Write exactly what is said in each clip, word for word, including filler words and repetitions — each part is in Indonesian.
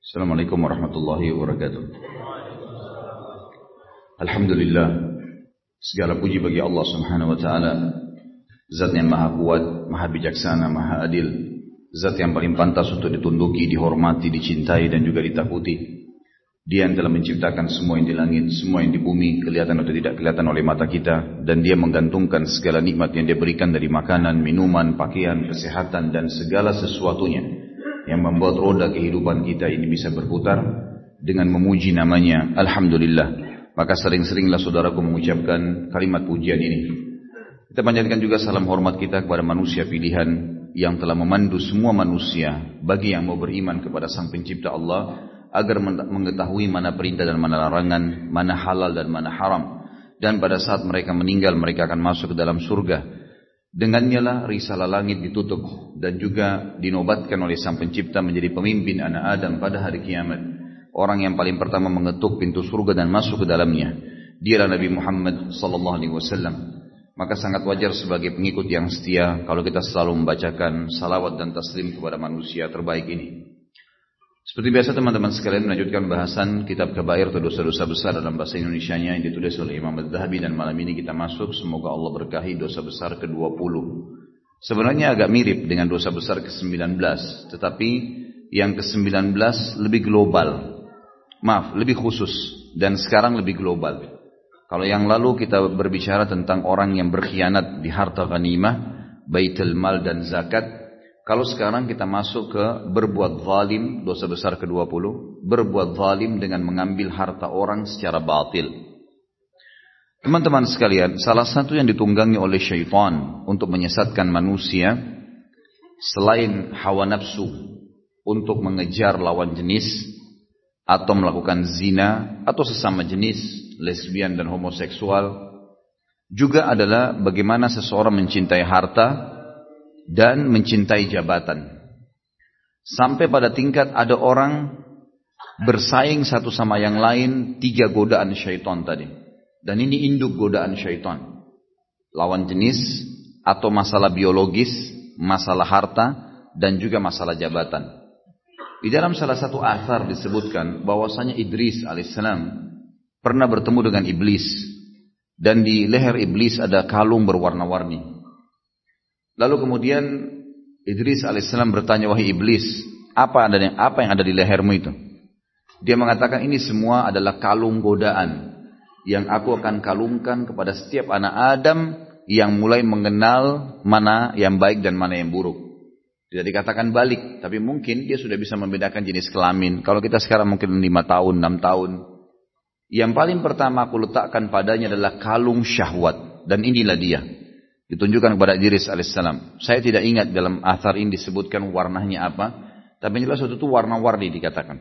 Assalamualaikum warahmatullahi wabarakatuh. Alhamdulillah, segala puji bagi Allah Subhanahu wa taala, Zat yang maha kuat, maha bijaksana, maha adil, Zat yang paling pantas untuk ditunduki, dihormati, dicintai dan juga ditakuti. Dia yang telah menciptakan semua yang di langit, semua yang di bumi, kelihatan atau tidak kelihatan oleh mata kita, dan dia menggantungkan segala nikmat yang dia berikan dari makanan, minuman, pakaian, kesehatan dan segala sesuatunya yang membuat roda kehidupan kita ini bisa berputar dengan memuji namanya. Alhamdulillah. Maka sering-seringlah saudaraku mengucapkan kalimat pujian ini. Kita panjatkan juga salam hormat kita kepada manusia pilihan yang telah memandu semua manusia bagi yang mau beriman kepada Sang Pencipta Allah, agar mengetahui mana perintah dan mana larangan, mana halal dan mana haram. Dan pada saat mereka meninggal, mereka akan masuk ke dalam surga. Dengannya lah risalah langit ditutup dan juga dinobatkan oleh Sang Pencipta menjadi pemimpin anak Adam pada hari kiamat. Orang yang paling pertama mengetuk pintu surga dan masuk ke dalamnya, dialah Nabi Muhammad sallallahu alaihi wasallam. Maka sangat wajar sebagai pengikut yang setia kalau kita selalu membacakan salawat dan taslim kepada manusia terbaik ini. Seperti biasa teman-teman sekalian, melanjutkan bahasan kitab Kabair atau dosa-dosa besar dalam bahasa Indonesianya yang ditulis oleh Imam Az-Zahabi, dan malam ini kita masuk, semoga Allah berkahi, dosa besar ke dua puluh. Sebenarnya agak mirip dengan dosa besar ke sembilan belas, tetapi yang ke sembilan belas lebih global. Maaf, lebih khusus, dan sekarang lebih global. Kalau yang lalu kita berbicara tentang orang yang berkhianat di harta ghanimah, baitul mal dan zakat. Kalau sekarang kita masuk ke berbuat zalim, dosa besar ke dua puluh, berbuat zalim dengan mengambil harta orang secara batil. Teman-teman sekalian, salah satu yang ditunggangi oleh syaitan untuk menyesatkan manusia, selain hawa nafsu untuk mengejar lawan jenis, atau melakukan zina, atau sesama jenis, lesbian dan homoseksual, juga adalah bagaimana seseorang mencintai harta dan mencintai jabatan. Sampai pada tingkat ada orang bersaing satu sama yang lain, tiga godaan syaitan tadi. Dan ini induk godaan syaitan. Lawan jenis, atau masalah biologis, masalah harta, dan juga masalah jabatan. Di dalam salah satu athar disebutkan bahwasanya Idris alaihissalam pernah bertemu dengan iblis. Dan di leher iblis ada kalung berwarna-warni. Lalu kemudian Idris alaihissalam bertanya, wahai iblis, apa ada yang apa yang ada di lehermu itu? Dia mengatakan, ini semua adalah kalung godaan yang aku akan kalungkan kepada setiap anak Adam yang mulai mengenal mana yang baik dan mana yang buruk. Tidak dikatakan balik, tapi mungkin dia sudah bisa membedakan jenis kelamin. Kalau kita sekarang mungkin lima tahun, enam tahun. Yang paling pertama aku letakkan padanya adalah kalung syahwat, dan inilah dia. Ditunjukkan kepada Idris alaihissalam. Saya tidak ingat dalam athar ini disebutkan warnanya apa, tapi jelas waktu itu warna-warni dikatakan.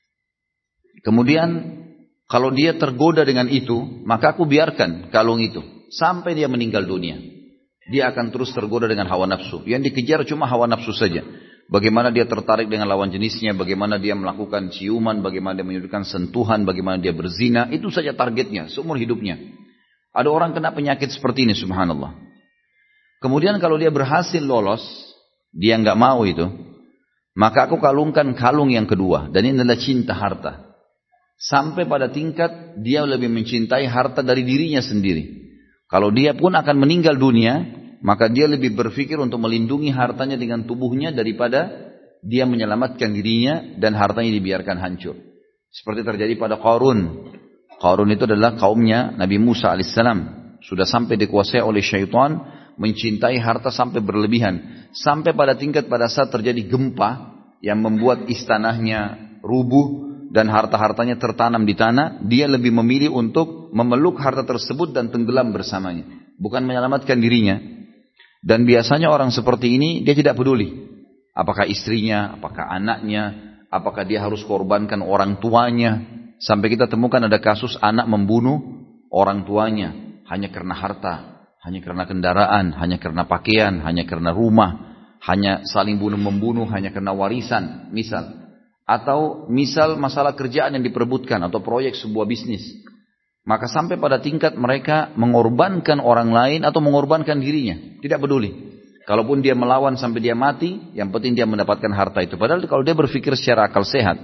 Kemudian kalau dia tergoda dengan itu, maka aku biarkan kalung itu sampai dia meninggal dunia. Dia akan terus tergoda dengan hawa nafsu. Yang dikejar cuma hawa nafsu saja. Bagaimana dia tertarik dengan lawan jenisnya, bagaimana dia melakukan ciuman, bagaimana dia menunjukkan sentuhan, bagaimana dia berzina, itu saja targetnya seumur hidupnya. Ada orang kena penyakit seperti ini, subhanallah. Kemudian kalau dia berhasil lolos, dia nggak mau itu, maka aku kalungkan kalung yang kedua, dan ini adalah cinta harta. Sampai pada tingkat dia lebih mencintai harta dari dirinya sendiri. Kalau dia pun akan meninggal dunia, maka dia lebih berpikir untuk melindungi hartanya dengan tubuhnya daripada dia menyelamatkan dirinya dan hartanya dibiarkan hancur. Seperti terjadi pada Qarun. Qarun itu adalah kaumnya Nabi Musa alaihissalam. Sudah sampai dikuasai oleh syaitan, mencintai harta sampai berlebihan. Sampai pada tingkat pada saat terjadi gempa yang membuat istanahnya rubuh dan harta-hartanya tertanam di tanah, dia lebih memilih untuk memeluk harta tersebut dan tenggelam bersamanya, bukan menyelamatkan dirinya. Dan biasanya orang seperti ini dia tidak peduli apakah istrinya, apakah anaknya, apakah dia harus korbankan orang tuanya. Sampai kita temukan ada kasus anak membunuh orang tuanya hanya karena harta, hanya karena kendaraan, hanya karena pakaian, hanya karena rumah, hanya saling bunuh-membunuh, hanya karena warisan, misal. Atau misal masalah kerjaan yang diperebutkan, atau proyek sebuah bisnis. Maka sampai pada tingkat mereka mengorbankan orang lain atau mengorbankan dirinya. Tidak peduli. Kalaupun dia melawan sampai dia mati, yang penting dia mendapatkan harta itu. Padahal kalau dia berpikir secara akal sehat,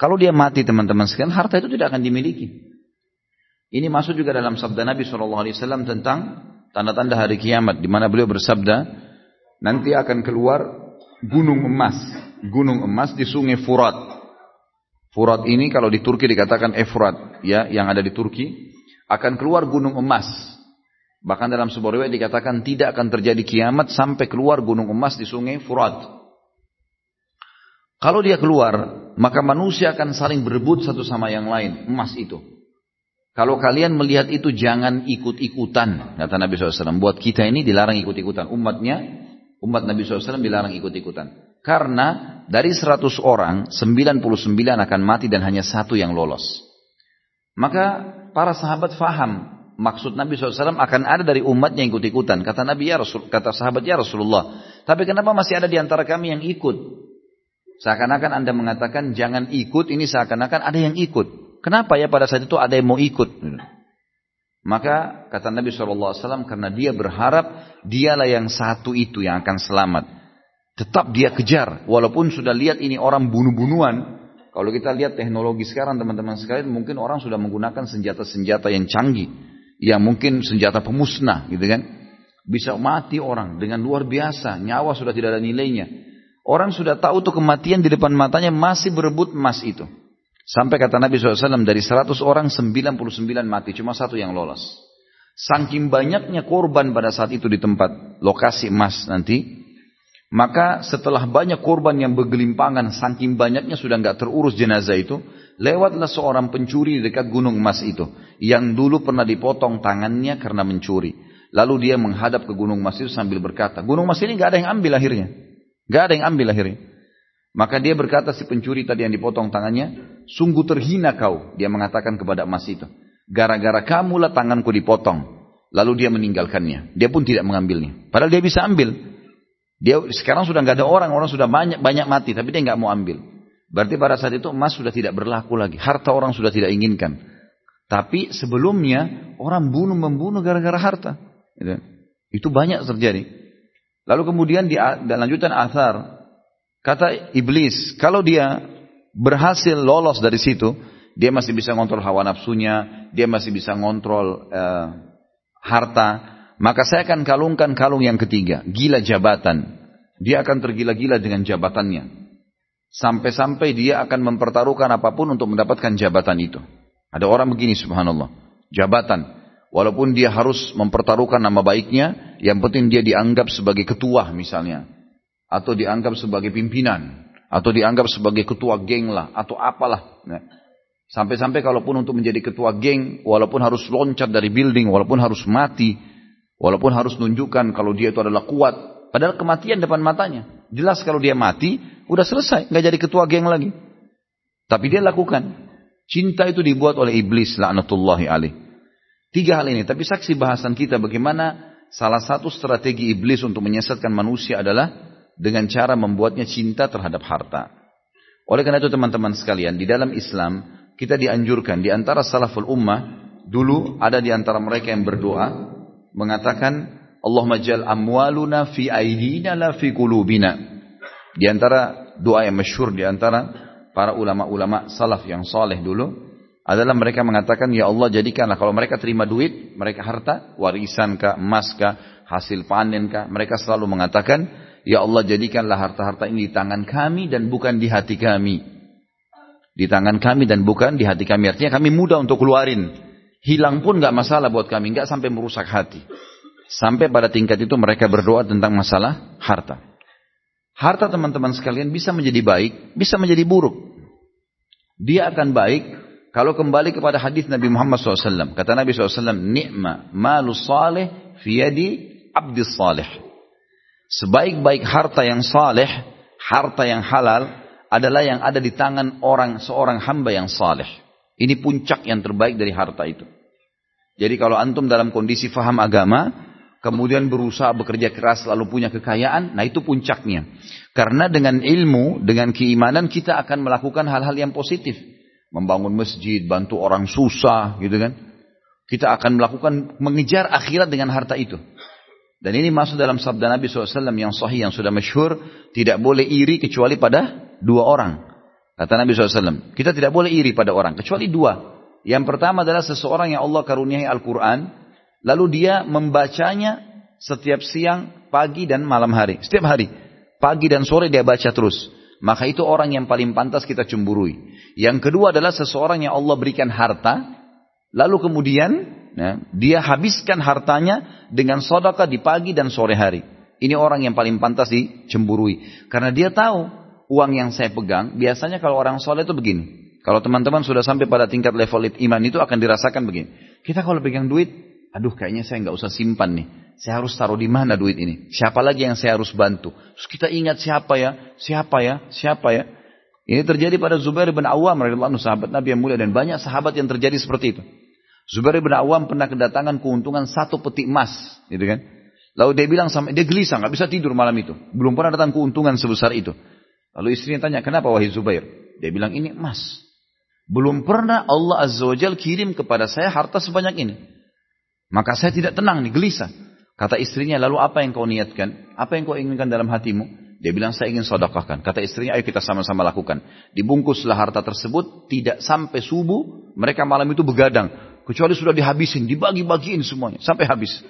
Kalau dia mati teman-teman sekalian, harta itu tidak akan dimiliki. Ini masuk juga dalam sabda Nabi shallallahu alaihi wasallam tentang tanda-tanda hari kiamat, di mana beliau bersabda, nanti akan keluar gunung emas, gunung emas di sungai Furat. Furat ini kalau di Turki dikatakan Efrat, ya, yang ada di Turki, akan keluar gunung emas. Bahkan dalam sebuah riwayat dikatakan tidak akan terjadi kiamat sampai keluar gunung emas di sungai Furat. Kalau dia keluar, maka manusia akan saling berebut satu sama yang lain, emas itu. Kalau kalian melihat itu jangan ikut-ikutan, kata Nabi shallallahu alaihi wasallam. Buat kita ini dilarang ikut-ikutan. Umatnya, umat Nabi shallallahu alaihi wasallam dilarang ikut-ikutan. Karena dari seratus orang, sembilan puluh sembilan akan mati dan hanya satu yang lolos. Maka para sahabat faham maksud Nabi shallallahu alaihi wasallam akan ada dari umatnya yang ikut-ikutan. Kata Nabi ya Rasul, kata sahabat ya Rasulullah. Tapi kenapa masih ada di antara kami yang ikut? Seakan-akan Anda mengatakan jangan ikut, ini seakan-akan ada yang ikut. Kenapa ya pada saat itu ada yang mau ikut? Maka kata Nabi shallallahu alaihi wasallam karena dia berharap dialah yang satu itu yang akan selamat. Tetap dia kejar. Walaupun sudah lihat ini orang bunuh-bunuhan. Kalau kita lihat teknologi sekarang teman-teman sekalian, mungkin orang sudah menggunakan senjata-senjata yang canggih. Yang mungkin senjata pemusnah gitu kan. Bisa mati orang dengan luar biasa. Nyawa sudah tidak ada nilainya. Orang sudah tahu tuh kematian di depan matanya masih berebut emas itu. Sampai kata Nabi shallallahu alaihi wasallam dari seratus orang sembilan puluh sembilan mati. Cuma satu yang lolos. Saking banyaknya korban pada saat itu di tempat lokasi emas nanti. Maka setelah banyak korban yang bergelimpangan. Saking banyaknya sudah nggak terurus jenazah itu. Lewatlah seorang pencuri di dekat gunung emas itu. Yang dulu pernah dipotong tangannya karena mencuri. Lalu dia menghadap ke gunung emas itu sambil berkata. Gunung emas ini nggak ada yang ambil akhirnya. Nggak ada yang ambil akhirnya. Maka dia berkata si pencuri tadi yang dipotong tangannya, sungguh terhina kau. Dia mengatakan kepada emas itu. Gara-gara kamulah tanganku dipotong. Lalu dia meninggalkannya. Dia pun tidak mengambilnya. Padahal dia bisa ambil. Dia sekarang sudah nggak ada orang, orang sudah banyak banyak mati, tapi dia nggak mau ambil. Berarti pada saat itu emas sudah tidak berlaku lagi. Harta orang sudah tidak inginkan. Tapi sebelumnya orang bunuh membunuh gara-gara harta. Itu banyak terjadi. Lalu kemudian di dalam lanjutan athar. Kata iblis, kalau dia berhasil lolos dari situ, dia masih bisa ngontrol hawa nafsunya, dia masih bisa ngontrol uh, harta, maka saya akan kalungkan kalung yang ketiga, gila jabatan. Dia akan tergila-gila dengan jabatannya. Sampai-sampai dia akan mempertaruhkan apapun untuk mendapatkan jabatan itu. Ada orang begini subhanallah, jabatan. Walaupun dia harus mempertaruhkan nama baiknya, yang penting dia dianggap sebagai ketua misalnya. Atau dianggap sebagai pimpinan, atau dianggap sebagai ketua geng lah, atau apalah. Nah, sampai-sampai kalaupun untuk menjadi ketua geng, walaupun harus loncat dari building, walaupun harus mati, walaupun harus nunjukkan kalau dia itu adalah kuat, padahal kematian depan matanya. Jelas kalau dia mati, udah selesai, nggak jadi ketua geng lagi. Tapi dia lakukan. Cinta itu dibuat oleh iblis, la'natullahi alaih. Tiga hal ini, tapi saksi bahasan kita bagaimana salah satu strategi iblis untuk menyesatkan manusia adalah dengan cara membuatnya cinta terhadap harta. Oleh karena itu teman-teman sekalian, di dalam Islam kita dianjurkan, di antara salaful ummah, dulu ada di antara mereka yang berdoa, mengatakan, Allahumma jal amwaluna fi aidina la fi qulubina. Di antara doa yang masyhur di antara para ulama-ulama salaf yang saleh dulu, adalah mereka mengatakan, ya Allah jadikanlah, kalau mereka terima duit, mereka harta, warisan kah, emas kah, hasil panen kah, mereka selalu mengatakan, ya Allah jadikanlah harta-harta ini di tangan kami dan bukan di hati kami. Di tangan kami dan bukan di hati kami. Artinya kami mudah untuk keluarin. Hilang pun gak masalah buat kami. Gak sampai merusak hati. Sampai pada tingkat itu mereka berdoa tentang masalah harta. Harta teman-teman sekalian bisa menjadi baik, bisa menjadi buruk. Dia akan baik kalau kembali kepada hadis Nabi Muhammad shallallahu alaihi wasallam. Kata Nabi shallallahu alaihi wasallam, ni'ma malus salih fi yadi abdis salih. Sebaik-baik harta yang saleh, harta yang halal, adalah yang ada di tangan orang seorang hamba yang saleh. Ini puncak yang terbaik dari harta itu. Jadi kalau antum dalam kondisi faham agama, kemudian berusaha bekerja keras lalu punya kekayaan, nah itu puncaknya. Karena dengan ilmu, dengan keimanan kita akan melakukan hal-hal yang positif. Membangun masjid, bantu orang susah, gitu kan. Kita akan melakukan, mengejar akhirat dengan harta itu. Dan ini masuk dalam sabda Nabi shallallahu alaihi wasallam yang sahih, yang sudah masyhur, tidak boleh iri kecuali pada dua orang. Kata Nabi shallallahu alaihi wasallam, kita tidak boleh iri pada orang, kecuali dua. Yang pertama adalah seseorang yang Allah karuniai Al-Quran, lalu dia membacanya setiap siang, pagi dan malam hari. Setiap hari, pagi dan sore dia baca terus. Maka itu orang yang paling pantas kita cemburui. Yang kedua adalah seseorang yang Allah berikan harta, lalu kemudian ya, dia habiskan hartanya dengan sedekah di pagi dan sore hari. Ini orang yang paling pantas dicemburui. Karena dia tahu, uang yang saya pegang, biasanya kalau orang soleh itu begini. Kalau teman-teman sudah sampai pada tingkat level iman itu akan dirasakan begini. Kita kalau pegang duit, aduh kayaknya saya nggak usah simpan nih. Saya harus taruh di mana duit ini? Siapa lagi yang saya harus bantu? Terus kita ingat siapa ya? Siapa ya? Siapa ya? Ini terjadi pada Zubair bin Awam radhiyallahu anhu, sahabat Nabi yang mulia, dan banyak sahabat yang terjadi seperti itu. Zubair bin Awam pernah kedatangan keuntungan satu peti emas, gitu kan? Lalu dia bilang sama dia gelisah, nggak bisa tidur malam itu. Belum pernah datang keuntungan sebesar itu. Lalu istrinya tanya, kenapa wahai Zubair? Dia bilang, ini emas. Belum pernah Allah Azza wa Jalla kirim kepada saya harta sebanyak ini. Maka saya tidak tenang nih, gelisah. Kata istrinya, lalu apa yang kau niatkan? Apa yang kau inginkan dalam hatimu? Dia bilang, saya ingin sedekahkan. Kata istrinya, ayo kita sama-sama lakukan. Dibungkuslah harta tersebut, tidak sampai subuh, mereka malam itu begadang. Kecuali sudah dihabisin, dibagi-bagiin semuanya, sampai habis.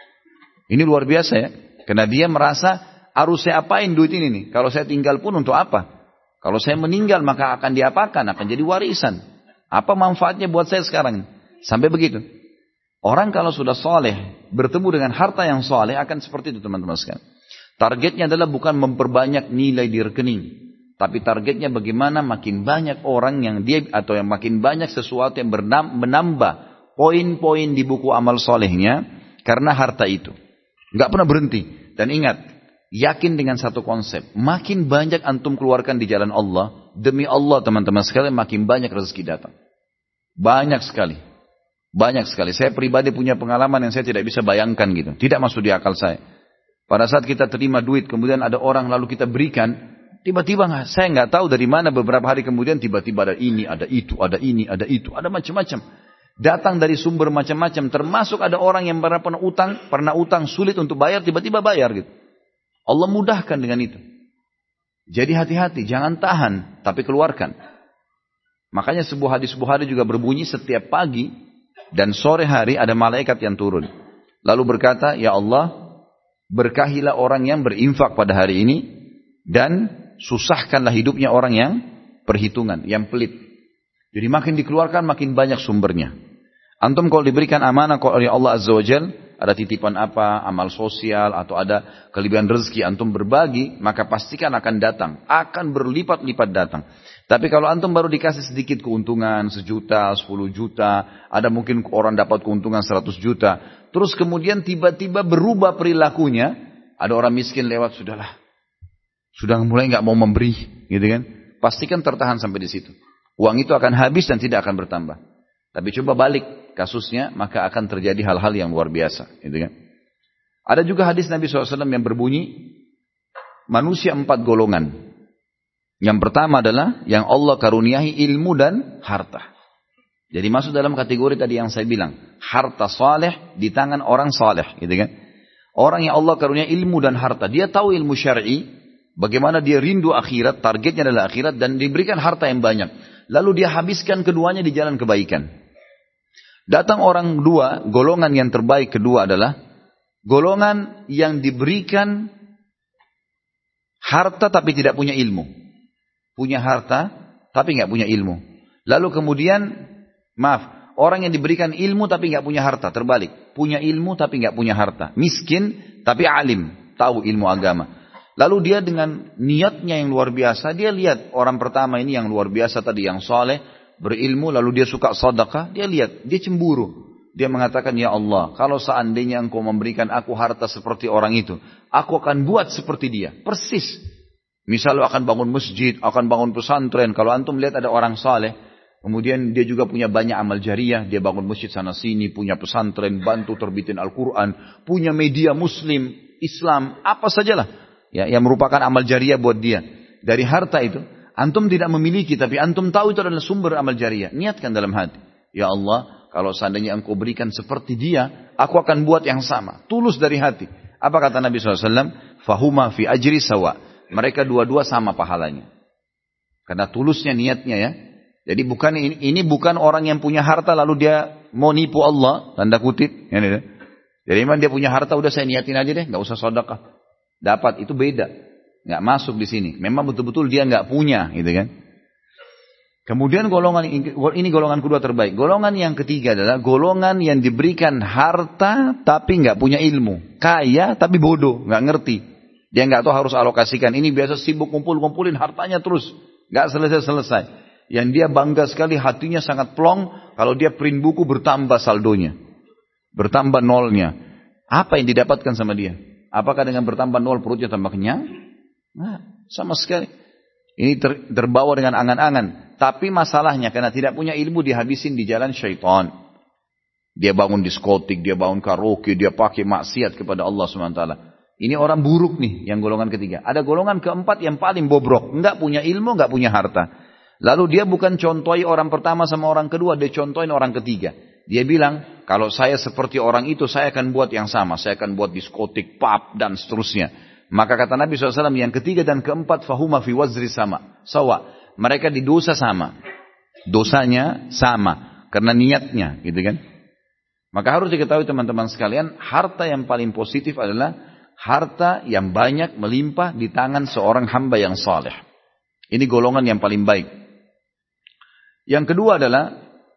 Ini luar biasa ya. Karena dia merasa, harus saya apain duit ini nih? Kalau saya tinggal pun untuk apa? Kalau saya meninggal maka akan diapakan? Akan jadi warisan. Apa manfaatnya buat saya sekarang? Sampai begitu. Orang kalau sudah soleh, bertemu dengan harta yang soleh akan seperti itu teman-teman sekalian. Targetnya adalah bukan memperbanyak nilai di rekening. Tapi targetnya bagaimana makin banyak orang yang dia, atau yang makin banyak sesuatu yang menambah poin-poin di buku amal solehnya karena harta itu. Nggak pernah berhenti. Dan ingat, yakin dengan satu konsep. Makin banyak antum keluarkan di jalan Allah, demi Allah teman-teman sekalian, makin banyak rezeki datang. Banyak sekali. Banyak sekali. Saya pribadi punya pengalaman yang saya tidak bisa bayangkan gitu. Tidak masuk di akal saya. Pada saat kita terima duit, kemudian ada orang lalu kita berikan, tiba-tiba saya nggak tahu dari mana beberapa hari kemudian tiba-tiba ada ini, ada itu, ada ini, ada itu, ada macam-macam. Datang dari sumber macam-macam. Termasuk ada orang yang pernah, pernah utang, pernah utang sulit untuk bayar, tiba-tiba bayar gitu. Allah mudahkan dengan itu. Jadi hati-hati, jangan tahan, tapi keluarkan. Makanya sebuah hadis Bukhari juga berbunyi setiap pagi dan sore hari ada malaikat yang turun. Lalu berkata, ya Allah, berkahilah orang yang berinfak pada hari ini dan susahkanlah hidupnya orang yang perhitungan, yang pelit. Jadi makin dikeluarkan makin banyak sumbernya. Antum kalau diberikan amanah oleh Allah Azza wa Jalla, ada titipan apa, amal sosial atau ada kelebihan rezeki antum berbagi, maka pastikan akan datang, akan berlipat-lipat datang. Tapi kalau antum baru dikasih sedikit keuntungan, sejuta, sepuluh juta, ada mungkin orang dapat keuntungan seratus juta, terus kemudian tiba-tiba berubah perilakunya, ada orang miskin lewat, sudahlah, sudah mulai nggak mau memberi, gitu kan? Pastikan tertahan sampai di situ. Uang itu akan habis dan tidak akan bertambah. Tapi coba balik kasusnya, maka akan terjadi hal-hal yang luar biasa, gitu kan? Ada juga hadis Nabi shallallahu alaihi wasallam yang berbunyi, manusia empat golongan. Yang pertama adalah yang Allah karuniai ilmu dan harta. Jadi masuk dalam kategori tadi yang saya bilang, harta saleh di tangan orang saleh, gitu kan? Orang yang Allah karuniai ilmu dan harta, dia tahu ilmu syar'i, bagaimana dia rindu akhirat, targetnya adalah akhirat, dan diberikan harta yang banyak. Lalu dia habiskan keduanya di jalan kebaikan. Datang orang dua, golongan yang terbaik kedua adalah golongan yang diberikan harta tapi tidak punya ilmu. Punya harta tapi nggak punya ilmu. Lalu kemudian, maaf, orang yang diberikan ilmu tapi nggak punya harta, terbalik. Punya ilmu tapi nggak punya harta. Miskin tapi alim, tahu ilmu agama. Lalu dia dengan niatnya yang luar biasa, dia lihat orang pertama ini yang luar biasa tadi, yang soleh, berilmu, lalu dia suka sedekah, dia lihat, dia cemburu. Dia mengatakan, ya Allah, kalau seandainya engkau memberikan aku harta seperti orang itu, aku akan buat seperti dia, persis. Misal akan bangun masjid, akan bangun pesantren. Kalau antum lihat ada orang soleh, kemudian dia juga punya banyak amal jariah, dia bangun masjid sana sini, punya pesantren, bantu terbitin Al-Quran, punya media muslim, Islam, apa sajalah. Ya, yang merupakan amal jariah buat dia. Dari harta itu, antum tidak memiliki, tapi antum tahu itu adalah sumber amal jariah. Niatkan dalam hati. Ya Allah, kalau seandainya engkau berikan seperti dia, aku akan buat yang sama. Tulus dari hati. Apa kata Nabi shallallahu alaihi wasallam? Fahuma fi ajri sawa. Mereka dua-dua sama pahalanya. Karena tulusnya niatnya ya. Jadi bukan ini, ini bukan orang yang punya harta lalu dia mau nipu Allah, tanda kutip. Ya, ya. Jadi memang dia punya harta, udah saya niatin aja deh, nggak usah sedekah. Dapat, itu beda. Nggak masuk di sini. Memang betul-betul dia nggak punya, gitu kan. Kemudian golongan ini golongan kedua terbaik. Golongan yang ketiga adalah golongan yang diberikan harta tapi nggak punya ilmu. Kaya tapi bodoh, nggak ngerti. Dia nggak tahu harus alokasikan. Ini biasa sibuk kumpul-kumpulin hartanya terus, nggak selesai-selesai. Yang dia bangga sekali, hatinya sangat plong. Kalau dia print buku bertambah saldonya, bertambah nolnya. Apa yang didapatkan sama dia? Apakah dengan bertambah nol perutnya tambah kenyang? Nah, sama sekali. Ini ter, terbawa dengan angan-angan. Tapi masalahnya karena tidak punya ilmu dihabisin di jalan syaitan. Dia bangun diskotik, dia bangun karaoke, dia pakai maksiat kepada Allah subhanahu wa taala. Ini orang buruk nih yang golongan ketiga. Ada golongan keempat yang paling bobrok. Enggak punya ilmu, enggak punya harta. Lalu dia bukan contohi orang pertama sama orang kedua, dia contohin orang ketiga. Dia bilang, kalau saya seperti orang itu, saya akan buat yang sama. Saya akan buat diskotik, pub, dan seterusnya. Maka kata Nabi shallallahu alaihi wasallam, yang ketiga dan keempat, fahuma fi wazri sama. Sawa. Mereka di dosa sama. Dosanya sama. Karena niatnya, gitu kan. Maka harus diketahui teman-teman sekalian, harta yang paling positif adalah harta yang banyak melimpah di tangan seorang hamba yang saleh. Ini golongan yang paling baik. Yang kedua adalah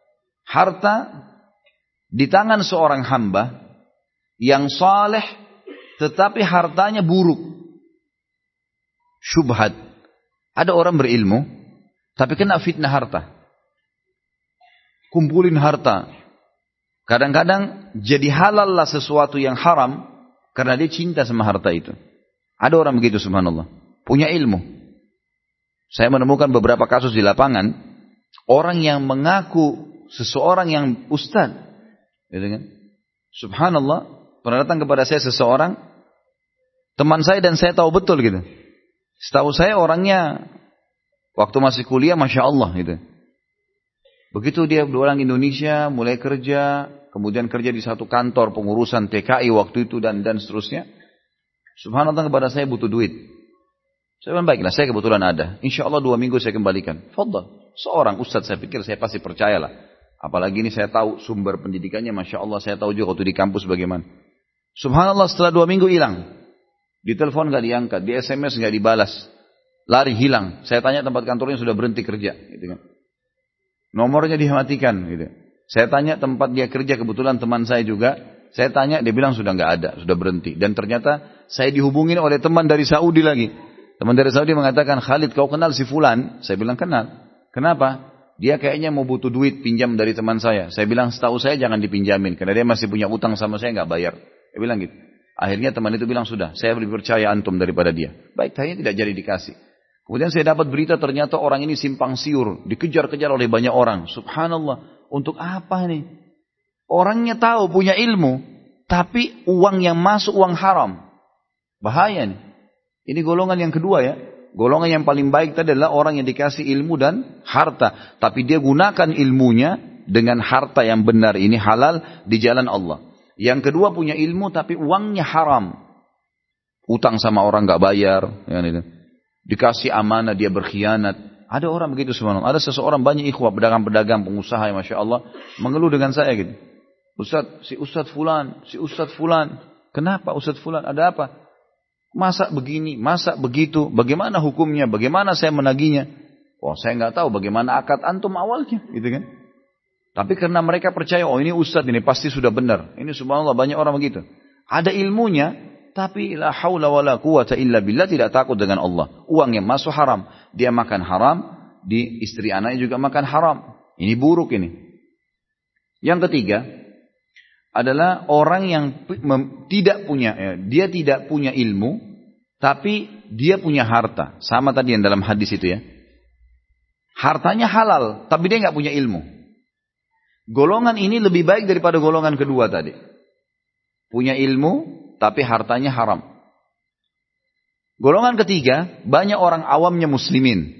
harta di tangan seorang hamba yang saleh tetapi hartanya buruk. Syubhat. Ada orang berilmu tapi kena fitnah harta. Kumpulin harta. Kadang-kadang jadi halal lah sesuatu yang haram karena dia cinta sama harta itu. Ada orang begitu subhanallah. Punya ilmu. Saya menemukan beberapa kasus di lapangan. Orang yang mengaku seseorang yang ustaz. Gitu kan? Subhanallah. Pernah datang kepada saya seseorang. Teman saya dan saya tahu betul gitu. Setahu saya orangnya. Waktu masih kuliah Masya Allah gitu. Begitu dia orang Indonesia. Mulai kerja. Kemudian kerja di satu kantor pengurusan T K I waktu itu dan dan seterusnya. Subhanallah kepada saya butuh duit. Saya bilang baiklah, saya kebetulan ada. Insya Allah dua minggu saya kembalikan. Fadhal. Seorang ustaz saya pikir saya pasti percayalah. Apalagi ini saya tahu sumber pendidikannya. Masya Allah saya tahu juga waktu di kampus bagaimana. Subhanallah setelah dua minggu hilang. Di telepon gak diangkat. Di S M S gak dibalas. Lari hilang. Saya tanya tempat kantornya sudah berhenti kerja. Gitu kan. Nomornya dimatikan. Gitu. Saya tanya tempat dia kerja. Kebetulan teman saya juga. Saya tanya dia bilang sudah gak ada. Sudah berhenti. Dan ternyata saya dihubungin oleh teman dari Saudi lagi. Teman dari Saudi mengatakan, Khalid kau kenal si Fulan? Saya bilang kenal. Kenapa? Dia kayaknya mau butuh duit pinjam dari teman saya. Saya bilang setahu saya jangan dipinjamin. Karena dia masih punya utang sama saya nggak bayar. Dia bilang gitu. Akhirnya teman itu bilang sudah. Saya lebih percaya antum daripada dia. Baik, akhirnya tidak jadi dikasih. Kemudian saya dapat berita ternyata orang ini simpang siur. Dikejar-kejar oleh banyak orang. Subhanallah. Untuk apa nih? Orangnya tahu punya ilmu. Tapi uang yang masuk uang haram. Bahaya nih. Ini golongan yang kedua ya. Golongan yang paling baik tadi adalah orang yang dikasih ilmu dan harta. Tapi dia gunakan ilmunya dengan harta yang benar. Ini halal di jalan Allah. Yang kedua punya ilmu tapi uangnya haram. Utang sama orang gak bayar. Ya, gitu. Dikasih amanah dia berkhianat. Ada orang begitu subhanallah. Ada seseorang banyak ikhwah pedagang-pedagang pengusaha ya Masya Allah. Mengeluh dengan saya gitu. Ustaz, si Ustaz Fulan. Si Ustaz Fulan. Kenapa Ustaz Fulan? Ada apa? Masa begini, masa begitu, bagaimana hukumnya, bagaimana saya menaginya? Oh, saya nggak tahu bagaimana akad antum awalnya, gitu kan? Tapi karena mereka percaya, oh ini ustadz ini pasti sudah benar. Ini subhanallah banyak orang begitu. Ada ilmunya, tapi la haula wala quwata illa billah, tidak takut dengan Allah. Uang yang masuk haram, dia makan haram, di istri anaknya juga makan haram. Ini buruk ini. Yang ketiga adalah orang yang tidak punya, ya, dia tidak punya ilmu, tapi dia punya harta. Sama tadi yang dalam hadis itu ya. Hartanya halal, tapi dia nggak punya ilmu. Golongan ini lebih baik daripada golongan kedua tadi. Punya ilmu, tapi hartanya haram. Golongan ketiga, banyak orang awamnya muslimin.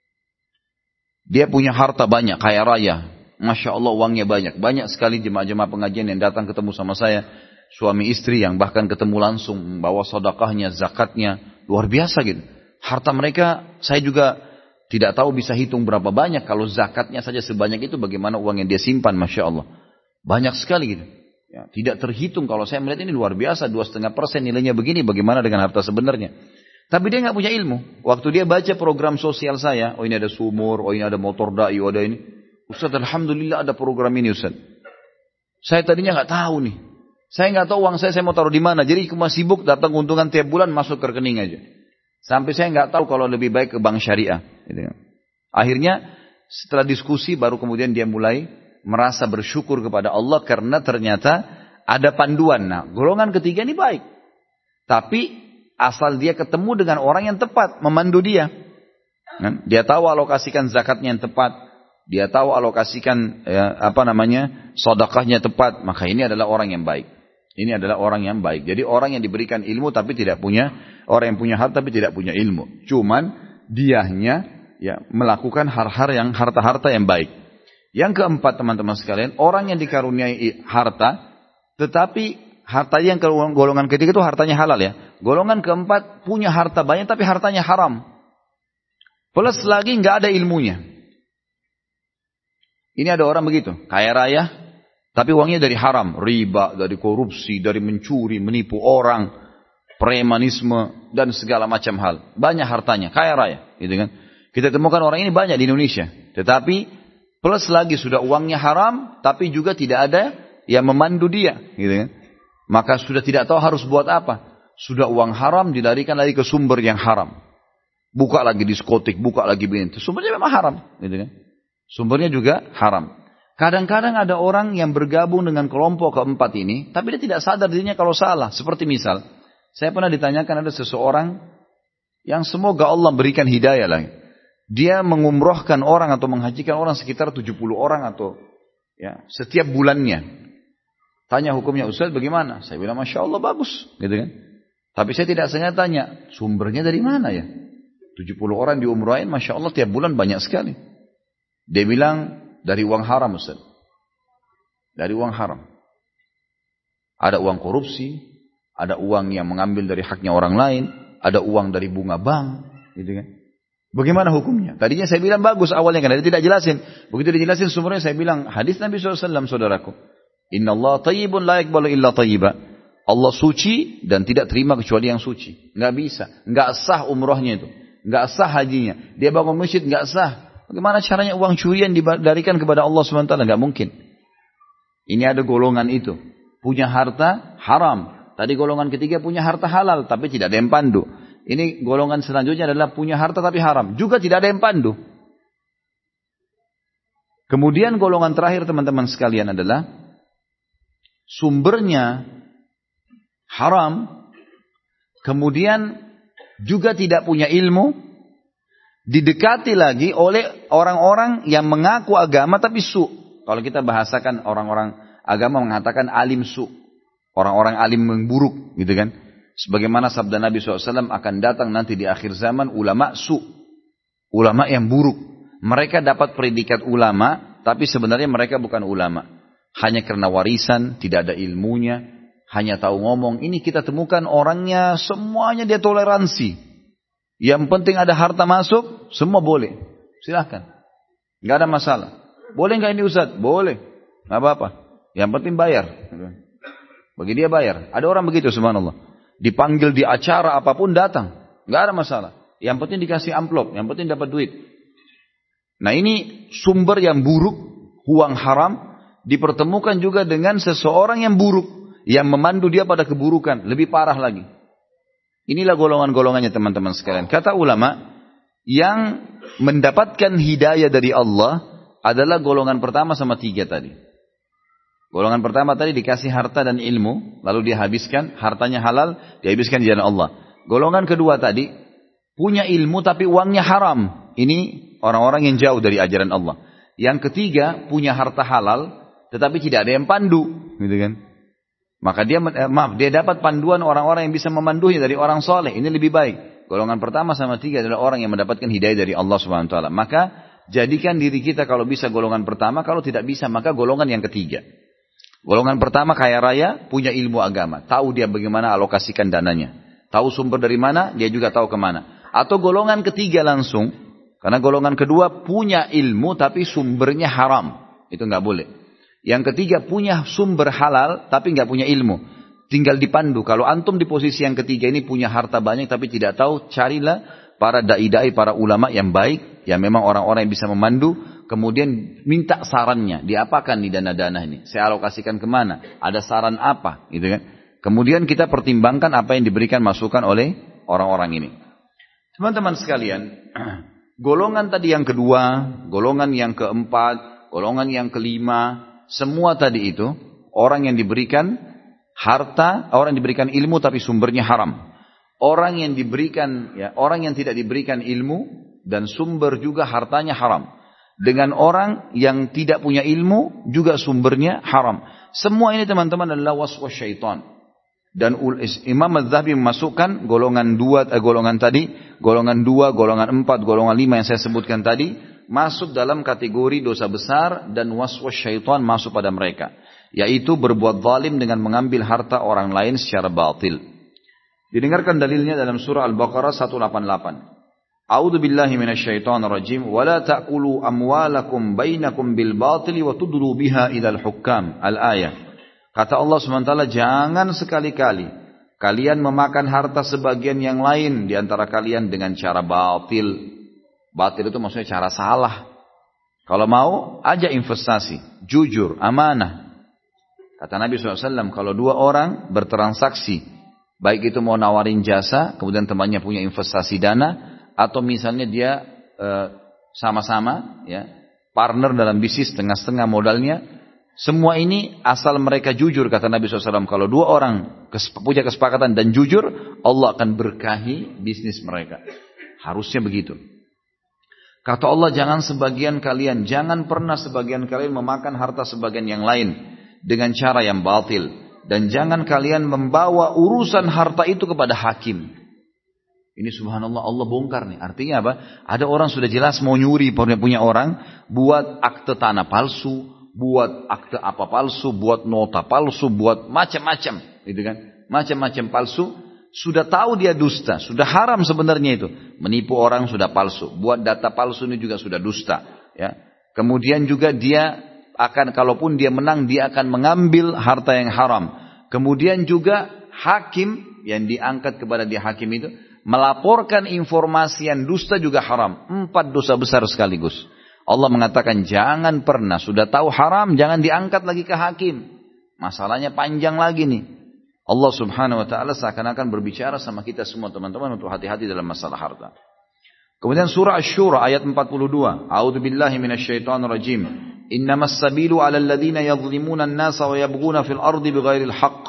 Dia punya harta banyak, kaya raya. Masya Allah uangnya banyak. Banyak sekali jemaah-jemaah pengajian yang datang ketemu sama saya. Suami istri yang bahkan ketemu langsung. Membawa sedekahnya, zakatnya. Luar biasa gitu. Harta mereka saya juga Tidak tahu bisa hitung berapa banyak. Kalau zakatnya saja sebanyak itu, bagaimana uang yang dia simpan, Masya Allah. Banyak sekali gitu. Ya, tidak terhitung. Kalau saya melihat ini luar biasa, dua koma lima persen nilainya begini, bagaimana dengan harta sebenarnya. Tapi dia nggak punya ilmu. Waktu dia baca program sosial saya, oh ini ada sumur, oh ini ada motor dai, oh ada ini. Ustaz, alhamdulillah ada program ini Ustaz. Saya tadinya nggak tahu nih. Saya nggak tahu uang saya saya mau taruh di mana. Jadi cuma sibuk datang keuntungan tiap bulan masuk ke rekening aja. Sampai saya nggak tahu kalau lebih baik ke bank syariah. Gitu. Akhirnya setelah diskusi baru kemudian dia mulai merasa bersyukur kepada Allah karena ternyata ada panduan. Nah, golongan ketiga ini baik. Tapi asal dia ketemu dengan orang yang tepat, memandu dia. Dia tahu alokasikan zakatnya yang tepat. Dia tahu alokasikan ya, apa namanya sedekahnya tepat. Maka ini adalah orang yang baik. Ini adalah orang yang baik. Jadi orang yang diberikan ilmu tapi tidak punya, orang yang punya harta tapi tidak punya ilmu. Cuman dianya ya melakukan hal-hal yang harta-harta yang baik. Yang keempat teman-teman sekalian, orang yang dikaruniai harta tetapi harta yang golongan ketiga itu hartanya halal ya. Golongan keempat punya harta banyak tapi hartanya haram. Plus lagi nggak ada ilmunya. Ini ada orang begitu, kaya raya, tapi uangnya dari haram, riba, dari korupsi, dari mencuri, menipu orang, premanisme dan segala macam hal. Banyak hartanya, kaya raya, gitu kan? Kita temukan orang ini banyak di Indonesia. Tetapi plus lagi sudah uangnya haram, tapi juga tidak ada yang memandu dia, gitu kan? Maka sudah tidak tahu harus buat apa. Sudah uang haram dilarikan lagi ke sumber yang haram. Buka lagi diskotik, buka lagi begini. Sumbernya memang haram. Gitu kan? Sumbernya juga haram. Kadang-kadang ada orang yang bergabung dengan kelompok keempat ini. Tapi dia tidak sadar dirinya kalau salah. Seperti misal. Saya pernah ditanyakan ada seseorang yang semoga Allah berikan hidayah lagi. Dia mengumrohkan orang atau menghajikan orang sekitar tujuh puluh orang atau ya setiap bulannya. Tanya hukumnya Ustaz bagaimana? Saya bilang Masya Allah bagus. Gitu kan? Tapi saya tidak sengaja tanya. Sumbernya dari mana ya? tujuh puluh orang diumrohin Masya Allah tiap bulan banyak sekali. Dia bilang dari uang haram Ustaz. Dari uang haram. Ada uang korupsi. Ada uang yang mengambil dari haknya orang lain. Ada uang dari bunga bank. Gitu kan? Bagaimana hukumnya? Tadinya saya bilang bagus awalnya kan. Dia tidak jelasin. Begitu dijelasin sumbernya saya bilang hadis Nabi shallallahu alaihi wasallam saudaraku. Inna Allah tayyibun la yakbalu illa tayyiba. Allah suci dan tidak terima kecuali yang suci. Nggak bisa. Nggak sah umrohnya itu. Nggak sah hajinya. Dia bangun masjid nggak sah. Bagaimana caranya uang curian diberikan kepada Allah subhanahu wa taala? Nggak mungkin. Ini ada golongan itu. Punya harta haram. Tadi golongan ketiga punya harta halal. Tapi tidak ada yang pandu. Ini golongan selanjutnya adalah punya harta tapi haram. Juga tidak ada yang pandu. Kemudian golongan terakhir teman-teman sekalian adalah sumbernya haram, kemudian juga tidak punya ilmu, didekati lagi oleh orang-orang yang mengaku agama tapi su. Kalau kita bahasakan orang-orang agama mengatakan alim su, orang-orang alim yang buruk, gitu kan? Sebagaimana sabda Nabi shallallahu alaihi wasallam akan datang nanti di akhir zaman ulama su, ulama yang buruk. Mereka dapat predikat ulama, tapi sebenarnya mereka bukan ulama. Hanya karena warisan, tidak ada ilmunya, hanya tahu ngomong. Ini kita temukan orangnya semuanya dia toleransi. Yang penting ada harta masuk, semua boleh. Silahkan. Nggak ada masalah. Boleh nggak ini Ustaz? Boleh. Nggak apa-apa. Yang penting bayar. Bagi dia bayar. Ada orang begitu subhanallah. Dipanggil di acara apapun datang. Nggak ada masalah. Yang penting dikasih amplop. Yang penting dapat duit. Nah ini sumber yang buruk, uang haram. Dipertemukan juga dengan seseorang yang buruk. Yang memandu dia pada keburukan. Lebih parah lagi. Inilah golongan-golongannya teman-teman sekalian. Kata ulama. Yang mendapatkan hidayah dari Allah. Adalah golongan pertama sama tiga tadi. Golongan pertama tadi dikasih harta dan ilmu. Lalu dia habiskan. Hartanya halal. Dihabiskan di jalan Allah. Golongan kedua tadi. Punya ilmu tapi uangnya haram. Ini orang-orang yang jauh dari ajaran Allah. Yang ketiga. Punya harta halal. Tetapi tidak ada yang pandu, gitu kan? Maka dia, eh, maaf, dia dapat panduan orang-orang yang bisa memandunya dari orang soleh. Ini lebih baik. Golongan pertama sama tiga adalah orang yang mendapatkan hidayah dari Allah subhanahu wa taala. Maka jadikan diri kita kalau bisa golongan pertama, kalau tidak bisa maka golongan yang ketiga. Golongan pertama kaya raya, punya ilmu agama, tahu dia bagaimana alokasikan dananya, tahu sumber dari mana, dia juga tahu kemana. Atau golongan ketiga langsung, Karena golongan kedua punya ilmu tapi sumbernya haram. Itu nggak boleh. Yang ketiga punya sumber halal tapi nggak punya ilmu. Tinggal dipandu. Kalau antum di posisi yang ketiga ini punya harta banyak tapi tidak tahu, carilah para dai-dai, para ulama yang baik, yang memang orang-orang yang bisa memandu. Kemudian minta sarannya, diapakan di dana-dana ini? Saya alokasikan kemana? Ada saran apa? Gitu kan? Kemudian kita pertimbangkan apa yang diberikan masukan oleh orang-orang ini. Teman-teman sekalian, golongan tadi yang kedua, golongan yang keempat, golongan yang kelima, semua tadi itu orang yang diberikan harta, orang yang diberikan ilmu tapi sumbernya haram. Orang yang diberikan, ya, orang yang tidak diberikan ilmu dan sumber juga hartanya haram. Dengan orang yang tidak punya ilmu juga sumbernya haram. Semua ini teman-teman adalah waswas syaitan. Dan Imam Az-Zahabi memasukkan golongan dua, eh, golongan tadi, golongan dua, golongan empat, golongan lima yang saya sebutkan tadi, masuk dalam kategori dosa besar dan waswas syaitan masuk pada mereka. Yaitu berbuat zalim dengan mengambil harta orang lain secara batil. Didengarkan dalilnya dalam surah Al-Baqarah seratus delapan puluh delapan. A'udzu billahi minasyaitonir rajim wa la ta'kulu amwalakum bainakum bil batili wa tudlu biha ilal hukam. Al-ayah. Kata Allah subhanahu wa taala, jangan sekali-kali kalian memakan harta sebagian yang lain di antara kalian dengan cara batil. Batil itu maksudnya cara salah. Kalau mau, aja investasi, jujur, amanah. Kata Nabi shallallahu alaihi wasallam, kalau dua orang bertransaksi, baik itu mau nawarin jasa, kemudian temannya punya investasi dana, atau misalnya dia e, sama-sama ya partner dalam bisnis setengah-setengah modalnya, semua ini asal mereka jujur, kata Nabi shallallahu alaihi wasallam, kalau dua orang punya kesepakatan dan jujur, Allah akan berkahi bisnis mereka. Harusnya begitu. Kata Allah, jangan sebagian kalian, jangan pernah sebagian kalian memakan harta sebagian yang lain dengan cara yang batil, dan jangan kalian membawa urusan harta itu kepada hakim. Ini subhanallah, Allah bongkar nih. Artinya apa? Ada orang sudah jelas mau nyuri punya orang, buat akte tanah palsu, buat akte apa palsu, buat nota palsu, buat macam-macam, gitu kan? Macam-macam palsu. Sudah tahu dia dusta, sudah haram sebenarnya itu. Menipu orang sudah palsu, buat data palsu ini juga sudah dusta, ya. Kemudian juga dia akan, kalaupun dia menang, dia akan mengambil harta yang haram. Kemudian juga hakim yang diangkat kepada dia, hakim itu melaporkan informasi yang dusta juga haram. Empat dosa besar sekaligus. Allah mengatakan jangan pernah, sudah tahu haram, jangan diangkat lagi ke hakim. Masalahnya panjang lagi nih. Allah subhanahu wa ta'ala seakan-akan berbicara sama kita semua teman-teman untuk hati-hati dalam masalah harta. Kemudian surah Asy-Syura ayat empat puluh dua. A'udzu billahi minasyaitonir rajim. Innamas sabilu 'alal ladzina yadhlimuna an-nasa wa yabghuna fil ardi bighairil haqq.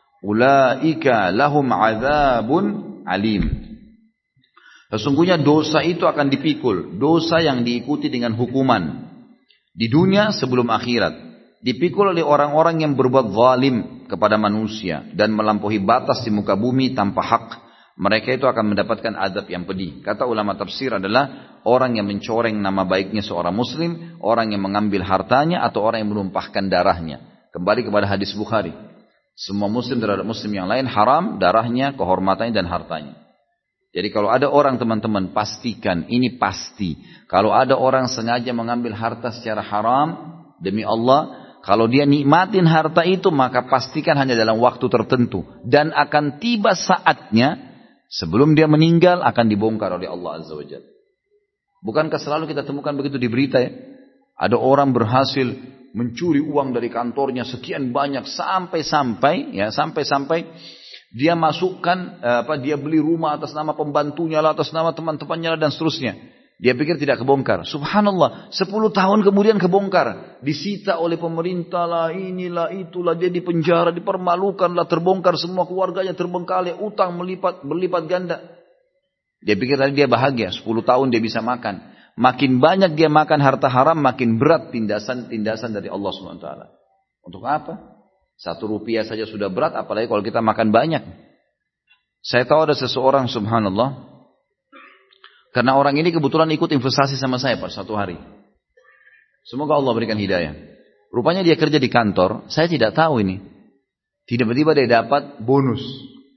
Ulaika lahum 'adzabun alim. Sesungguhnya dosa itu akan dipikul, dosa yang diikuti dengan hukuman di dunia sebelum akhirat. Dipikul oleh orang-orang yang berbuat zalim kepada manusia dan melampaui batas di muka bumi tanpa hak. Mereka itu akan mendapatkan azab yang pedih. Kata ulama tafsir adalah orang yang mencoreng nama baiknya seorang muslim, orang yang mengambil hartanya, atau orang yang menumpahkan darahnya. Kembali kepada hadis Bukhari. Semua muslim terhadap muslim yang lain haram darahnya, kehormatannya dan hartanya. Jadi kalau ada orang teman-teman, pastikan ini pasti. Kalau ada orang sengaja mengambil harta secara haram, demi Allah, kalau dia nikmatin harta itu, maka pastikan hanya dalam waktu tertentu. Dan akan tiba saatnya, sebelum dia meninggal, akan dibongkar oleh Allah Azza wa Jalla. Bukankah selalu kita temukan begitu di berita ya? Ada orang berhasil mencuri uang dari kantornya sekian banyak, sampai-sampai, ya sampai-sampai dia masukkan, apa dia beli rumah atas nama pembantunya lah, atas nama teman-temannya lah, dan seterusnya. Dia pikir tidak kebongkar. Subhanallah, sepuluh tahun kemudian kebongkar. Disita oleh pemerintah lah, inilah, itulah. Dia dipenjara, dipermalukan lah, terbongkar semua, keluarganya terbengkalai, utang melipat, berlipat ganda. Dia pikir tadi dia bahagia, sepuluh tahun dia bisa makan. Makin banyak dia makan harta haram, makin berat tindasan-tindasan dari Allah subhanahu wa taala. Untuk apa? Satu rupiah saja sudah berat, apalagi kalau kita makan banyak. Saya tahu ada seseorang subhanallah, karena orang ini kebetulan ikut investasi sama saya pada satu hari. Semoga Allah berikan hidayah. Rupanya dia kerja di kantor, saya tidak tahu ini. Tiba-tiba dia dapat bonus.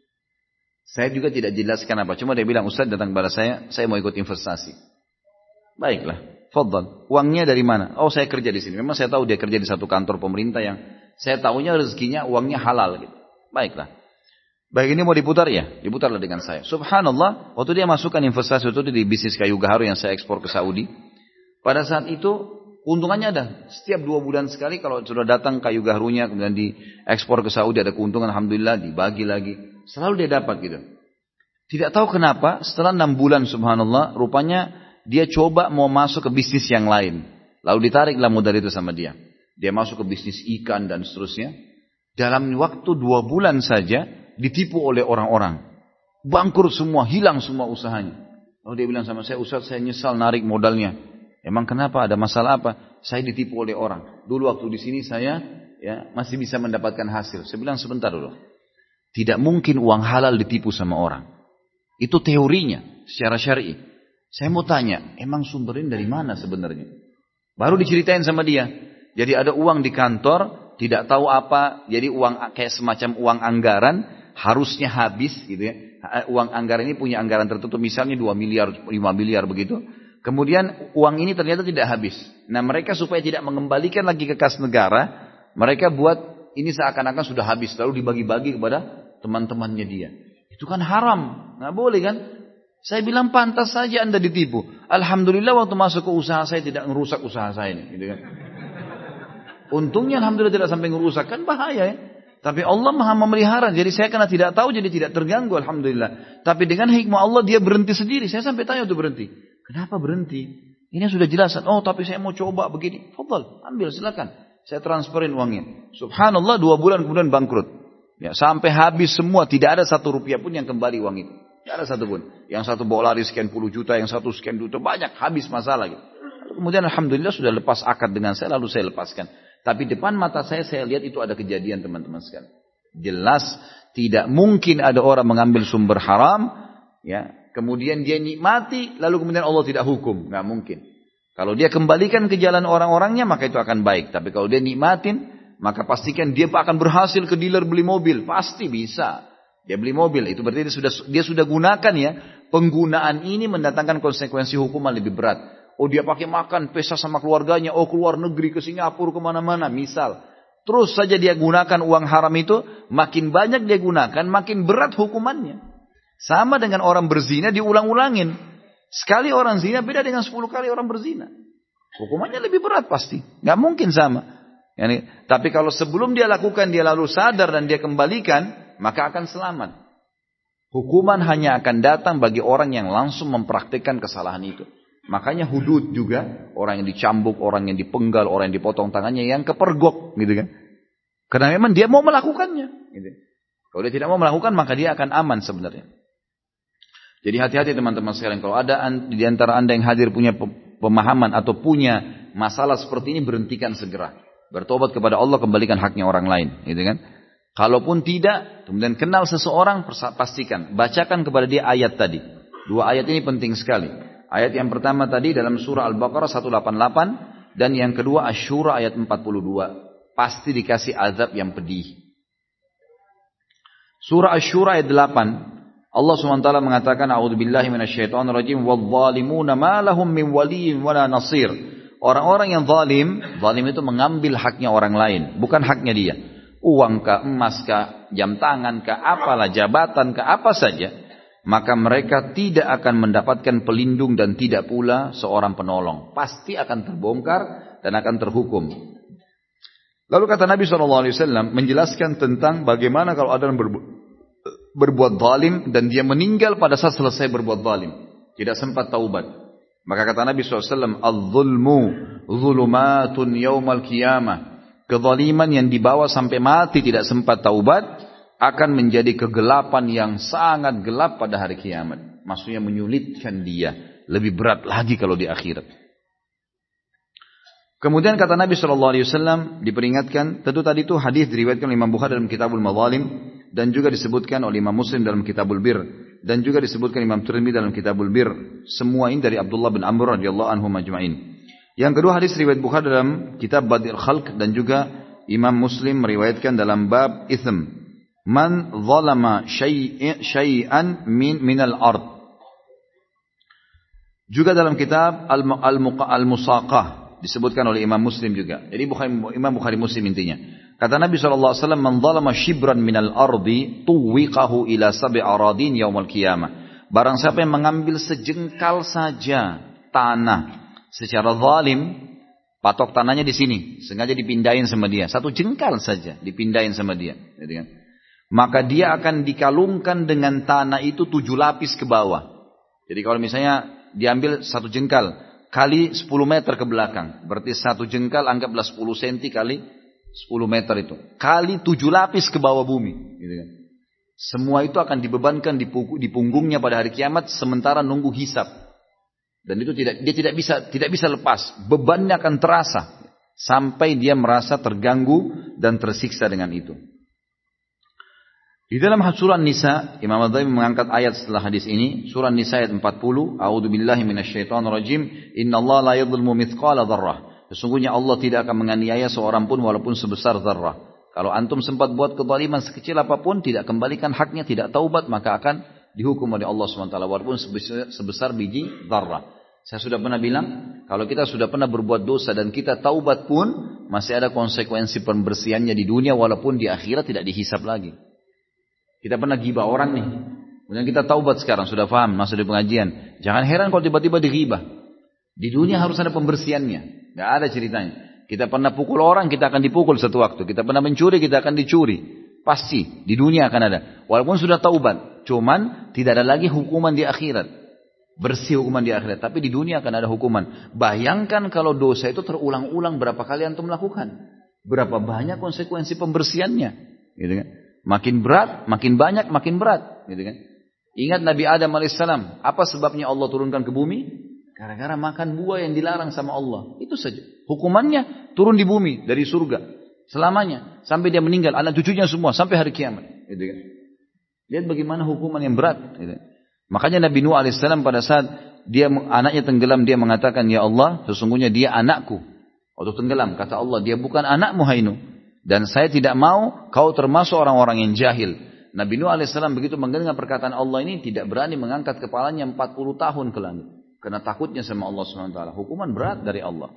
Saya juga tidak jelaskan apa, cuma dia bilang, Ustaz datang kepada saya, saya mau ikut investasi. Baiklah, fadhal. Uangnya dari mana? Oh, saya kerja di sini. Memang saya tahu dia kerja di satu kantor pemerintah yang saya tahunya rezekinya uangnya halal gitu. Baiklah. Baik, ini mau diputar ya? Diputarlah dengan saya. Subhanallah, waktu dia masukkan investasi itu di bisnis kayu gaharu yang saya ekspor ke Saudi. Pada saat itu keuntungannya ada. Setiap dua bulan sekali kalau sudah datang kayu gaharunya kemudian diekspor ke Saudi ada keuntungan, alhamdulillah dibagi lagi. Selalu dia dapat gitu. Tidak tahu kenapa setelah enam bulan subhanallah rupanya dia coba mau masuk ke bisnis yang lain. Lalu ditariklah modal itu sama dia. Dia masuk ke bisnis ikan dan seterusnya. Dalam waktu dua bulan saja ditipu oleh orang-orang. Bangkrut semua, hilang semua usahanya. Lalu dia bilang sama saya, Ustaz saya nyesal narik modalnya. Emang kenapa? Ada masalah apa? Saya ditipu oleh orang. Dulu waktu di sini saya ya masih bisa mendapatkan hasil. Saya bilang sebentar dulu. Tidak mungkin uang halal ditipu sama orang. Itu teorinya secara syar'i. Saya mau tanya, emang sumbernya dari mana sebenarnya? Baru diceritain sama dia. Jadi ada uang di kantor, tidak tahu apa. Jadi uang kayak semacam uang anggaran, harusnya habis gitu ya. Uang anggaran ini punya anggaran tertentu, misalnya dua miliar, lima miliar begitu. Kemudian uang ini ternyata tidak habis. Nah mereka supaya tidak mengembalikan lagi ke kas negara, mereka buat ini seakan-akan sudah habis. Lalu dibagi-bagi kepada teman-temannya dia. Itu kan haram, nggak boleh kan? Saya bilang pantas saja Anda ditipu. Alhamdulillah waktu masuk ke usaha saya tidak merusak usaha saya ini. Gitu kan. Untungnya alhamdulillah tidak sampai merusak. Kan bahaya ya. Tapi Allah maha memelihara. Jadi saya karena tidak tahu jadi tidak terganggu alhamdulillah. Tapi dengan hikmah Allah dia berhenti sendiri. Saya sampai tanya untuk berhenti. Kenapa berhenti? Ini sudah jelasan. Oh tapi saya mau coba begini. Fadhal, ambil silakan. Saya transferin uangnya. Subhanallah dua bulan kemudian bangkrut. Ya, sampai habis semua. Tidak ada satu rupiah pun yang kembali uang itu. Tidak ada satu pun. Yang satu bawa lari sekian puluh juta, yang satu sekian juta. Banyak, habis masalah gitu. Kemudian alhamdulillah sudah lepas akad dengan saya, lalu saya lepaskan. Tapi depan mata saya, saya lihat itu ada kejadian teman-teman sekalian. Jelas, tidak mungkin ada orang mengambil sumber haram, ya. Kemudian dia nikmati, lalu kemudian Allah tidak hukum. Nggak mungkin. Kalau dia kembalikan ke jalan orang-orangnya, maka itu akan baik. Tapi kalau dia nikmatin, maka pastikan dia akan berhasil ke dealer beli mobil. Pasti bisa. Dia beli mobil, itu berarti dia sudah dia sudah gunakan ya. Penggunaan ini mendatangkan konsekuensi hukuman lebih berat. Oh dia pakai makan, pesta sama keluarganya, oh keluar negeri ke Singapura kemana-mana, misal. Terus saja dia gunakan uang haram itu, makin banyak dia gunakan, makin berat hukumannya. Sama dengan orang berzina diulang-ulangin. Sekali orang zina beda dengan sepuluh kali orang berzina. Hukumannya lebih berat pasti, nggak mungkin sama. Yani, tapi kalau sebelum dia lakukan dia lalu sadar dan dia kembalikan, maka akan selamat. Hukuman hanya akan datang bagi orang yang langsung mempraktikkan kesalahan itu. Makanya hudud juga, orang yang dicambuk, orang yang dipenggal, orang yang dipotong tangannya, yang kepergok, gitu kan? Karena memang dia mau melakukannya. Gitu. Kalau dia tidak mau melakukan, maka dia akan aman sebenarnya. Jadi hati-hati teman-teman sekalian. Kalau ada di antara anda yang hadir punya pemahaman atau punya masalah seperti ini, berhentikan segera. Bertobat kepada Allah, kembalikan haknya orang lain, gitu kan? Kalaupun tidak, kemudian kenal seseorang, pastikan. Bacakan kepada dia ayat tadi. Dua ayat ini penting sekali. Ayat yang pertama tadi dalam surah Al-Baqarah seratus delapan puluh delapan. Dan yang kedua Asy-Syura ayat empat puluh dua. Pasti dikasih azab yang pedih. Surah Asy-Syura ayat delapan. Allah subhanahu wa taala mengatakan, A'udzubillahi minasyaitonirrajim. Wadh-dhalimuna ma lahum min waliyyin wala nasir. Orang-orang yang zalim, zalim itu mengambil haknya orang lain. Bukan haknya dia. Uang kah, emas kah, jam tangan kah, apalah, jabatan kah, apa saja, maka mereka tidak akan mendapatkan pelindung dan tidak pula seorang penolong. Pasti akan terbongkar dan akan terhukum. Lalu kata Nabi shallallahu alaihi wasallam menjelaskan tentang bagaimana kalau ada yang berbu berbuat zalim dan dia meninggal pada saat selesai berbuat zalim, tidak sempat taubat. Maka kata Nabi shallallahu alaihi wasallam, "Al-zulmu zulumatun yaumal qiyamah." Kezaliman yang dibawa sampai mati tidak sempat taubat akan menjadi kegelapan yang sangat gelap pada hari kiamat. Maksudnya menyulitkan dia. Lebih berat lagi kalau di akhirat. Kemudian kata Nabi shallallahu alaihi wasallam diperingatkan. Tentu tadi itu hadis diriwayatkan oleh Imam Bukhari dalam Kitabul Madzalim. Dan juga disebutkan oleh Imam Muslim dalam Kitabul Bir. Dan juga disebutkan Imam Tirmidzi dalam Kitabul Bir. Semua ini dari Abdullah bin Amr radhiyallahu anhu majma'in. Yang kedua hadis riwayat Bukhari dalam kitab Badil Khalq dan juga Imam Muslim meriwayatkan dalam bab Ithm. Man zalama syai'an min minal ard. Juga dalam kitab Al-Musaqah disebutkan oleh Imam Muslim juga. Jadi Bukhari, Imam Bukhari Muslim intinya. Kata Nabi shallallahu alaihi wasallam, "Man zalama shibran minal ardi tuwiqahu ila sab'i aradin yaumal qiyamah." Barang siapa yang mengambil sejengkal saja tanah secara zalim, patok tanahnya di sini, sengaja dipindahin sama dia, satu jengkal saja dipindahin sama dia, gitu kan? Maka dia akan dikalungkan dengan tanah itu tujuh lapis ke bawah. Jadi kalau misalnya diambil satu jengkal kali sepuluh meter ke belakang, berarti satu jengkal anggaplah sepuluh senti kali sepuluh meter itu, kali tujuh lapis ke bawah bumi, gitu kan? Semua itu akan dibebankan di punggungnya pada hari kiamat sementara nunggu hisab. Dan itu tidak, dia tidak bisa tidak bisa lepas. Bebannya akan terasa sampai dia merasa terganggu dan tersiksa dengan itu. Di dalam surah Nisa, Imam Adzaimi mengangkat ayat setelah hadis ini, surah Nisa ayat empat puluh, A'udzubillahi minasyaitonirrajim, innallaha la yadhlimu mithqala dzarrah. Sesungguhnya Allah tidak akan menganiaya seorang pun walaupun sebesar zarrah. Kalau antum sempat buat kezaliman sekecil apapun, tidak kembalikan haknya, tidak taubat, maka akan dihukum oleh Allah subhanahu wa taala walaupun sebesar, sebesar biji zarrah. Saya sudah pernah bilang, kalau kita sudah pernah berbuat dosa dan kita taubat pun, masih ada konsekuensi pembersihannya di dunia walaupun di akhirat tidak dihisab lagi. Kita pernah ghibah orang nih, kemudian kita taubat sekarang, sudah paham, masuk di pengajian. Jangan heran kalau tiba-tiba dighibah. Di dunia harus ada pembersihannya, nggak ada ceritanya. Kita pernah pukul orang, kita akan dipukul satu waktu. Kita pernah mencuri, kita akan dicuri. Pasti, di dunia akan ada. Walaupun sudah taubat. Cuman, tidak ada lagi hukuman di akhirat. Bersih hukuman di akhirat. Tapi di dunia akan ada hukuman. Bayangkan kalau dosa itu terulang-ulang berapa kali antum melakukan. Berapa banyak konsekuensi pembersihannya. Gitu kan? Makin berat, makin banyak, makin berat. Gitu kan? Ingat Nabi Adam alaihissalam. Apa sebabnya Allah turunkan ke bumi? Gara-gara makan buah yang dilarang sama Allah. Itu saja. Hukumannya turun di bumi dari surga. Selamanya. Sampai dia meninggal. Anak cucunya semua. Sampai hari kiamat. Gitu kan? Lihat bagaimana hukuman yang berat. Gitu. Makanya Nabi Nuh alaihissalam pada saat dia anaknya tenggelam. Dia mengatakan, ya Allah, sesungguhnya dia anakku. Waktu tenggelam. Kata Allah, dia bukan anakmu hai Nuh. Dan saya tidak mau kau termasuk orang-orang yang jahil. Nabi Nuh alaihissalam begitu mendengar perkataan Allah ini. Tidak berani mengangkat kepalanya empat puluh tahun ke langit. Karena takutnya sama Allah subhanahu wa taala. Hukuman berat dari Allah.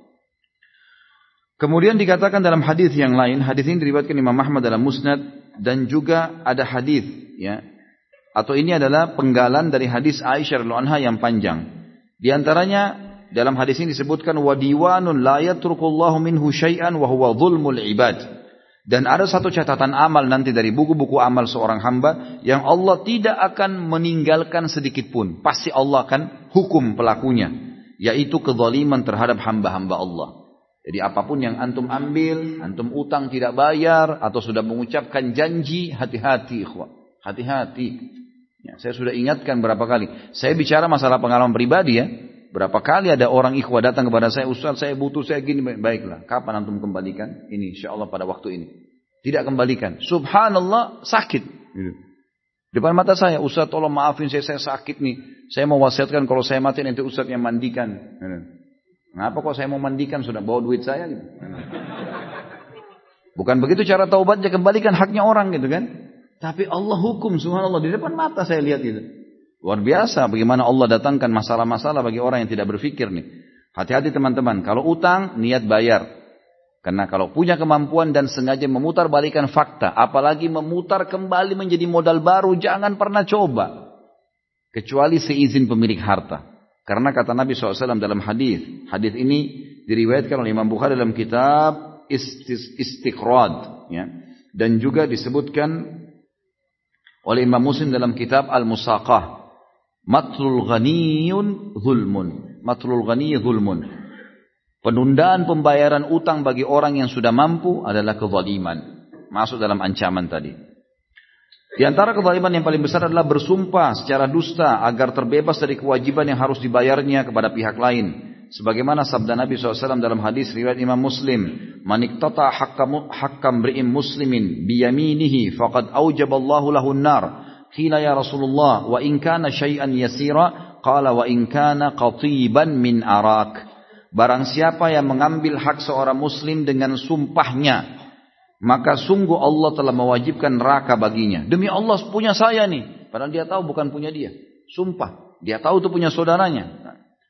Kemudian dikatakan dalam hadis yang lain, hadis ini diriwayatkan Imam Ahmad dalam Musnad dan juga ada hadis ya. Atau ini adalah penggalan dari hadis Aisyah radhiyallahu anha yang panjang. Di antaranya dalam hadis ini disebutkan wa diwanun la yatrukullahu minhu syai'an wa huwa dzulmul ibad. Dan ada satu catatan amal nanti dari buku-buku amal seorang hamba yang Allah tidak akan meninggalkan sedikit pun. Pasti Allah akan hukum pelakunya, yaitu kezaliman terhadap hamba-hamba Allah. Jadi apapun yang antum ambil, antum utang tidak bayar atau sudah mengucapkan janji, hati-hati ikhwah. Hati-hati. Ya, saya sudah ingatkan berapa kali. Saya bicara masalah pengalaman pribadi ya. Berapa kali ada orang ikhwah datang kepada saya, Ustaz saya butuh, saya gini, baiklah. Kapan antum kembalikan? Ini insyaAllah pada waktu ini. Tidak kembalikan. Subhanallah sakit. Gitu. Depan mata saya, Ustaz tolong maafin saya, saya sakit nih. Saya mau wasiatkan kalau saya mati nanti Ustaz yang mandikan. Gitu. Kenapa kok saya mau mandikan? Sudah bawa duit saya gitu. Bukan begitu cara taubatnya, kembalikan haknya orang gitu kan. Tapi Allah hukum subhanallah di depan mata saya lihat itu. Luar biasa bagaimana Allah datangkan masalah-masalah bagi orang yang tidak berfikir nih. Hati-hati teman-teman. Kalau utang, niat bayar. Karena kalau punya kemampuan dan sengaja memutar balikan fakta. Apalagi memutar kembali menjadi modal baru. Jangan pernah coba. Kecuali seizin pemilik harta. Karena kata Nabi shallallahu alaihi wasallam dalam hadis. Hadis ini diriwayatkan oleh Imam Bukhari dalam kitab Istiqrad. Ya. Dan juga disebutkan oleh Imam Muslim dalam kitab Al-Musaqah. Matlul ghaniyun zulmun. Matlul ghaniy zulmun. Penundaan pembayaran utang bagi orang yang sudah mampu adalah kezaliman. Masuk dalam ancaman tadi. Di antara kezaliman yang paling besar adalah bersumpah secara dusta agar terbebas dari kewajiban yang harus dibayarnya kepada pihak lain. Sebagaimana sabda Nabi shallallahu alaihi wasallam dalam hadis riwayat Imam Muslim. Man iqtata haqqam ri'im muslimin biyaminihi faqad aujaballahu lahun nar. Qila ya Rasulullah wa in kana syai'an yasira qala wa in kana qatiban min arak. Barang siapa yang mengambil hak seorang muslim dengan sumpahnya, maka sungguh Allah telah mewajibkan neraka baginya. Demi Allah punya saya nih, padahal dia tahu bukan punya dia. Sumpah, dia tahu itu punya saudaranya.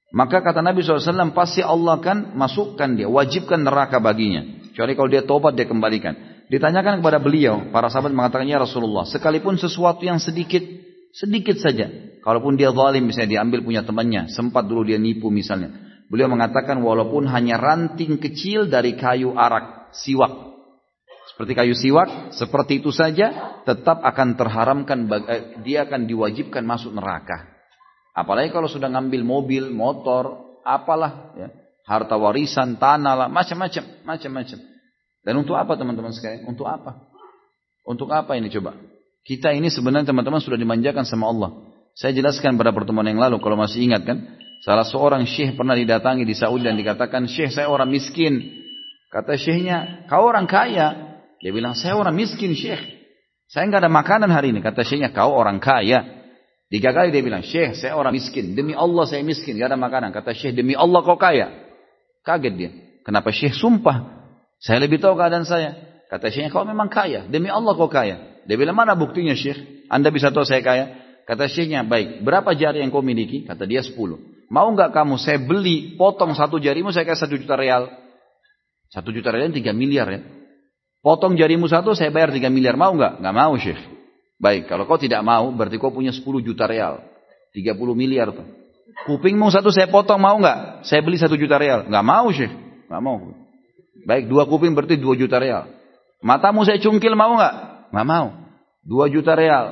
maka kata Nabi shallallahu alaihi wasallam pasti Allah akan masukkan dia, wajibkan neraka baginya. Kecuali kalau dia tobat dia kembalikan. Ditanyakan kepada beliau, para sahabat mengatakan, ya Rasulullah, sekalipun sesuatu yang sedikit, sedikit saja, kalaupun dia zalim misalnya diambil punya temannya, sempat dulu dia nipu misalnya, beliau mengatakan walaupun hanya ranting kecil dari kayu arak, siwak, seperti kayu siwak, seperti itu saja, tetap akan terharamkan, dia akan diwajibkan masuk neraka. Apalagi kalau sudah ngambil mobil, motor, apalah, ya, harta warisan, tanah lah, macam-macam, macam-macam. Dan untuk apa teman-teman sekalian? Untuk apa? Untuk apa ini coba? Kita ini sebenarnya teman-teman sudah dimanjakan sama Allah. Saya jelaskan pada pertemuan yang lalu, kalau masih ingat kan, salah seorang syekh pernah didatangi di Saudi dan dikatakan, syekh saya orang miskin. Kata syekhnya, kau orang kaya. Dia bilang, saya orang miskin syekh. Saya nggak ada makanan hari ini. Kata syekhnya, kau orang kaya. Tiga kali dia bilang, syekh saya orang miskin. Demi Allah saya miskin, nggak ada makanan. Kata syekh, demi Allah kau kaya. Kaget dia. Kenapa syekh sumpah? Saya lebih tahu keadaan saya. Kata syekhnya, kau memang kaya. Demi Allah kau kaya. Dia bilang, mana buktinya syekh? Anda bisa tahu saya kaya? Kata syekhnya, baik. Berapa jari yang kau miliki? Kata dia sepuluh. Mau nggak kamu saya beli, potong satu jarimu, saya kasih satu juta real. Satu juta real tiga miliar ya. Potong jarimu satu, saya bayar tiga miliar. Mau nggak? Nggak mau syekh. Baik, kalau kau tidak mau, berarti kau punya sepuluh juta real. tiga puluh miliar tuh. Kupingmu satu saya potong, mau nggak? Saya beli satu juta real. Nggak mau syekh. Nggak mau. Baik, dua kuping berarti dua juta real. Matamu saya cungkil, mau nggak? Nggak mau. dua juta real.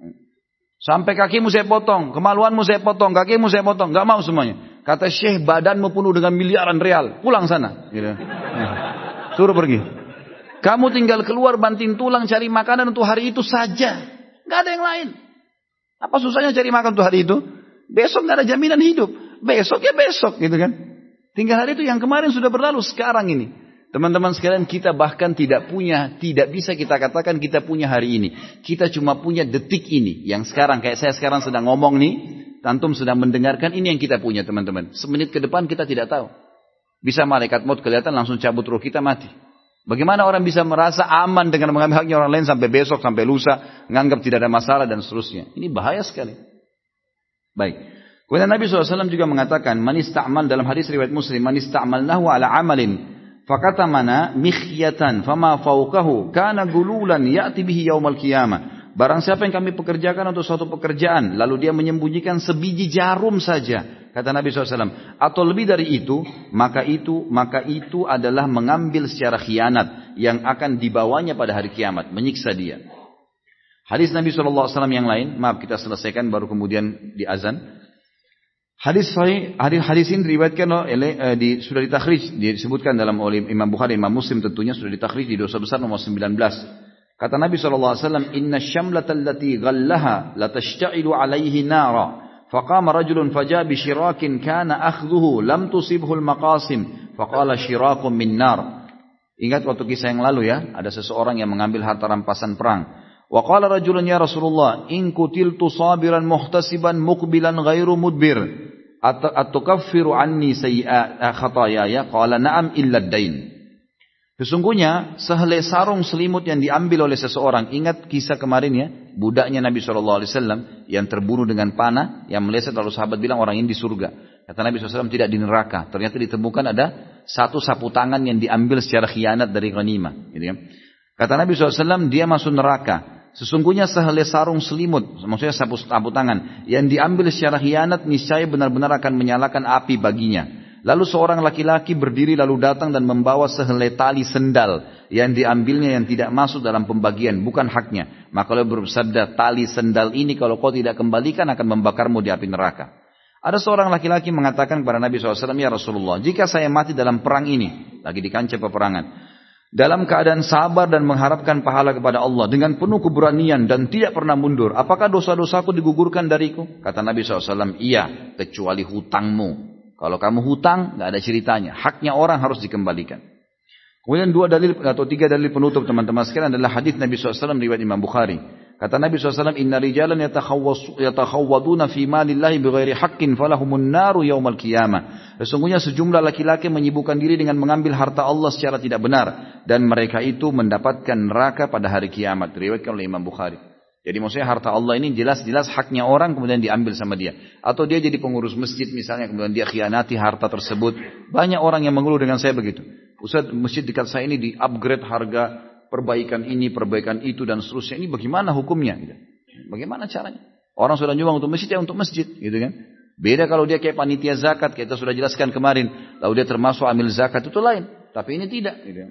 Sampai kakimu saya potong, kemaluanmu saya potong, kakimu saya potong, nggak mau semuanya. Kata syekh, badanmu penuh dengan miliaran real, pulang sana. Gitu. Nah, suruh pergi. Kamu tinggal keluar banting tulang cari makanan untuk hari itu saja, nggak ada yang lain. Apa susahnya cari makan untuk hari itu? Besok nggak ada jaminan hidup. Besok ya besok, gitu kan? Tinggal hari itu yang kemarin sudah berlalu, sekarang ini. Teman-teman sekalian, kita bahkan tidak punya, tidak bisa kita katakan kita punya hari ini. Kita cuma punya detik ini. Yang sekarang, kayak saya sekarang sedang ngomong nih, antum sedang mendengarkan, ini yang kita punya teman-teman. Semenit ke depan kita tidak tahu. Bisa malaikat maut kelihatan langsung cabut ruh kita mati. Bagaimana orang bisa merasa aman dengan mengambil haknya orang lain sampai besok, sampai lusa, menganggap tidak ada masalah dan seterusnya. Ini bahaya sekali. Baik. Kemudian Nabi shallallahu alaihi wasallam juga mengatakan, man ista'mal, dalam hadis riwayat Muslim, man ista'malnahu ala amalin fakatamana mikhyatan fama fawqahu kana gululan ya'ti bihi yaumal qiyamah. Barang siapa yang kami pekerjakan untuk suatu pekerjaan, lalu dia menyembunyikan sebiji jarum saja, kata Nabi shallallahu alaihi wasallam, atau lebih dari itu, maka itu maka itu adalah mengambil secara khianat yang akan dibawanya pada hari kiamat, menyiksa dia. Hadis Nabi shallallahu alaihi wasallam yang lain, maaf kita selesaikan baru kemudian di azan. Hadis sahih, hadis hadis ini diriwayatkan oleh uh, di sudah ditakhrij, disebutkan dalam oleh Imam Bukhari, Imam Muslim tentunya sudah ditakhrij di dosa besar nomor sembilan belas. Kata Nabi sallallahu alaihi wasallam, "Inna syamlata allati ghallaha la tashta'ilu 'alaihi nara." Faqama rajulun faja'a bi shirakin kana akhdhuhu lam tusibhu al-maqasim, faqala shirakun min nar. Ingat waktu kisah yang lalu ya, ada seseorang yang mengambil harta rampasan perang. Wa qala rajulun ya Rasulullah, in kutiltu sabiran muhtasiban muqbilan ghairu mudbir. At-tukaffiru anni sayyi'a khatayaya? Qala na'am illa ad-dain. Sesungguhnya sehelai sarung selimut yang diambil oleh seseorang, ingat kisah kemarin ya, budaknya Nabi shallallahu alaihi wasallam yang terbunuh dengan panah, yang meleset, lalu sahabat bilang orang ini di surga. Kata Nabi shallallahu alaihi wasallam tidak di neraka. Ternyata ditemukan ada satu sapu tangan yang diambil secara khianat dari ghanimah. Gitu ya. Kata Nabi shallallahu alaihi wasallam dia masuk neraka. Sesungguhnya sehelai sarung selimut, maksudnya sapu, sapu tangan, yang diambil secara khianat, niscaya benar-benar akan menyalakan api baginya. Lalu seorang laki-laki berdiri lalu datang dan membawa sehelai tali sendal, yang diambilnya yang tidak masuk dalam pembagian, bukan haknya. Maka beliau bersabda, tali sendal ini kalau kau tidak kembalikan akan membakarmu di api neraka. Ada seorang laki-laki mengatakan kepada Nabi shallallahu alaihi wasallam, ya Rasulullah, jika saya mati dalam perang ini, lagi di kancah peperangan, dalam keadaan sabar dan mengharapkan pahala kepada Allah dengan penuh keberanian dan tidak pernah mundur, apakah dosa-dosaku digugurkan dariku? Kata Nabi shallallahu alaihi wasallam, iya, kecuali hutangmu. Kalau kamu hutang, nggak ada ceritanya. Haknya orang harus dikembalikan. Kemudian dua dalil atau tiga dalil penutup teman-teman sekalian adalah hadis Nabi shallallahu alaihi wasallam riwayat Imam Bukhari. Kata Nabi shallallahu alaihi wasallam, inna rijalan yatakhawwaduna fi malillahi bighairi haqqin falahumun naru yaumal qiyamah. Sesungguhnya sejumlah laki-laki menyibukkan diri dengan mengambil harta Allah secara tidak benar, dan mereka itu mendapatkan neraka pada hari kiamat. Diriwayatkan oleh Imam Bukhari. Jadi maksudnya harta Allah ini jelas-jelas haknya orang kemudian diambil sama dia. Atau dia jadi pengurus masjid misalnya kemudian dia khianati harta tersebut. Banyak orang yang mengeluh dengan saya begitu. Ustaz, masjid dekat saya ini di-upgrade harga perbaikan ini, perbaikan itu dan seterusnya. Ini bagaimana hukumnya? Bagaimana caranya? Orang sudah nyumbang untuk masjid ya untuk masjid, gitu kan? Beda kalau dia kayak panitia zakat, kita sudah jelaskan kemarin. Lalu dia termasuk amil zakat itu lain. Tapi ini tidak, gitu kan?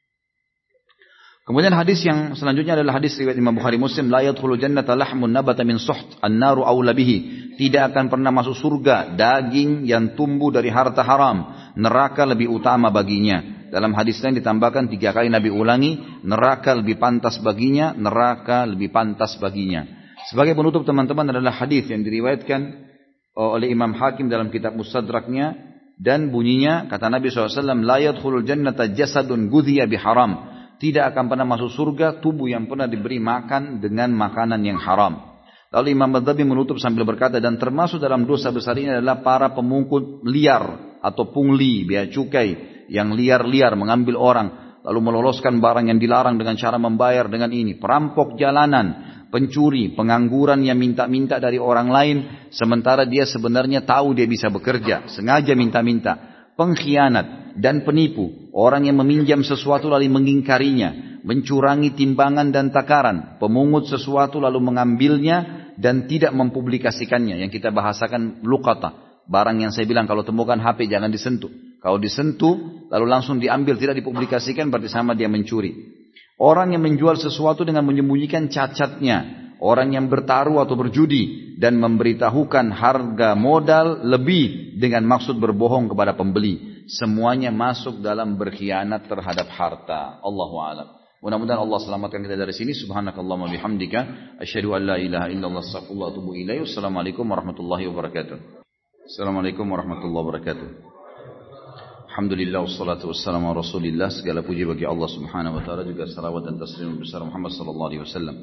Kemudian hadis yang selanjutnya adalah hadis riwayat Imam Bukhari Muslim, la yadkhulul jannata lahmun nabata min suht, an-naru aula bihi. Tidak akan pernah masuk surga daging yang tumbuh dari harta haram, neraka lebih utama baginya. Dalam hadis lain ditambahkan tiga kali Nabi ulangi, neraka lebih pantas baginya, neraka lebih pantas baginya. Sebagai penutup teman-teman adalah hadis yang diriwayatkan oleh Imam Hakim dalam kitab Mustadraknya dan bunyinya kata Nabi shallallahu alaihi wasallam, la yadkhulul jannata jasadun gudhiya biharam. Tidak akan pernah masuk surga tubuh yang pernah diberi makan dengan makanan yang haram. Lalu Imam Madhabi menutup sambil berkata, dan termasuk dalam dosa besar ini adalah para pemungut liar atau pungli, bea cukai yang liar-liar mengambil orang lalu meloloskan barang yang dilarang dengan cara membayar dengan ini, perampok jalanan, pencuri, pengangguran yang minta-minta dari orang lain sementara dia sebenarnya tahu dia bisa bekerja, sengaja minta-minta. Pengkhianat dan penipu, orang yang meminjam sesuatu lalu mengingkarinya, mencurangi timbangan dan takaran, pemungut sesuatu lalu mengambilnya dan tidak mempublikasikannya, yang kita bahasakan luqata. Barang yang saya bilang kalau temukan H P jangan disentuh. Kalau disentuh lalu langsung diambil tidak dipublikasikan berarti sama dia mencuri. Orang yang menjual sesuatu dengan menyembunyikan cacatnya, orang yang bertaruh atau berjudi dan memberitahukan harga modal lebih dengan maksud berbohong kepada pembeli. Semuanya masuk dalam berkhianat terhadap harta. Allahu a'lam. Mudah-mudahan Allah selamatkan kita dari sini. Subhanakallahumma bihamdika asyhadu an la ilaha illallah astaghfirullah wa atubu ilaih. Wassalamualaikum warahmatullahi wabarakatuh. Assalamualaikum warahmatullahi wabarakatuh. Alhamdulillah wassalatu wassalamu ala Rasulillah. Segala puji bagi Allah Subhanahu wa taala, juga salawat dan taslim besar Muhammad sallallahu alaihi wasallam.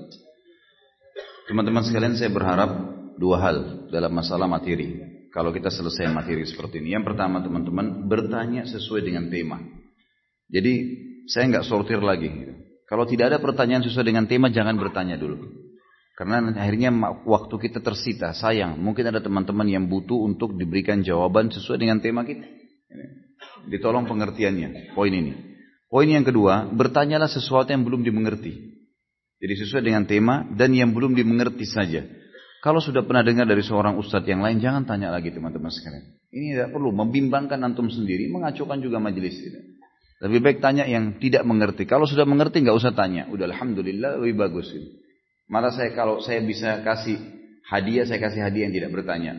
Teman-teman sekalian, saya berharap dua hal dalam masalah materi. Kalau kita selesai materi seperti ini. Yang pertama teman-teman, bertanya sesuai dengan tema. Jadi saya nggak sortir lagi. Kalau tidak ada pertanyaan sesuai dengan tema, jangan bertanya dulu. Karena akhirnya waktu kita tersita, sayang. Mungkin ada teman-teman yang butuh untuk diberikan jawaban sesuai dengan tema kita. Ditolong pengertiannya, poin ini. Poin yang kedua, bertanyalah sesuatu yang belum dimengerti. Jadi sesuai dengan tema dan yang belum dimengerti saja. Kalau sudah pernah dengar dari seorang ustadz yang lain, jangan tanya lagi teman-teman sekalian. Ini tidak perlu, membimbangkan antum sendiri, mengacukan juga majelis. Lebih baik tanya yang tidak mengerti. Kalau sudah mengerti nggak usah tanya. Udah alhamdulillah lebih bagus. Malah saya kalau saya bisa kasih hadiah, saya kasih hadiah yang tidak bertanya.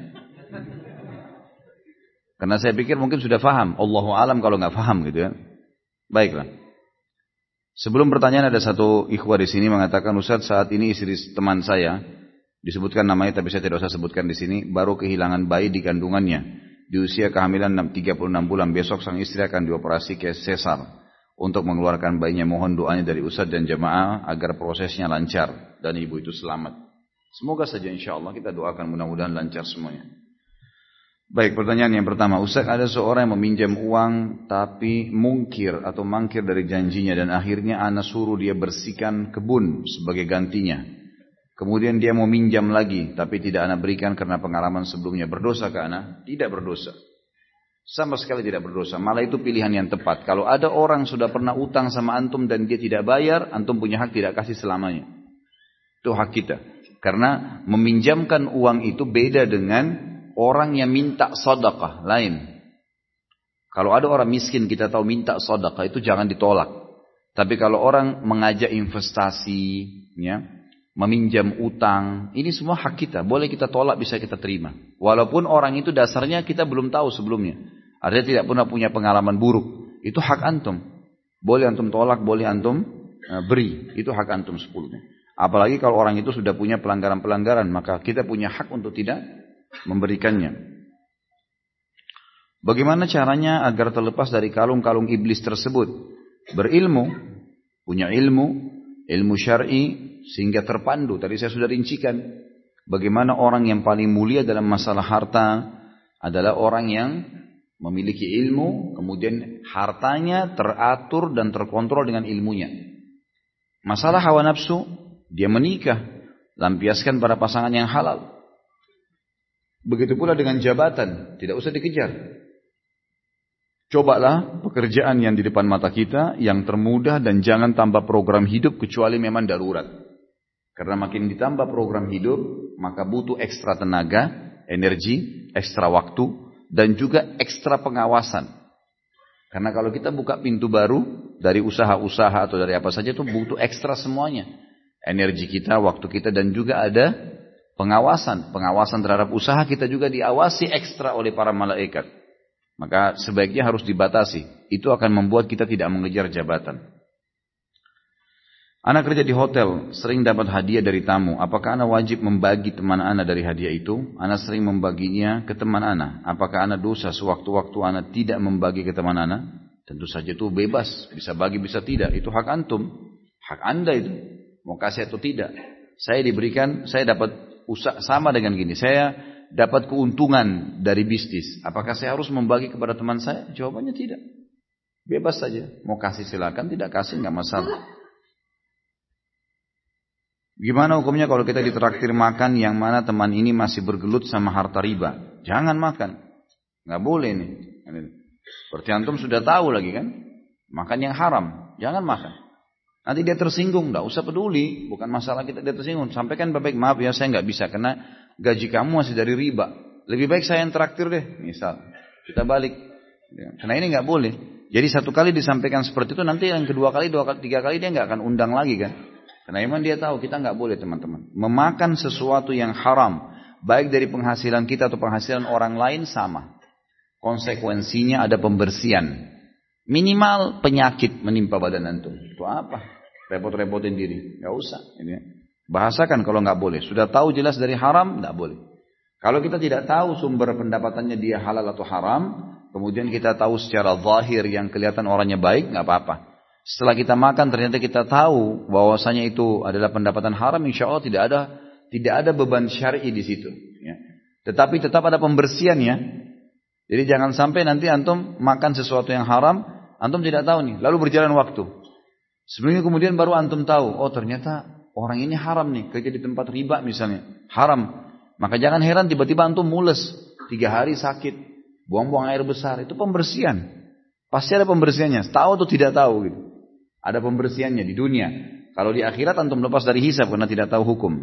Karena saya pikir mungkin sudah faham. Allahu alam kalau nggak faham gitu ya. Baiklah. Sebelum pertanyaan ada satu ikhwah di sini mengatakan, Ustaz, saat ini istri teman saya, disebutkan namanya tapi saya tidak usah sebutkan di sini, baru kehilangan bayi di kandungannya. Di usia kehamilan tiga puluh enam bulan, besok sang istri akan dioperasi ke sesar untuk mengeluarkan bayinya. Mohon doanya dari Ustaz dan jamaah agar prosesnya lancar dan ibu itu selamat. Semoga saja insyaAllah kita doakan mudah-mudahan lancar semuanya. Baik, pertanyaan yang pertama, Ustaz, ada seorang yang meminjam uang tapi mungkir atau mangkir dari janjinya dan akhirnya ana suruh dia bersihkan kebun sebagai gantinya. Kemudian dia mau minjam lagi tapi tidak ana berikan karena pengalaman sebelumnya. Berdosa ke ana? Tidak berdosa. Sama sekali tidak berdosa. Malah itu pilihan yang tepat. Kalau ada orang sudah pernah utang sama antum dan dia tidak bayar, antum punya hak tidak kasih selamanya. Itu hak kita. Karena meminjamkan uang itu beda dengan orang yang minta sedekah, lain. Kalau ada orang miskin kita tahu minta sedekah itu jangan ditolak. Tapi kalau orang mengajak investasi, ya, meminjam utang, ini semua hak kita. Boleh kita tolak, bisa kita terima. Walaupun orang itu dasarnya kita belum tahu sebelumnya. Artinya tidak pernah punya pengalaman buruk. Itu hak antum. Boleh antum tolak, boleh antum uh, beri. Itu hak antum sepuluhnya. Apalagi kalau orang itu sudah punya pelanggaran-pelanggaran, maka kita punya hak untuk tidak memberikannya. Bagaimana caranya agar terlepas dari kalung-kalung iblis tersebut? Berilmu, punya ilmu, ilmu syar'i sehingga terpandu. Tadi saya sudah rincikan bagaimana orang yang paling mulia dalam masalah harta adalah orang yang memiliki ilmu, kemudian hartanya teratur dan terkontrol dengan ilmunya. Masalah hawa nafsu, dia menikah, lampiaskan pada pasangan yang halal. Begitu pula dengan jabatan, tidak usah dikejar. Cobalah pekerjaan yang di depan mata kita, yang termudah, dan jangan tambah program hidup kecuali memang darurat. Karena makin ditambah program hidup, maka butuh ekstra tenaga, energi, ekstra waktu, dan juga ekstra pengawasan. Karena kalau kita buka pintu baru, dari usaha-usaha atau dari apa saja itu butuh ekstra semuanya. Energi kita, waktu kita, dan juga ada pengawasan. Pengawasan terhadap usaha kita juga diawasi ekstra oleh para malaikat. Maka sebaiknya harus dibatasi. Itu akan membuat kita tidak mengejar jabatan. Anak kerja di hotel, sering dapat hadiah dari tamu. Apakah anak wajib membagi teman anak dari hadiah itu? Anak sering membaginya ke teman anak. Apakah anak dosa sewaktu-waktu anak tidak membagi ke teman anak? Tentu saja itu bebas. Bisa bagi, bisa tidak. Itu hak antum. Hak anda itu. Mau kasih atau tidak. Saya diberikan, saya dapat usaha sama dengan gini. Saya dapat keuntungan dari bisnis. Apakah saya harus membagi kepada teman saya? Jawabannya tidak. Bebas saja. Mau kasih silakan, tidak kasih nggak masalah. Gimana hukumnya kalau kita ditraktir makan yang mana teman ini masih bergelut sama harta riba? Jangan makan. Nggak boleh nih. Berarti antum sudah tahu lagi kan? Makan yang haram. Jangan makan. Nanti dia tersinggung. Nggak usah peduli. Bukan masalah kita dia tersinggung. Sampaikan baik-baik. Maaf ya saya nggak bisa. Karena gaji kamu masih dari riba. Lebih baik saya yang traktir deh. Misal. Kita balik. Karena ini nggak boleh. Jadi satu kali disampaikan seperti itu. Nanti yang kedua kali, dua kali, tiga kali dia nggak akan undang lagi kan? Karena memang dia tahu kita nggak boleh teman-teman. Memakan sesuatu yang haram. Baik dari penghasilan kita atau penghasilan orang lain sama. Konsekuensinya ada pembersihan. Minimal penyakit menimpa badan antum. Itu apa? Repot-repotin diri. Nggak usah. Bahasakan kalau nggak boleh. Sudah tahu jelas dari haram, nggak boleh. Kalau kita tidak tahu sumber pendapatannya dia halal atau haram. Kemudian kita tahu secara zahir yang kelihatan orangnya baik, nggak apa-apa. Setelah kita makan ternyata kita tahu bahwasanya itu adalah pendapatan haram, insya Allah tidak ada tidak ada beban syar'i di situ. Ya. Tetapi tetap ada pembersihannya. Jadi jangan sampai nanti antum makan sesuatu yang haram, antum tidak tahu nih, lalu berjalan waktu. Sebelumnya kemudian baru antum tahu, oh ternyata orang ini haram nih, kerja di tempat riba misalnya, haram. Maka jangan heran tiba-tiba antum mules, tiga hari sakit, buang-buang air besar, itu pembersihan. Pasti ada pembersihannya, tahu atau tidak tahu gitu. Ada pembersihannya di dunia. Kalau di akhirat antum lepas dari hisab karena tidak tahu hukum.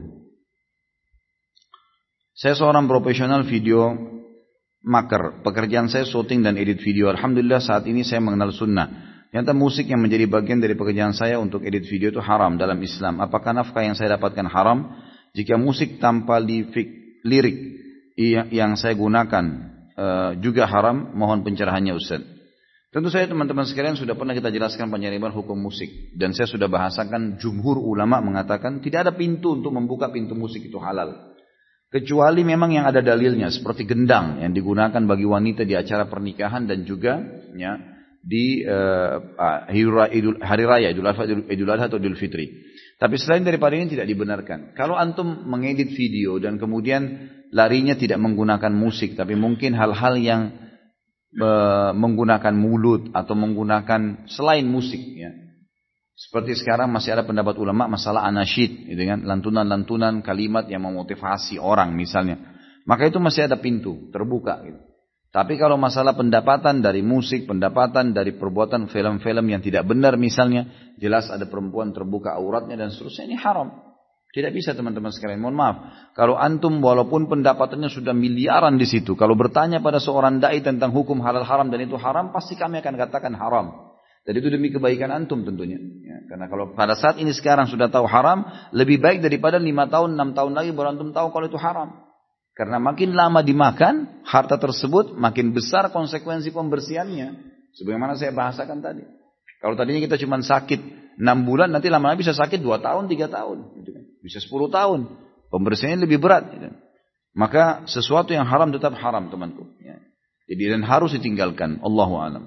Saya seorang profesional video maker. Pekerjaan saya syuting dan edit video. Alhamdulillah saat ini saya mengenal sunnah. Ternyata musik yang menjadi bagian dari pekerjaan saya untuk edit video itu haram dalam Islam. Apakah nafkah yang saya dapatkan haram? Jika musik tanpa lirik yang saya gunakan juga haram, mohon pencerahannya Ustaz. Tentu saja teman-teman sekalian sudah pernah kita jelaskan panjang lebar hukum musik. Dan saya sudah bahasakan jumhur ulama mengatakan tidak ada pintu untuk membuka pintu musik itu halal. Kecuali memang yang ada dalilnya. Seperti gendang yang digunakan bagi wanita di acara pernikahan dan juga ya, di uh, hari raya Idul Adha, Idul Adha atau Idul Fitri. Tapi selain daripada ini tidak dibenarkan. Kalau antum mengedit video dan kemudian larinya tidak menggunakan musik. Tapi mungkin hal-hal yang menggunakan mulut atau menggunakan selain musik ya. Seperti sekarang masih ada pendapat ulama masalah anasyid gitu kan, lantunan-lantunan kalimat yang memotivasi orang misalnya. Maka itu masih ada pintu terbuka gitu. Tapi kalau masalah pendapatan dari musik, pendapatan dari perbuatan film-film yang tidak benar misalnya, jelas ada perempuan terbuka auratnya dan seterusnya, ini haram. Tidak bisa teman-teman sekalian, mohon maaf. Kalau antum walaupun pendapatannya sudah miliaran di situ, kalau bertanya pada seorang dai tentang hukum halal haram dan itu haram, pasti kami akan katakan haram. Dan itu demi kebaikan antum tentunya. Ya, karena kalau pada saat ini sekarang sudah tahu haram, lebih baik daripada lima tahun, enam tahun lagi baru antum tahu kalau itu haram. Karena makin lama dimakan, harta tersebut makin besar konsekuensi pembersihannya. Sebagaimana saya bahasakan tadi. Kalau tadinya kita cuma sakit enam bulan, nanti lama-lama bisa sakit dua tahun, tiga tahun. Gitu kan. Bisa sepuluh tahun. Pembersihannya lebih berat. Gitu. Maka sesuatu yang haram tetap haram temanku. Ya. Jadi dan harus ditinggalkan. Allahu a'lam.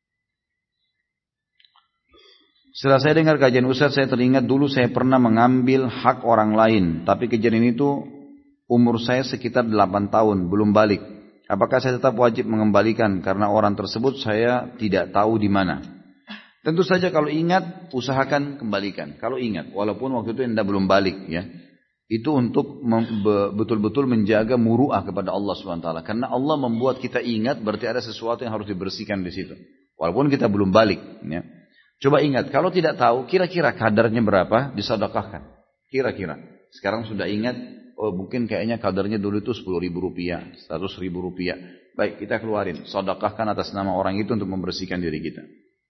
Setelah saya dengar kajian Ustaz, saya teringat dulu saya pernah mengambil hak orang lain. Tapi kejadian itu umur saya sekitar delapan tahun, belum balik. Apakah saya tetap wajib mengembalikan karena orang tersebut saya tidak tahu di mana? Tentu saja kalau ingat, usahakan kembalikan. Kalau ingat, walaupun waktu itu Anda belum balik, ya. itu untuk betul-betul menjaga muru'ah kepada Allah subhanahu wa taala. Karena Allah membuat kita ingat, berarti ada sesuatu yang harus dibersihkan di situ. Walaupun kita belum balik. Ya. Coba ingat, kalau tidak tahu, kira-kira kadarnya berapa, disedekahkan. Kira-kira. Sekarang sudah ingat, oh mungkin kayaknya kadarnya dulu itu sepuluh ribu rupiah, seratus ribu rupiah. Baik, kita keluarin. Sedekahkan atas nama orang itu untuk membersihkan diri kita.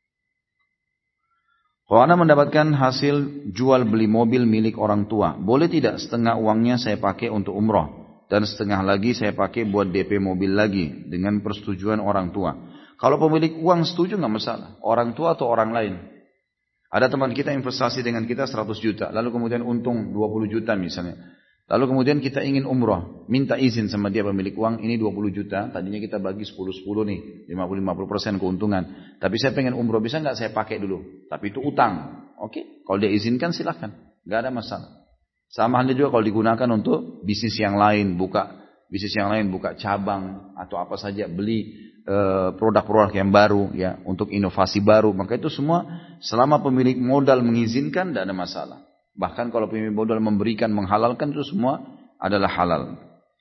Kalau Anda mendapatkan hasil jual beli mobil milik orang tua, boleh tidak setengah uangnya saya pakai untuk umroh, dan setengah lagi saya pakai buat D P mobil lagi, dengan persetujuan orang tua. Kalau pemilik uang setuju nggak masalah, orang tua atau orang lain. Ada teman kita investasi dengan kita seratus juta, lalu kemudian untung dua puluh juta misalnya. Lalu kemudian kita ingin umroh, minta izin sama dia pemilik uang, ini dua puluh juta, tadinya kita bagi sepuluh sepuluh nih, lima puluh lima puluh persen keuntungan. Tapi saya pengen umroh, bisa nggak saya pakai dulu? Tapi itu utang. Oke, kalau dia izinkan silahkan, nggak ada masalah. Sama halnya juga kalau digunakan untuk bisnis yang lain, buka bisnis yang lain, buka cabang atau apa saja, beli eh, produk-produk yang baru, ya, untuk inovasi baru. Maka itu semua selama pemilik modal mengizinkan, tidak ada masalah. Bahkan kalau pemilik modal memberikan, menghalalkan, itu semua adalah halal.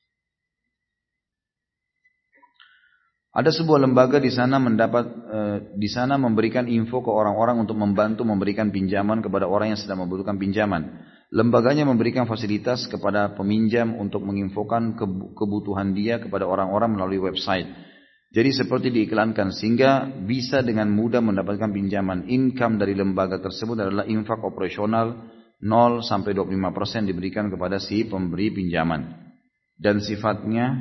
Ada sebuah lembaga di sana mendapat e, di sana memberikan info ke orang-orang untuk membantu memberikan pinjaman kepada orang yang sedang membutuhkan pinjaman. Lembaganya memberikan fasilitas kepada peminjam untuk menginfokan kebutuhan dia kepada orang-orang melalui website. Jadi seperti diiklankan sehingga bisa dengan mudah mendapatkan pinjaman. Income dari lembaga tersebut adalah infak operasional nol sampai dua puluh lima persen diberikan kepada si pemberi pinjaman. Dan sifatnya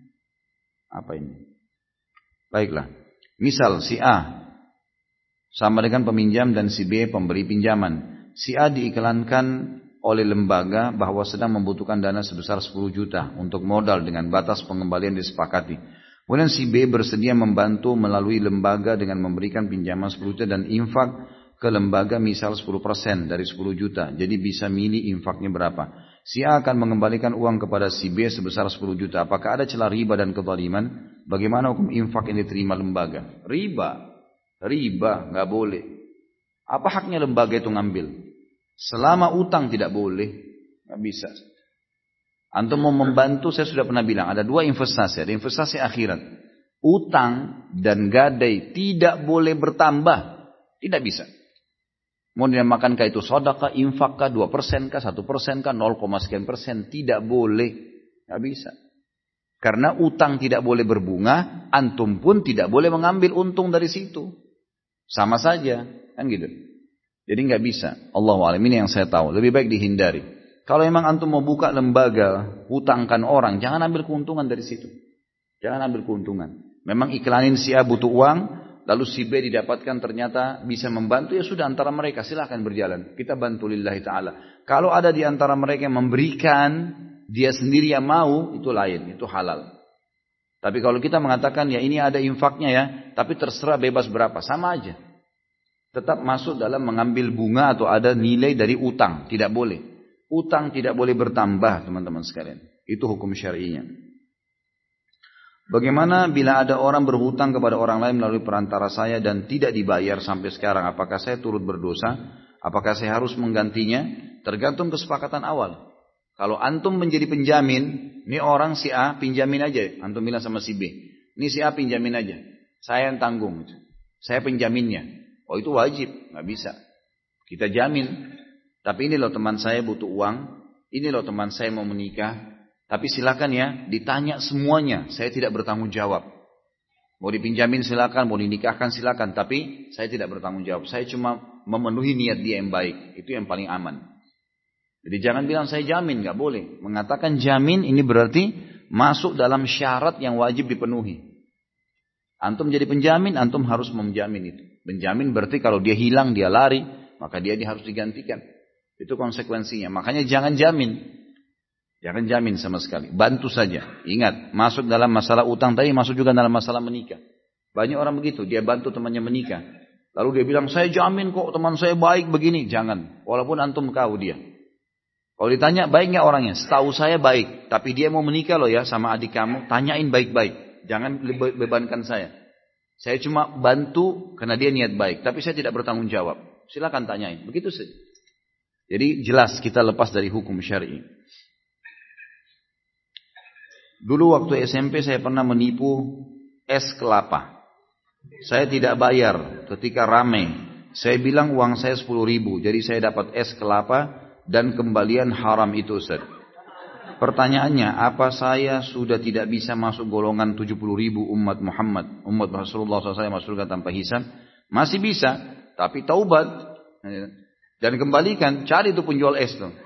apa ini? Baiklah. Misal si A sama dengan peminjam dan si B pemberi pinjaman. Si A diiklankan oleh lembaga bahwa sedang membutuhkan dana sebesar sepuluh juta untuk modal dengan batas pengembalian disepakati. Kemudian si B bersedia membantu melalui lembaga dengan memberikan pinjaman sepuluh juta dan infak ke lembaga misal sepuluh persen dari sepuluh juta. Jadi bisa milih infaknya berapa. Si A akan mengembalikan uang kepada si B sebesar sepuluh juta. Apakah ada celah riba dan kezaliman? Bagaimana hukum infak yang diterima lembaga? Riba. Riba, nggak boleh. Apa haknya lembaga itu ngambil? Selama utang tidak boleh. Nggak bisa. Antum mau membantu, saya sudah pernah bilang. Ada dua investasi. Ada investasi akhirat. Utang dan gadai tidak boleh bertambah. Tidak bisa. Mau dinamakan itu sedekah, infak kah, dua persen kah, satu persen kah, nol, sekian persen. Tidak boleh. Tidak bisa. Karena utang tidak boleh berbunga, antum pun tidak boleh mengambil untung dari situ. Sama saja. Kan gitu. Jadi nggak bisa. Allahu a'lam, ini yang saya tahu. Lebih baik dihindari. Kalau memang antum mau buka lembaga, hutangkan orang, jangan ambil keuntungan dari situ. Jangan ambil keuntungan. Memang iklanin si A butuh uang, lalu si B didapatkan ternyata bisa membantu, ya sudah antara mereka silahkan berjalan. Kita bantu lillahi ta'ala. Kalau ada di antara mereka yang memberikan, dia sendiri yang mau, itu lain, itu halal. Tapi kalau kita mengatakan ya ini ada infaknya ya, tapi terserah bebas berapa, sama aja. Tetap masuk dalam mengambil bunga atau ada nilai dari utang, tidak boleh. Utang tidak boleh bertambah teman-teman sekalian. Itu hukum syar'inya. Bagaimana bila ada orang berhutang kepada orang lain melalui perantara saya dan tidak dibayar sampai sekarang? Apakah saya turut berdosa? Apakah saya harus menggantinya? Tergantung kesepakatan awal. Kalau antum menjadi penjamin, ini orang si A pinjamin aja. Antum bilang sama si B, ini si A pinjamin aja. Saya yang tanggung. Saya penjaminnya. Oh itu wajib, nggak bisa. Kita jamin. Tapi ini loh teman saya butuh uang. Ini loh teman saya mau menikah. Tapi silakan ya, ditanya semuanya. Saya tidak bertanggung jawab. Mau dipinjamin silakan, mau dinikahkan silakan. Tapi saya tidak bertanggung jawab. Saya cuma memenuhi niat dia yang baik. Itu yang paling aman. Jadi jangan bilang saya jamin, nggak boleh. Mengatakan jamin ini berarti masuk dalam syarat yang wajib dipenuhi. Antum jadi penjamin, antum harus menjamin itu. Penjamin berarti kalau dia hilang, dia lari, maka dia, dia harus digantikan. Itu konsekuensinya. Makanya jangan jamin. Jangan jamin sama sekali. Bantu saja. Ingat, masuk dalam masalah utang tadi, masuk juga dalam masalah menikah. Banyak orang begitu, dia bantu temannya menikah. Lalu dia bilang, saya jamin kok teman saya baik begini. Jangan. Walaupun antum tahu dia. Kalau ditanya, baik nggak orangnya? Setahu saya baik. Tapi dia mau menikah loh ya sama adik kamu. Tanyain baik-baik. Jangan bebankan saya. Saya cuma bantu karena dia niat baik. Tapi saya tidak bertanggung jawab. Silakan tanyain. Begitu saja. Jadi jelas kita lepas dari hukum syar'i. Dulu waktu S M P saya pernah menipu es kelapa. Saya tidak bayar ketika rame. Saya bilang uang saya sepuluh ribu. Jadi saya dapat es kelapa dan kembalian haram itu Ustaz. Pertanyaannya, apa saya sudah tidak bisa masuk golongan tujuh puluh ribu umat Muhammad, umat Rasulullah shallallahu alaihi wasallam masuk surga tanpa hisab? Masih bisa, tapi taubat. Dan kembalikan, cari itu penjual es tuh.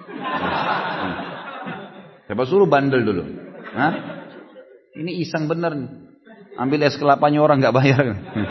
Coba suruh bandel dulu. Hah? Ini iseng bener nih. Ambil es kelapanya orang gak bayar.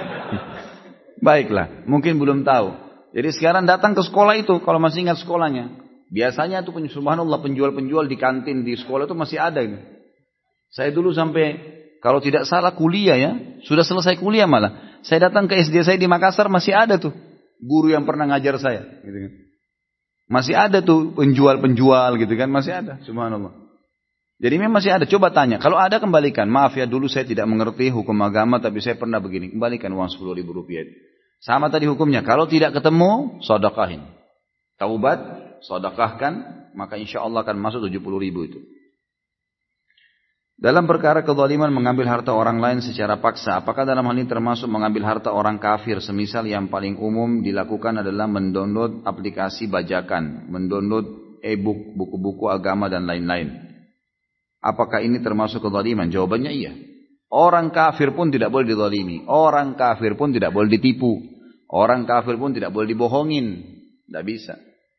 Baiklah, mungkin belum tahu. Jadi sekarang datang ke sekolah itu, kalau masih ingat sekolahnya. Biasanya tuh subhanallah penjual-penjual di kantin di sekolah itu masih ada ini. Saya dulu sampai kalau tidak salah kuliah ya, sudah selesai kuliah malah. Saya datang ke S D saya di Makassar masih ada tuh guru yang pernah ngajar saya, gitu kan. Masih ada tuh penjual-penjual gitu kan, masih ada, subhanallah. Jadi memang masih ada, coba tanya. Kalau ada kembalikan, maaf ya dulu saya tidak mengerti hukum agama tapi saya pernah begini, kembalikan uang sepuluh ribu rupiah. Sama tadi hukumnya, kalau tidak ketemu, sedekahin. Taubat, sedekahkan, maka insya Allah akan masuk tujuh puluh ribu itu. Dalam perkara kezaliman mengambil harta orang lain secara paksa, apakah dalam hal ini termasuk mengambil harta orang kafir? Semisal yang paling umum dilakukan adalah mendownload aplikasi bajakan, mendownload e-book, buku-buku agama dan lain-lain. Apakah ini termasuk kezaliman? Jawabannya iya. Orang kafir pun tidak boleh dizalimi, orang kafir pun tidak boleh ditipu, orang kafir pun tidak boleh dibohongin, tidak bisa.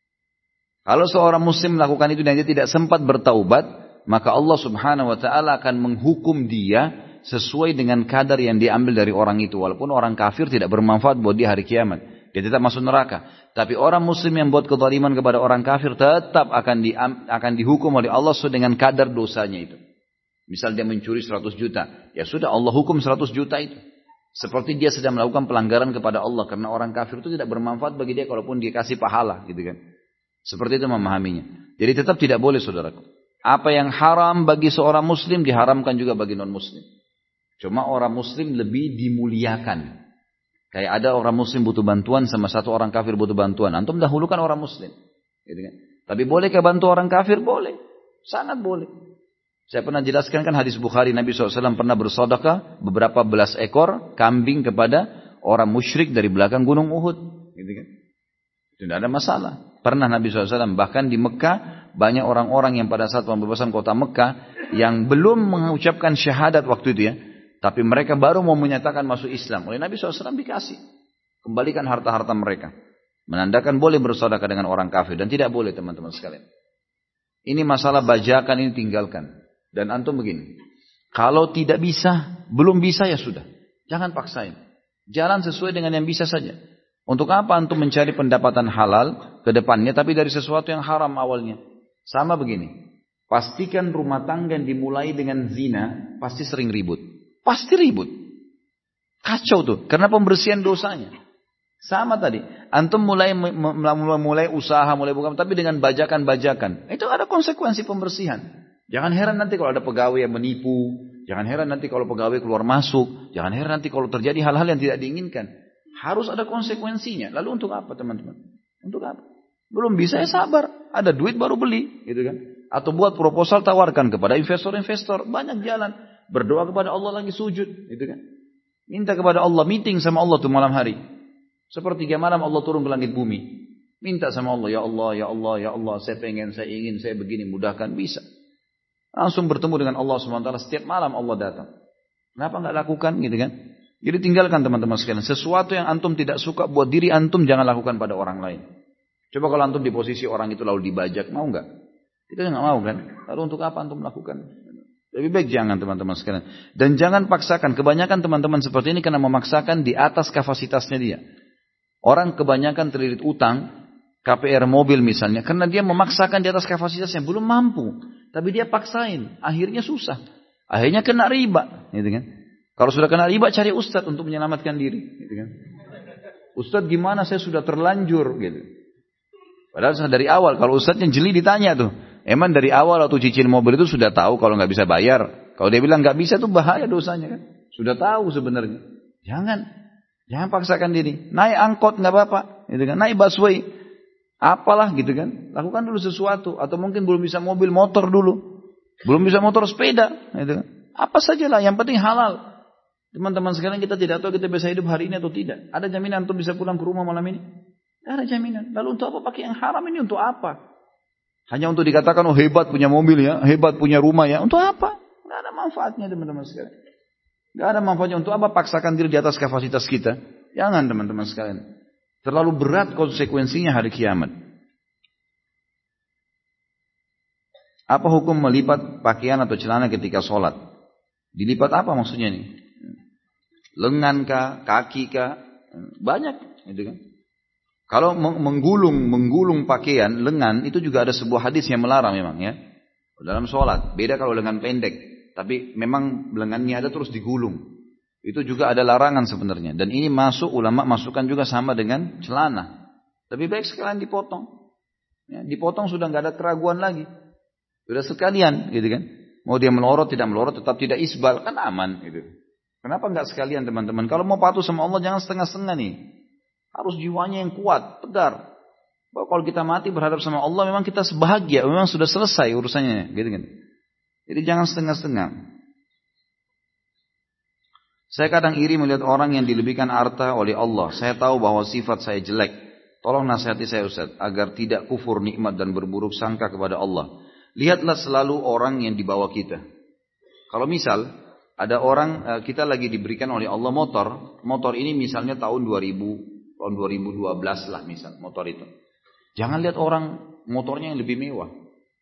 Kalau seorang muslim melakukan itu dan dia tidak sempat bertaubat, maka Allah subhanahu wa ta'ala akan menghukum dia sesuai dengan kadar yang diambil dari orang itu. Walaupun orang kafir tidak bermanfaat buat dia hari kiamat. Dia tetap masuk neraka. Tapi orang muslim yang buat kezaliman kepada orang kafir tetap akan, di, akan dihukum oleh Allah sesuai dengan kadar dosanya itu. Misal dia mencuri seratus juta. Ya sudah Allah hukum seratus juta itu. Seperti dia sedang melakukan pelanggaran kepada Allah. Karena orang kafir itu tidak bermanfaat bagi dia kalaupun dia kasih pahala. Gitu kan. Seperti itu memahaminya. Jadi tetap tidak boleh saudaraku. Apa yang haram bagi seorang muslim diharamkan juga bagi non muslim. Cuma orang muslim lebih dimuliakan. Kayak ada orang muslim butuh bantuan sama satu orang kafir butuh bantuan. Antum dahulukan orang muslim. Gitu kan? Tapi bolehkah bantu orang kafir? Boleh. Sangat boleh. Saya pernah jelaskan kan hadis Bukhari, Nabi shallallahu alaihi wasallam pernah bersedekah beberapa belas ekor kambing kepada orang musyrik dari belakang gunung Uhud. Gitu kan? Tidak ada masalah. Pernah Nabi shallallahu alaihi wasallam bahkan di Mekah banyak orang-orang yang pada saat pembebasan kota Mekah yang belum mengucapkan syahadat waktu itu ya. Tapi mereka baru mau menyatakan masuk Islam. Oleh Nabi shallallahu alaihi wasallam dikasih. Kembalikan harta-harta mereka. Menandakan boleh bersedekah dengan orang kafir. Dan tidak boleh teman-teman sekalian. Ini masalah bajakan ini tinggalkan. Dan antum begini. Kalau tidak bisa, belum bisa ya sudah. Jangan paksain. Jalan sesuai dengan yang bisa saja. Untuk apa antum mencari pendapatan halal ke depannya tapi dari sesuatu yang haram awalnya? Sama begini. Pastikan rumah tangga yang dimulai dengan zina pasti sering ribut. Pasti ribut. Kacau tuh karena pembersihan dosanya. Sama tadi. Antum mulai mulai, mulai usaha, mulai buka tapi dengan bajakan-bajakan. Itu ada konsekuensi pembersihan. Jangan heran nanti kalau ada pegawai yang menipu. Jangan heran nanti kalau pegawai keluar masuk. Jangan heran nanti kalau terjadi hal-hal yang tidak diinginkan. Harus ada konsekuensinya. Lalu untuk apa teman-teman? Untuk apa? Belum bisa ya sabar. Ada duit baru beli. Gitu kan? Atau buat proposal tawarkan kepada investor-investor. Banyak jalan. Berdoa kepada Allah lagi sujud. Gitu kan? Minta kepada Allah. Meeting sama Allah tuh malam hari. Sepertiga malam Allah turun ke langit bumi. Minta sama Allah. Ya Allah, ya Allah, ya Allah. Saya pengen, saya ingin, saya begini. Mudahkan. Bisa. Langsung bertemu dengan Allah subhanahu wa taala. Setiap malam Allah datang. Kenapa nggak lakukan gitu kan? Jadi tinggalkan teman-teman sekalian. Sesuatu yang antum tidak suka buat diri antum jangan lakukan pada orang lain. Coba kalau antum di posisi orang itu lalu dibajak, mau nggak? Kita nggak mau kan? Lalu untuk apa antum lakukan? Lebih baik jangan teman-teman sekalian. Dan jangan paksakan. Kebanyakan teman-teman seperti ini karena memaksakan di atas kapasitasnya dia. Orang kebanyakan terlilit utang, K P R mobil misalnya, karena dia memaksakan di atas kapasitasnya belum mampu. Tapi dia paksain, akhirnya susah. Akhirnya kena riba, gitu kan? Kalau sudah kena riba, cari ustadz untuk menyelamatkan diri, gitu kan? Ustadz gimana? Saya sudah terlanjur, gitu. Padahal dari awal, kalau ustadznya jeli ditanya tuh, emang dari awal waktu cicil mobil itu sudah tahu kalau nggak bisa bayar. Kalau dia bilang nggak bisa, tuh bahaya dosanya kan? Sudah tahu sebenarnya. Jangan, jangan paksakan diri. Naik angkot nggak apa-apa, gitu kan? Naik busway. Apalah gitu kan. Lakukan dulu sesuatu. Atau mungkin belum bisa mobil motor dulu. Belum bisa motor sepeda. Gitu. Apa sajalah, yang penting halal. Teman-teman sekalian, kita tidak tahu kita bisa hidup hari ini atau tidak. Ada jaminan untuk bisa pulang ke rumah malam ini? Tidak ada jaminan. Lalu untuk apa pakai yang haram ini? Untuk apa? Hanya untuk dikatakan, oh hebat punya mobil ya, hebat punya rumah ya. Untuk apa? Tidak ada manfaatnya teman-teman sekalian. Tidak ada manfaatnya. Untuk apa paksakan diri di atas kapasitas kita? Jangan teman-teman sekalian. Terlalu berat konsekuensinya hari kiamat. Apa hukum melipat pakaian atau celana ketika sholat? Dilipat apa maksudnya ini? Lengan kah, kaki kah? Banyak, gitu kan? Kalau menggulung menggulung pakaian lengan itu juga ada sebuah hadis yang melarang memang ya. Dalam sholat, beda kalau lengan pendek, tapi memang lengannya ada terus digulung. Itu juga ada larangan sebenarnya. Dan ini masuk, ulama masukkan juga sama dengan celana. Lebih baik sekalian dipotong. Ya, dipotong sudah nggak ada keraguan lagi. Sudah sekalian, gitu kan? Mau dia melorot tidak melorot, tetap tidak isbal, kan aman, gitu. Kenapa nggak sekalian teman-teman? Kalau mau patuh sama Allah jangan setengah-setengah nih. Harus jiwanya yang kuat, tegar. Bahwa kalau kita mati berhadap sama Allah, memang kita sebahagia, memang sudah selesai urusannya, gitu kan? Jadi jangan setengah-setengah. Saya kadang iri melihat orang yang dilebihkan harta oleh Allah. Saya tahu bahwa sifat saya jelek. Tolong nasihati saya Ustaz, agar tidak kufur nikmat dan berburuk sangka kepada Allah. Lihatlah selalu orang yang di bawah kita. Kalau misal ada orang, kita lagi diberikan oleh Allah motor. Motor ini misalnya tahun dua ribu, tahun dua ribu dua belas lah misal motor itu. Jangan lihat orang motornya yang lebih mewah.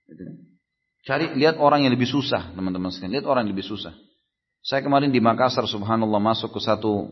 Cari, lihat orang yang lebih susah teman-teman sekalian. Lihat orang yang lebih susah. Saya kemarin di Makassar subhanallah masuk ke satu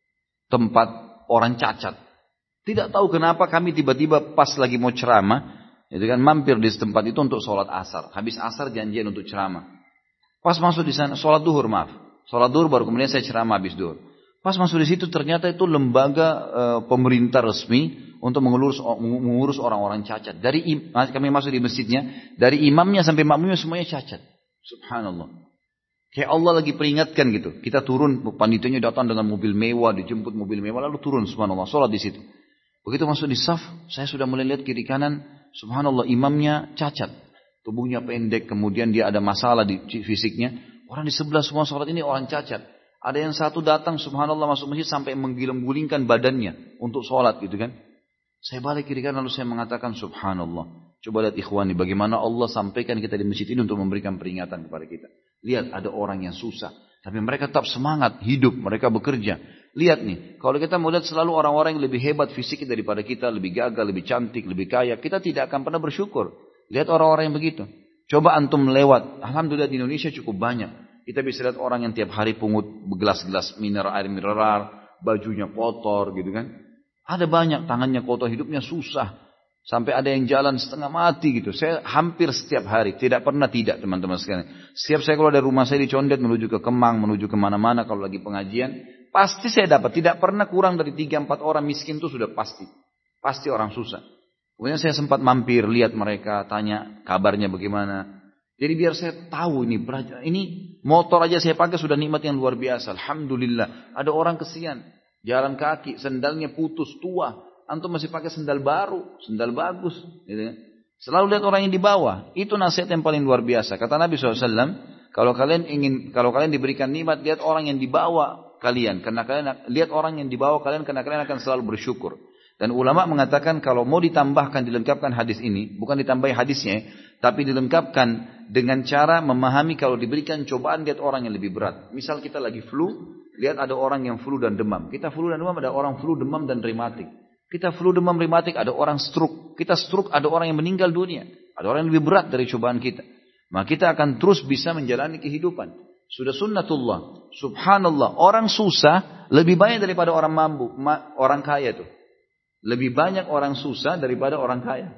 tempat orang cacat. Tidak tahu kenapa kami tiba-tiba pas lagi mau ceramah. Itu kan mampir di tempat itu untuk sholat asar. Habis asar janjian untuk ceramah. Pas masuk di sana, sholat duhur maaf. Sholat duhur baru kemudian saya ceramah habis duhur. Pas masuk di situ ternyata itu lembaga e, pemerintah resmi untuk mengurus, mengurus orang-orang cacat. Dari kami masuk di masjidnya, dari imamnya sampai makmumnya semuanya cacat. Subhanallah. Kayak Allah lagi peringatkan gitu. Kita turun, panitianya datang dengan mobil mewah, dijemput mobil mewah lalu turun subhanallah, sholat di situ. Begitu masuk di saf, saya sudah mulai lihat kiri kanan. Subhanallah, imamnya cacat. Tubuhnya pendek, kemudian dia ada masalah di fisiknya. Orang di sebelah semua sholat ini orang cacat. Ada yang satu datang, subhanallah masuk masjid sampai menggiling-gulingkan badannya untuk sholat gitu kan. Saya balik kiri kanan lalu saya mengatakan subhanallah. Coba lihat ikhwani, bagaimana Allah sampaikan kita di masjid ini untuk memberikan peringatan kepada kita. Lihat ada orang yang susah. Tapi mereka tetap semangat, hidup, mereka bekerja. Lihat nih, kalau kita melihat selalu orang-orang yang lebih hebat fisiknya daripada kita, lebih gagah, lebih cantik, lebih kaya, kita tidak akan pernah bersyukur. Lihat orang-orang yang begitu. Coba antum lewat, alhamdulillah di Indonesia cukup banyak. Kita bisa lihat orang yang tiap hari pungut gelas-gelas mineral, air mineral, bajunya kotor gitu kan. Ada banyak, tangannya kotor, hidupnya susah. Sampai ada yang jalan setengah mati gitu. Saya hampir setiap hari, tidak pernah tidak teman-teman sekalian. Setiap saya keluar dari rumah saya di Condet menuju ke Kemang, menuju kemana-mana kalau lagi pengajian. Pasti saya dapat, tidak pernah kurang dari tiga empat orang miskin itu sudah pasti. Pasti orang susah. Kemudian saya sempat mampir, lihat mereka, tanya kabarnya bagaimana. Jadi biar saya tahu ini, ini motor aja saya pakai sudah nikmat yang luar biasa. Alhamdulillah. Ada orang kesian, jalan kaki, sendalnya putus, tua. Antum masih pakai sendal baru, sendal bagus. Gitu. Selalu lihat orang yang di bawah. Itu nasihat yang paling luar biasa. Kata Nabi shallallahu alaihi wasallam, kalau kalian ingin, kalau kalian diberikan nikmat, lihat orang yang di bawah kalian. Karena kalian lihat orang yang di bawah kalian, karena kalian akan selalu bersyukur. Dan ulama mengatakan kalau mau ditambahkan, dilengkapkan hadis ini, bukan ditambahi hadisnya, tapi dilengkapkan dengan cara memahami kalau diberikan cobaan lihat orang yang lebih berat. Misal kita lagi flu, lihat ada orang yang flu dan demam. Kita flu dan demam, ada orang flu, demam dan rematik. Kita flu, demam, rematik, ada orang stroke. Kita stroke, ada orang yang meninggal dunia. Ada orang yang lebih berat dari cobaan kita. Maka kita akan terus bisa menjalani kehidupan. Sudah sunnatullah. Subhanallah. Orang susah lebih banyak daripada orang mampu, orang kaya tuh. Lebih banyak orang susah daripada orang kaya.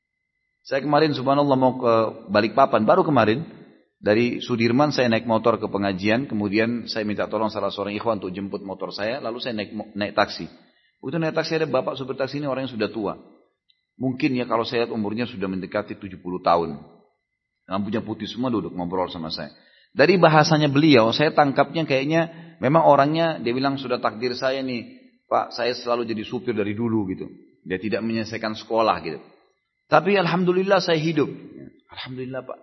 Saya kemarin subhanallah mau ke Balikpapan. Baru kemarin. Dari Sudirman saya naik motor ke pengajian. Kemudian saya minta tolong salah seorang ikhwan untuk jemput motor saya. Lalu saya naik, naik taksi. Begitu naik taksi ada bapak supir taksi ini orang yang sudah tua. Mungkin ya kalau saya lihat umurnya sudah mendekati tujuh puluh tahun. Rambutnya putih semua duduk ngobrol sama saya. Dari bahasanya beliau saya tangkapnya kayaknya memang orangnya dia bilang sudah takdir saya nih. Pak saya selalu jadi supir dari dulu gitu. Dia tidak menyelesaikan sekolah gitu. Tapi alhamdulillah saya hidup. Alhamdulillah Pak.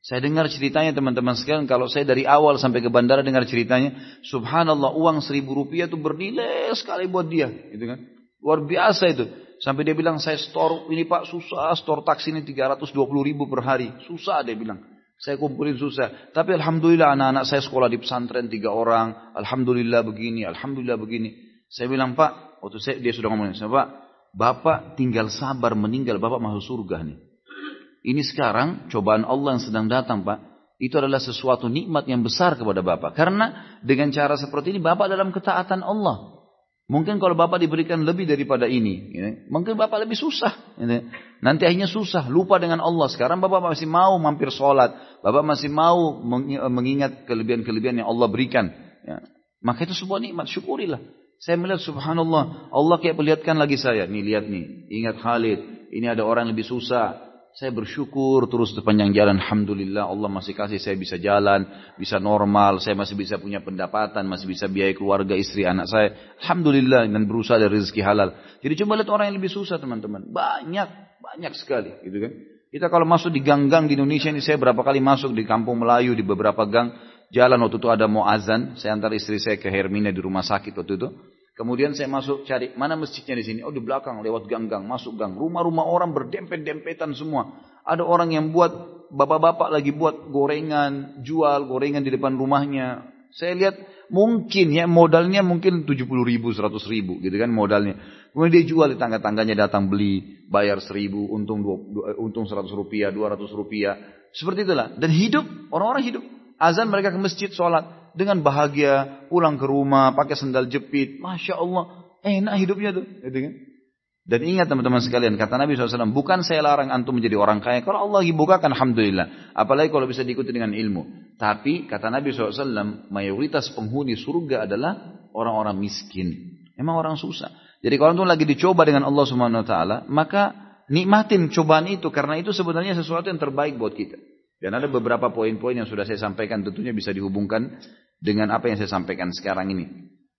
Saya dengar ceritanya teman-teman sekalian, kalau saya dari awal sampai ke bandara dengar ceritanya, subhanallah uang seribu rupiah itu bernilai sekali buat dia, gitu kan? Luar biasa itu. Sampai dia bilang, saya store ini Pak susah, store taksi ini tiga ratus dua puluh ribu per hari, susah dia bilang. Saya kumpulin susah. Tapi alhamdulillah anak-anak saya sekolah di pesantren tiga orang, alhamdulillah begini, alhamdulillah begini. Saya bilang Pak, waktu saya dia sudah ngomongin, saya Pak, Bapak tinggal sabar meninggal, Bapak masuk surga nih. Ini sekarang cobaan Allah yang sedang datang Pak. Itu adalah sesuatu nikmat yang besar kepada Bapak. Karena dengan cara seperti ini Bapak dalam ketaatan Allah. Mungkin kalau Bapak diberikan lebih daripada ini. Ya, mungkin Bapak lebih susah. Ya, nanti akhirnya susah. Lupa dengan Allah. Sekarang Bapak masih mau mampir sholat. Bapak masih mau mengingat kelebihan-kelebihan yang Allah berikan. Ya, maka itu sebuah nikmat. Syukurilah. Saya melihat subhanallah. Allah kayak perlihatkan lagi saya. Nih lihat nih. Ingat Khalid. Ini ada orang yang lebih susah. Saya bersyukur terus sepanjang jalan. Alhamdulillah Allah masih kasih saya bisa jalan. Bisa normal. Saya masih bisa punya pendapatan. Masih bisa biaya keluarga, istri, anak saya. Alhamdulillah. Dan berusaha dari rezeki halal. Jadi coba lihat orang yang lebih susah teman-teman. Banyak. Banyak sekali. Gitu kan. Kita kalau masuk di gang-gang di Indonesia ini. Saya berapa kali masuk di kampung Melayu. Di beberapa gang. Jalan waktu itu ada mau azan. Saya antar istri saya ke Hermina di rumah sakit waktu itu. Kemudian saya masuk cari mana masjidnya di sini. Oh di belakang lewat gang-gang masuk gang. Rumah-rumah orang berdempet-dempetan semua. Ada orang yang buat bapak-bapak lagi buat gorengan, jual gorengan di depan rumahnya. Saya lihat mungkin ya modalnya mungkin tujuh puluh ribu, seratus ribu gitu kan modalnya. Kemudian dia jual di tangga-tangganya datang beli, bayar seribu, untung dua, untung seratus rupiah, dua ratus rupiah. Seperti itulah. Dan hidup, orang-orang hidup. Azan mereka ke masjid sholat. Dengan bahagia, pulang ke rumah, pakai sendal jepit. Masya Allah, enak hidupnya tuh. Gitu kan? Dan ingat teman-teman sekalian, kata Nabi shallallahu alaihi wasallam, bukan saya larang antum menjadi orang kaya. Kalau Allah bukakan, alhamdulillah. Apalagi kalau bisa diikuti dengan ilmu. Tapi, kata Nabi shallallahu alaihi wasallam, mayoritas penghuni surga adalah orang-orang miskin. Memang orang susah. Jadi kalau antum lagi dicoba dengan Allah subhanahu wa taala, maka nikmatin cobaan itu. Karena itu sebenarnya sesuatu yang terbaik buat kita. Dan ada beberapa poin-poin yang sudah saya sampaikan, tentunya bisa dihubungkan dengan apa yang saya sampaikan sekarang ini.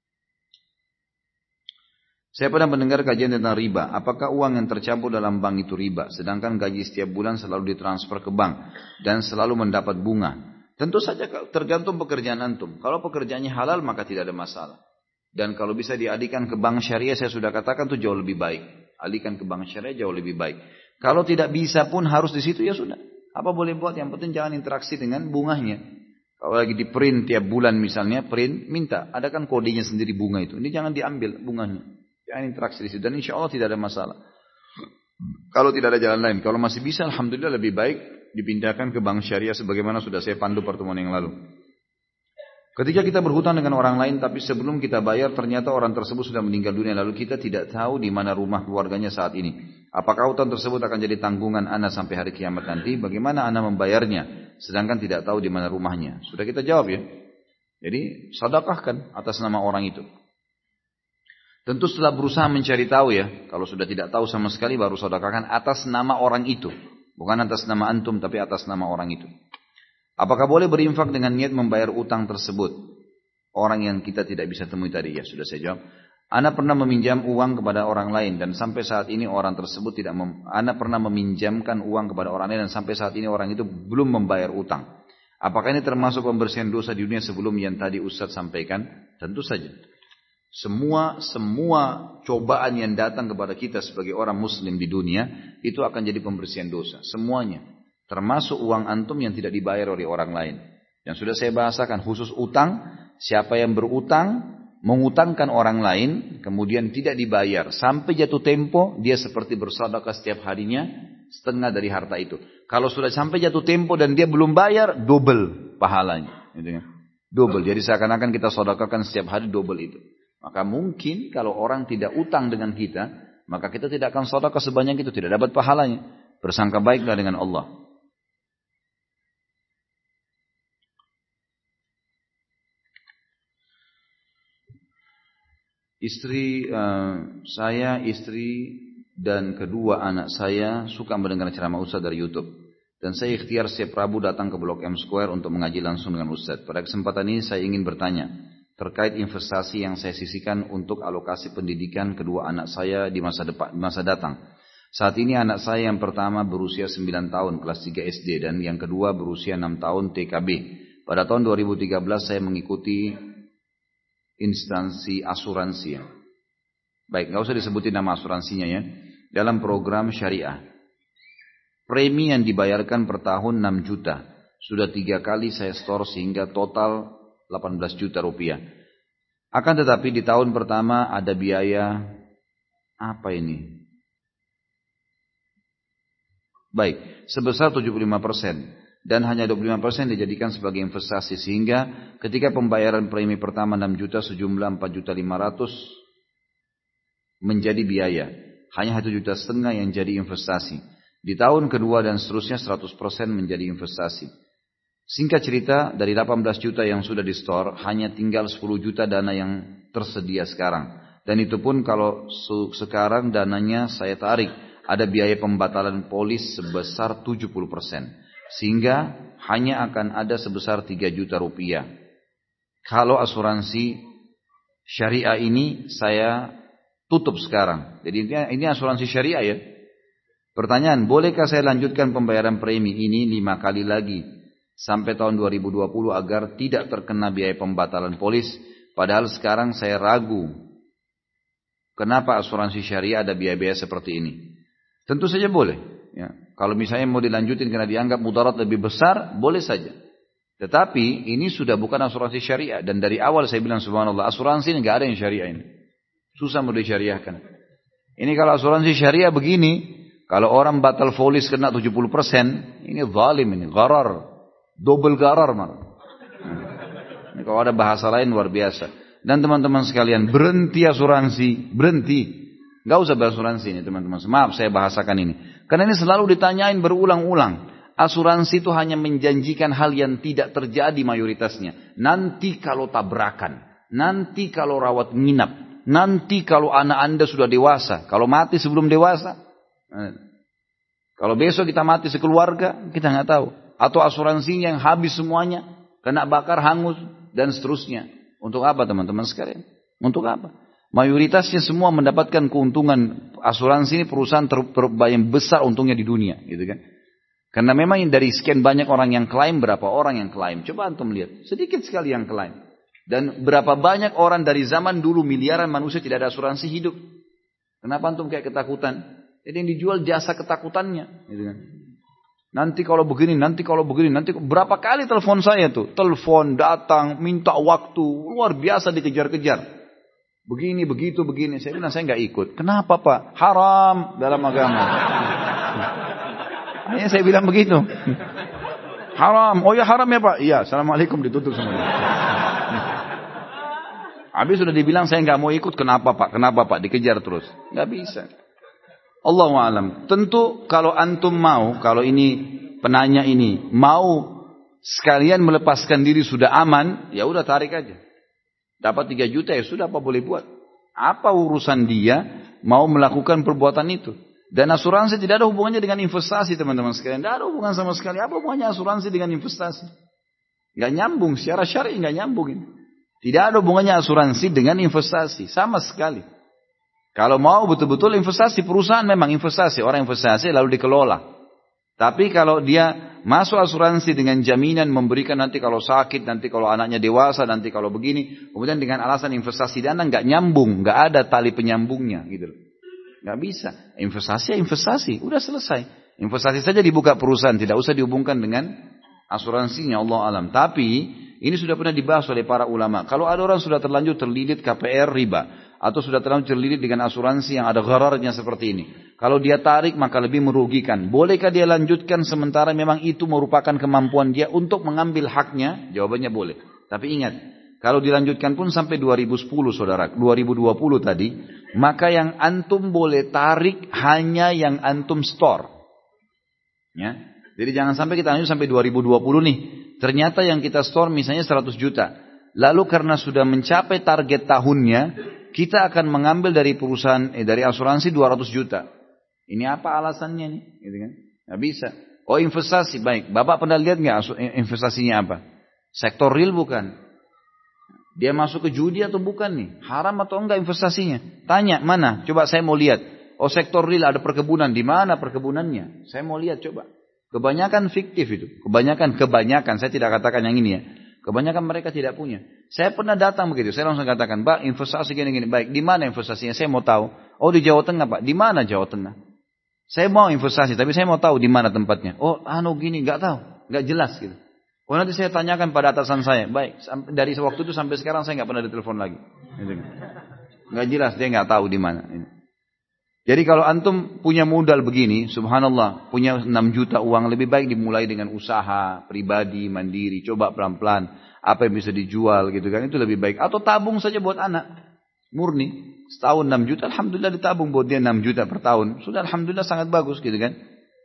Saya pernah mendengar kajian tentang riba. Apakah uang yang tercampur dalam bank itu riba? Sedangkan gaji setiap bulan selalu ditransfer ke bank dan selalu mendapat bunga. Tentu saja tergantung pekerjaan antum. Kalau pekerjaannya halal maka tidak ada masalah. Dan kalau bisa dialihkan ke bank syariah, saya sudah katakan itu jauh lebih baik. Alihkan ke bank syariah jauh lebih baik. Kalau tidak bisa pun harus di situ ya sudah. Apa boleh buat, yang penting jangan interaksi dengan bunganya. Kalau lagi di print tiap bulan misalnya, print, minta. Ada kan kodenya sendiri bunga itu. Ini jangan diambil bunganya. Jangan interaksi di situ. Dan insya Allah tidak ada masalah. Kalau tidak ada jalan lain. Kalau masih bisa, alhamdulillah lebih baik dipindahkan ke bank syariah sebagaimana sudah saya pandu pertemuan yang lalu. Ketika kita berhutang dengan orang lain, tapi sebelum kita bayar, ternyata orang tersebut sudah meninggal dunia. Lalu kita tidak tahu di mana rumah keluarganya saat ini. Apakah hutang tersebut akan jadi tanggungan ana sampai hari kiamat nanti? Bagaimana ana membayarnya? Sedangkan tidak tahu di mana rumahnya. Sudah kita jawab ya. Jadi sedekahkan atas nama orang itu. Tentu setelah berusaha mencari tahu ya. Kalau sudah tidak tahu sama sekali baru sedekahkan atas nama orang itu. Bukan atas nama antum tapi atas nama orang itu. Apakah boleh berinfak dengan niat membayar utang tersebut? Orang yang kita tidak bisa temui tadi. Ya sudah saya jawab. Ana pernah meminjam uang kepada orang lain dan sampai saat ini orang tersebut tidak mem Ana pernah meminjamkan uang kepada orang lain dan sampai saat ini orang itu belum membayar utang. Apakah ini termasuk pembersihan dosa di dunia sebelum yang tadi Ustaz sampaikan? Tentu saja. Semua semua cobaan yang datang kepada kita sebagai orang muslim di dunia itu akan jadi pembersihan dosa. Semuanya. Termasuk uang antum yang tidak dibayar oleh orang lain. Yang sudah saya bahasakan khusus utang. Siapa yang berutang, mengutangkan orang lain, kemudian tidak dibayar. Sampai jatuh tempo, dia seperti bersedekah setiap harinya, setengah dari harta itu. Kalau sudah sampai jatuh tempo dan dia belum bayar, double pahalanya. Double. Jadi seakan-akan kita sedekahkan setiap hari double itu. Maka mungkin kalau orang tidak utang dengan kita, maka kita tidak akan sedekah sebanyak itu, tidak dapat pahalanya. Bersangka baiklah dengan Allah. Istri uh, saya, istri dan kedua anak saya suka mendengar ceramah Ustaz dari YouTube. Dan saya ikhtiar setiap Rabu datang ke Blok M Square untuk mengaji langsung dengan Ustaz. Pada kesempatan ini saya ingin bertanya terkait investasi yang saya sisihkan untuk alokasi pendidikan kedua anak saya di masa depan, masa datang. Saat ini anak saya yang pertama berusia sembilan tahun kelas tiga S D dan yang kedua berusia enam tahun T K B. Pada tahun dua ribu tiga belas saya mengikuti instansi asuransi ya. Baik, nggak usah disebutin nama asuransinya ya. Dalam program syariah. Premi yang dibayarkan per tahun enam juta. Sudah tiga kali saya store sehingga total delapan belas juta rupiah. Akan tetapi di tahun pertama ada biaya apa ini? Baik, sebesar tujuh puluh lima persen dan hanya dua puluh lima persen dijadikan sebagai investasi sehingga ketika pembayaran premi pertama enam juta sejumlah empat juta lima ratus menjadi biaya. Hanya satu juta setengah yang jadi investasi. Di tahun kedua dan seterusnya seratus persen menjadi investasi. Singkat cerita, dari delapan belas juta yang sudah di store, hanya tinggal sepuluh juta dana yang tersedia sekarang. Dan itu pun kalau sekarang dananya saya tarik, ada biaya pembatalan polis sebesar tujuh puluh persen. Sehingga hanya akan ada sebesar tiga juta rupiah. Kalau asuransi syariah ini saya tutup sekarang. Jadi ini asuransi syariah ya. Pertanyaan, bolehkah saya lanjutkan pembayaran premi ini lima kali lagi sampai tahun dua ribu dua puluh agar tidak terkena biaya pembatalan polis? Padahal sekarang saya ragu. Kenapa asuransi syariah ada biaya-biaya seperti ini? Tentu saja boleh. Ya. Kalau misalnya mau dilanjutin karena dianggap mudarat lebih besar, boleh saja. Tetapi ini sudah bukan asuransi syariah. Dan dari awal saya bilang subhanallah, asuransi ini nggak ada yang syariah ini. Susah mau disyariahkan. Ini kalau asuransi syariah begini, kalau orang batal polis kena tujuh puluh persen, ini zalim ini, gharar. Double gharar malah. Ini kalau ada bahasa lain luar biasa. Dan teman-teman sekalian, berhenti asuransi, berhenti. Gak usah berasuransi ini teman-teman. Maaf saya bahasakan ini. Karena ini selalu ditanyain berulang-ulang. Asuransi itu hanya menjanjikan hal yang tidak terjadi mayoritasnya. Nanti kalau tabrakan, nanti kalau rawat nginap, nanti kalau anak anda sudah dewasa, kalau mati sebelum dewasa, kalau besok kita mati sekeluarga, kita nggak tahu. Atau asuransinya yang habis semuanya, kena bakar, hangus, dan seterusnya. Untuk apa teman-teman sekalian? Untuk apa? Mayoritasnya semua mendapatkan keuntungan. Asuransi ini perusahaan ter, ter, yang besar untungnya di dunia, gitu kan? Karena memang dari sekian banyak orang yang klaim, berapa orang yang klaim? Coba antum lihat, sedikit sekali yang klaim. Dan berapa banyak orang dari zaman dulu miliaran manusia tidak ada asuransi hidup. Kenapa antum kayak ketakutan? Jadi yang dijual jasa ketakutannya. Gitu kan. Nanti kalau begini, nanti kalau begini, nanti berapa kali telepon saya tuh. Telepon, datang, minta waktu. Luar biasa dikejar-kejar. Begini, begitu, begini. Saya bilang saya nggak ikut. Kenapa Pak? Haram dalam agama. Hanya saya bilang begitu. Haram. Oh ya haram ya Pak? Iya. Assalamualaikum, ditutup semuanya. Habis sudah dibilang saya nggak mau ikut, kenapa Pak? Kenapa Pak? Dikejar terus. Nggak bisa. Allahu a'lam. Tentu kalau antum mau, kalau ini penanya ini mau sekalian melepaskan diri sudah aman, ya udah tarik aja. Dapat tiga juta ya sudah, apa boleh buat? Apa urusan dia mau melakukan perbuatan itu? Dan asuransi tidak ada hubungannya dengan investasi teman-teman sekalian. Tidak ada hubungan sama sekali. Apa hubungannya asuransi dengan investasi? Nggak nyambung, secara syar'i nggak nyambung ini. Tidak ada hubungannya asuransi dengan investasi. Sama sekali. Kalau mau betul-betul investasi, perusahaan memang investasi. Orang investasi lalu dikelola. Tapi kalau dia masuk asuransi dengan jaminan memberikan nanti kalau sakit, nanti kalau anaknya dewasa, nanti kalau begini. Kemudian dengan alasan investasi dana nggak nyambung. Nggak ada tali penyambungnya. Gitu. Nggak bisa. Investasi ya investasi. Udah selesai. Investasi saja dibuka perusahaan. Tidak usah dihubungkan dengan asuransinya. Allah alam. Tapi ini sudah pernah dibahas oleh para ulama. Kalau ada orang sudah terlanjur terlilit K P R riba. Atau sudah terlanjur terlilit dengan asuransi yang ada ghararnya seperti ini. Kalau dia tarik maka lebih merugikan. Bolehkah dia lanjutkan sementara memang itu merupakan kemampuan dia untuk mengambil haknya? Jawabannya boleh. Tapi ingat. Kalau dilanjutkan pun sampai dua ribu sepuluh saudara. dua ribu dua puluh tadi. Maka yang antum boleh tarik hanya yang antum store. Ya. Jadi jangan sampai kita lanjut sampai dua ribu dua puluh nih. Ternyata yang kita store misalnya seratus juta. Lalu karena sudah mencapai target tahunnya, kita akan mengambil dari perusahaan, eh, dari asuransi dua ratus juta. Ini apa alasannya nih? Gitu kan? Nggak bisa. Oh investasi, baik. Bapak pernah lihat nggak investasinya apa? Sektor real bukan? Dia masuk ke judi atau bukan nih? Haram atau enggak investasinya? Tanya, mana? Coba saya mau lihat. Oh sektor real ada perkebunan. Di mana perkebunannya? Saya mau lihat coba. Kebanyakan fiktif itu. Kebanyakan, kebanyakan. Saya tidak katakan yang ini ya. Kebanyakan mereka tidak punya. Saya pernah datang begitu. Saya langsung katakan, Pak investasi gini-gini. Baik, di mana investasinya? Saya mau tahu. Oh di Jawa Tengah Pak. Di mana Jawa Tengah? Saya mau investasi. Tapi saya mau tahu di mana tempatnya. Oh anu gini. Nggak tahu. Nggak jelas gitu. Oh nanti saya tanyakan pada atasan saya. Baik, dari waktu itu sampai sekarang saya nggak pernah ditelepon lagi. Nggak jelas, dia nggak tahu di mana. Jadi kalau antum punya modal begini, subhanallah, punya enam juta uang, lebih baik dimulai dengan usaha pribadi, mandiri, coba pelan-pelan, apa yang bisa dijual gitu kan, itu lebih baik. Atau tabung saja buat anak, murni, setahun enam juta, alhamdulillah ditabung buat dia enam juta per tahun, sudah alhamdulillah sangat bagus gitu kan.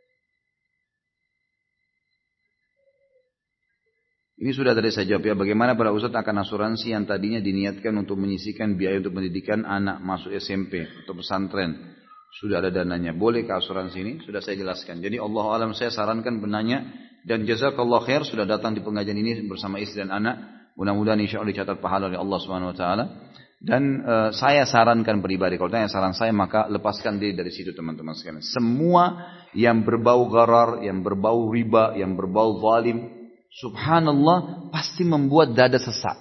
Ini sudah tadi saya jawab ya, bagaimana para ustadz akan asuransi yang tadinya diniatkan untuk menyisihkan biaya untuk pendidikan anak masuk S M P atau pesantren. Sudah ada dananya. Boleh ke asuransi ini? Sudah saya jelaskan. Jadi Allah alam saya sarankan benarnya. Dan jazakallah khair sudah datang di pengajian ini bersama istri dan anak. Mudah-mudahan insya Allah dicatat pahala oleh Allah subhanahu wa taala. Dan uh, saya sarankan pribadi. Kalau tanya saran saya maka lepaskan diri dari situ teman-teman sekalian. Semua yang berbau gharar, yang berbau riba, yang berbau zalim. Subhanallah pasti membuat dada sesak.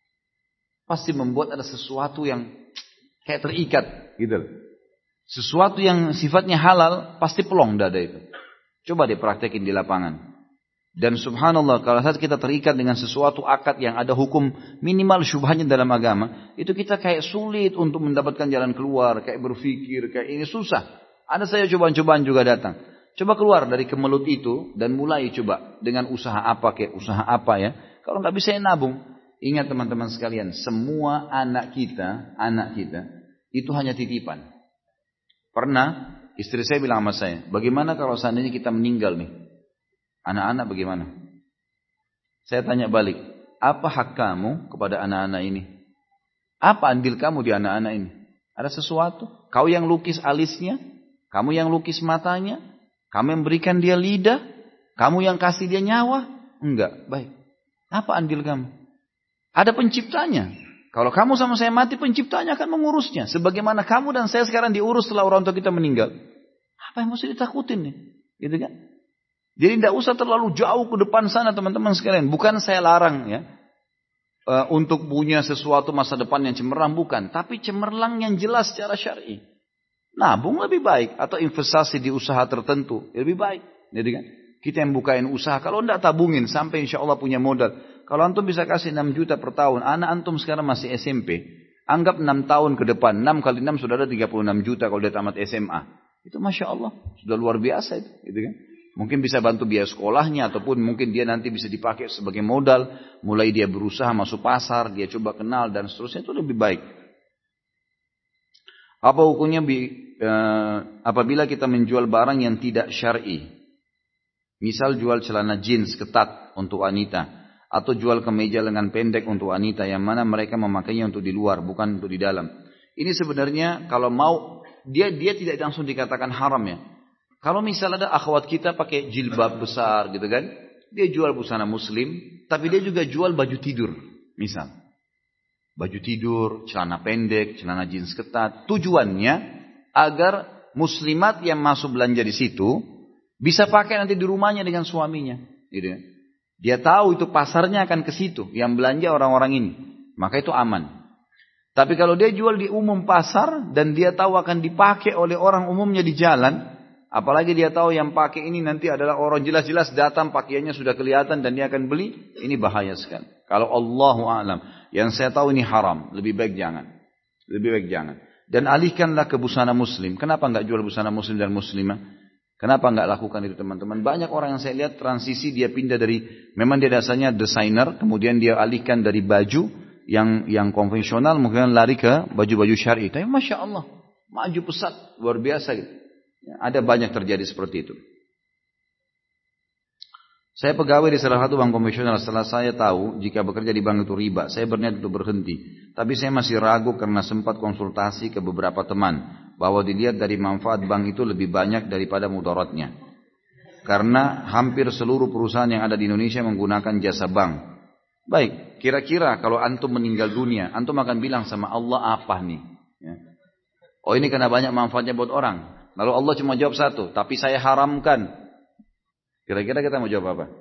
Pasti membuat ada sesuatu yang kayak terikat gitu. Sesuatu yang sifatnya halal pasti pelong dada itu. Coba dipraktekin di lapangan. Dan subhanallah kalau saat kita terikat dengan sesuatu akad yang ada hukum minimal syubhanya dalam agama, itu kita kayak sulit untuk mendapatkan jalan keluar, kayak berpikir, kayak ini susah. Ada saya cobaan-cobaan juga datang. Coba keluar dari kemelut itu dan mulai coba dengan usaha apa kayak usaha apa ya. Kalau nggak bisa ya nabung. Ingat teman-teman sekalian, semua anak kita, anak kita itu hanya titipan. Pernah istri saya bilang sama saya, bagaimana kalau seandainya kita meninggal nih? Anak-anak bagaimana? Saya tanya balik, apa hak kamu kepada anak-anak ini? Apa andil kamu di anak-anak ini? Ada sesuatu? Kau yang lukis alisnya? Kamu yang lukis matanya? Kamu yang berikan dia lidah? Kamu yang kasih dia nyawa? Enggak, baik. Apa andil kamu? Ada penciptanya. Kalau kamu sama saya mati, penciptanya akan mengurusnya. Sebagaimana kamu dan saya sekarang diurus setelah orang tua kita meninggal. Apa yang mesti ditakutin nih? Gitu kan? Jadi tidak usah terlalu jauh ke depan sana teman-teman sekalian. Bukan saya larang ya. Uh, untuk punya sesuatu masa depan yang cemerlang. Bukan. Tapi cemerlang yang jelas secara syar'i. Nabung lebih baik. Atau investasi di usaha tertentu. Lebih baik. Jadi kan? Kita yang bukain usaha. Kalau tidak tabungin sampai insya Allah punya modal. Kalau antum bisa kasih enam juta per tahun. Anak antum sekarang masih S M P. Anggap enam tahun ke depan. enam kali enam sudah ada tiga puluh enam juta kalau dia tamat S M A. Itu Masya Allah. Sudah luar biasa itu. Gitu kan? Mungkin bisa bantu biaya sekolahnya. Ataupun mungkin dia nanti bisa dipakai sebagai modal. Mulai dia berusaha masuk pasar. Dia coba kenal dan seterusnya. Itu lebih baik. Apa hukumnya bi, eh, apabila kita menjual barang yang tidak syar'i? Misal jual celana jeans ketat untuk wanita. Atau jual kemeja lengan pendek untuk wanita yang mana mereka memakainya untuk di luar, bukan untuk di dalam. Ini sebenarnya kalau mau, dia dia tidak langsung dikatakan haram ya. Kalau misal ada akhwat kita pakai jilbab besar gitu kan, dia jual busana muslim, tapi dia juga jual baju tidur, misal. Baju tidur, celana pendek, celana jeans ketat. Tujuannya agar muslimat yang masuk belanja di situ bisa pakai nanti di rumahnya dengan suaminya, gitu ya. Dia tahu itu pasarnya akan ke situ. Yang belanja orang-orang ini. Maka itu aman. Tapi kalau dia jual di umum pasar. Dan dia tahu akan dipakai oleh orang umumnya di jalan. Apalagi dia tahu yang pakai ini nanti adalah orang jelas-jelas datang. Pakaiannya sudah kelihatan dan dia akan beli. Ini bahaya sekali. Kalau Allahu a'lam. Yang saya tahu ini haram. Lebih baik jangan. Lebih baik jangan. Dan alihkanlah ke busana muslim. Kenapa enggak jual busana muslim dan muslimah? Kenapa enggak lakukan itu teman-teman? Banyak orang yang saya lihat transisi dia pindah dari, memang dia dasarnya desainer, kemudian dia alihkan dari baju yang yang konvensional, mungkin lari ke baju-baju syar'i. Tapi Masya Allah, maju pesat, luar biasa gitu. Ya, ada banyak terjadi seperti itu. Saya pegawai di salah satu bank konvensional. Setelah saya tahu jika bekerja di bank itu riba, saya berniat untuk berhenti. Tapi saya masih ragu karena sempat konsultasi ke beberapa teman. Bahwa dilihat dari manfaat bank itu lebih banyak daripada mudaratnya. Karena hampir seluruh perusahaan yang ada di Indonesia menggunakan jasa bank. Baik, kira-kira kalau antum meninggal dunia, antum akan bilang sama Allah apa nih? Ya. Oh ini karena banyak manfaatnya buat orang. Lalu Allah cuma jawab satu, tapi saya haramkan. Kira-kira kita mau jawab apa?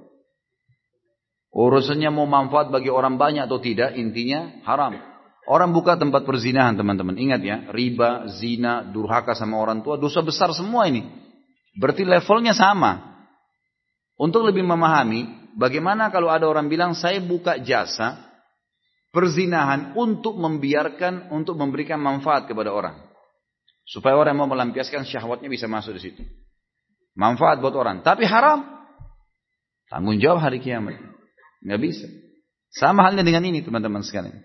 Urusannya mau manfaat bagi orang banyak atau tidak, intinya haram. Orang buka tempat perzinahan teman-teman. Ingat ya, riba, zina, durhaka sama orang tua, dosa besar semua ini. Berarti levelnya sama. Untuk lebih memahami, bagaimana kalau ada orang bilang, saya buka jasa perzinahan untuk membiarkan, untuk memberikan manfaat kepada orang. Supaya orang yang mau melampiaskan syahwatnya bisa masuk di situ. Manfaat buat orang. Tapi haram. Tanggung jawab hari kiamat. Nggak bisa. Sama halnya dengan ini teman-teman sekalian.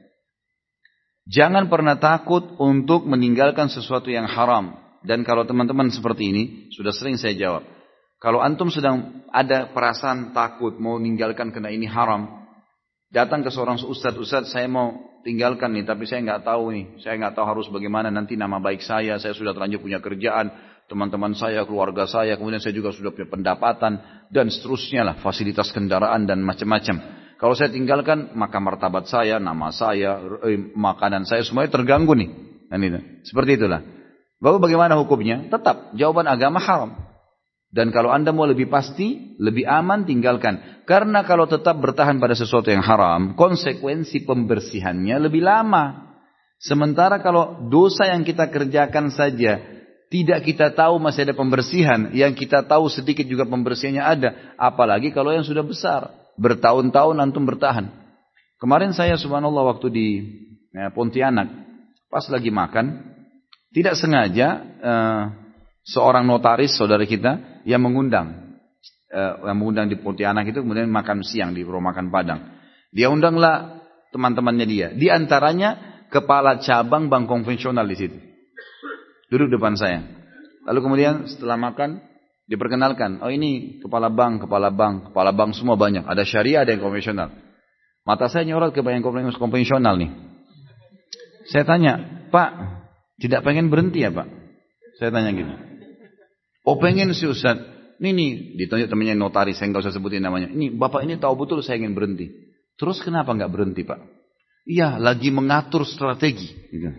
Jangan pernah takut untuk meninggalkan sesuatu yang haram. Dan kalau teman-teman seperti ini, sudah sering saya jawab. Kalau antum sedang ada perasaan takut mau meninggalkan karena ini haram, datang ke seorang ustadz, ustadz saya mau tinggalkan nih, tapi saya nggak tahu nih, saya nggak tahu harus bagaimana nanti nama baik saya, saya sudah terlanjur punya kerjaan, teman-teman saya, keluarga saya, kemudian saya juga sudah punya pendapatan dan seterusnya lah, fasilitas kendaraan dan macam-macam. Kalau saya tinggalkan, maka martabat saya, nama saya, eh, makanan saya semuanya terganggu nih. Dan itu. Seperti itulah. Lalu bagaimana hukumnya? Tetap jawaban agama haram. Dan kalau anda mau lebih pasti, lebih aman, tinggalkan. Karena kalau tetap bertahan pada sesuatu yang haram, konsekuensi pembersihannya lebih lama. Sementara kalau dosa yang kita kerjakan saja, tidak kita tahu masih ada pembersihan, yang kita tahu sedikit juga pembersihannya ada. Apalagi kalau yang sudah besar. Bertahun-tahun antum bertahan. Kemarin saya subhanallah waktu di ya, Pontianak, pas lagi makan, tidak sengaja uh, seorang notaris saudara kita yang mengundang, uh, yang mengundang di Pontianak itu kemudian makan siang di rumah makan Padang. Dia undanglah teman-temannya dia. Di antaranya kepala cabang bank konvensional di situ. Duduk depan saya. Lalu kemudian setelah makan diperkenalkan, oh ini kepala bank, kepala bank, kepala bank semua banyak. Ada syariah, ada yang konvensional. Mata saya nyorot ke yang konvensional nih. Saya tanya, Pak, tidak pengen berhenti ya Pak? Saya tanya gitu. Oh pengen sih Ustaz. Ini nih, ditunjuk temannya notaris, saya nggak usah sebutin namanya. Ini Bapak ini tahu betul saya ingin berhenti. Terus kenapa nggak berhenti Pak? Iya, lagi mengatur strategi. Gitu.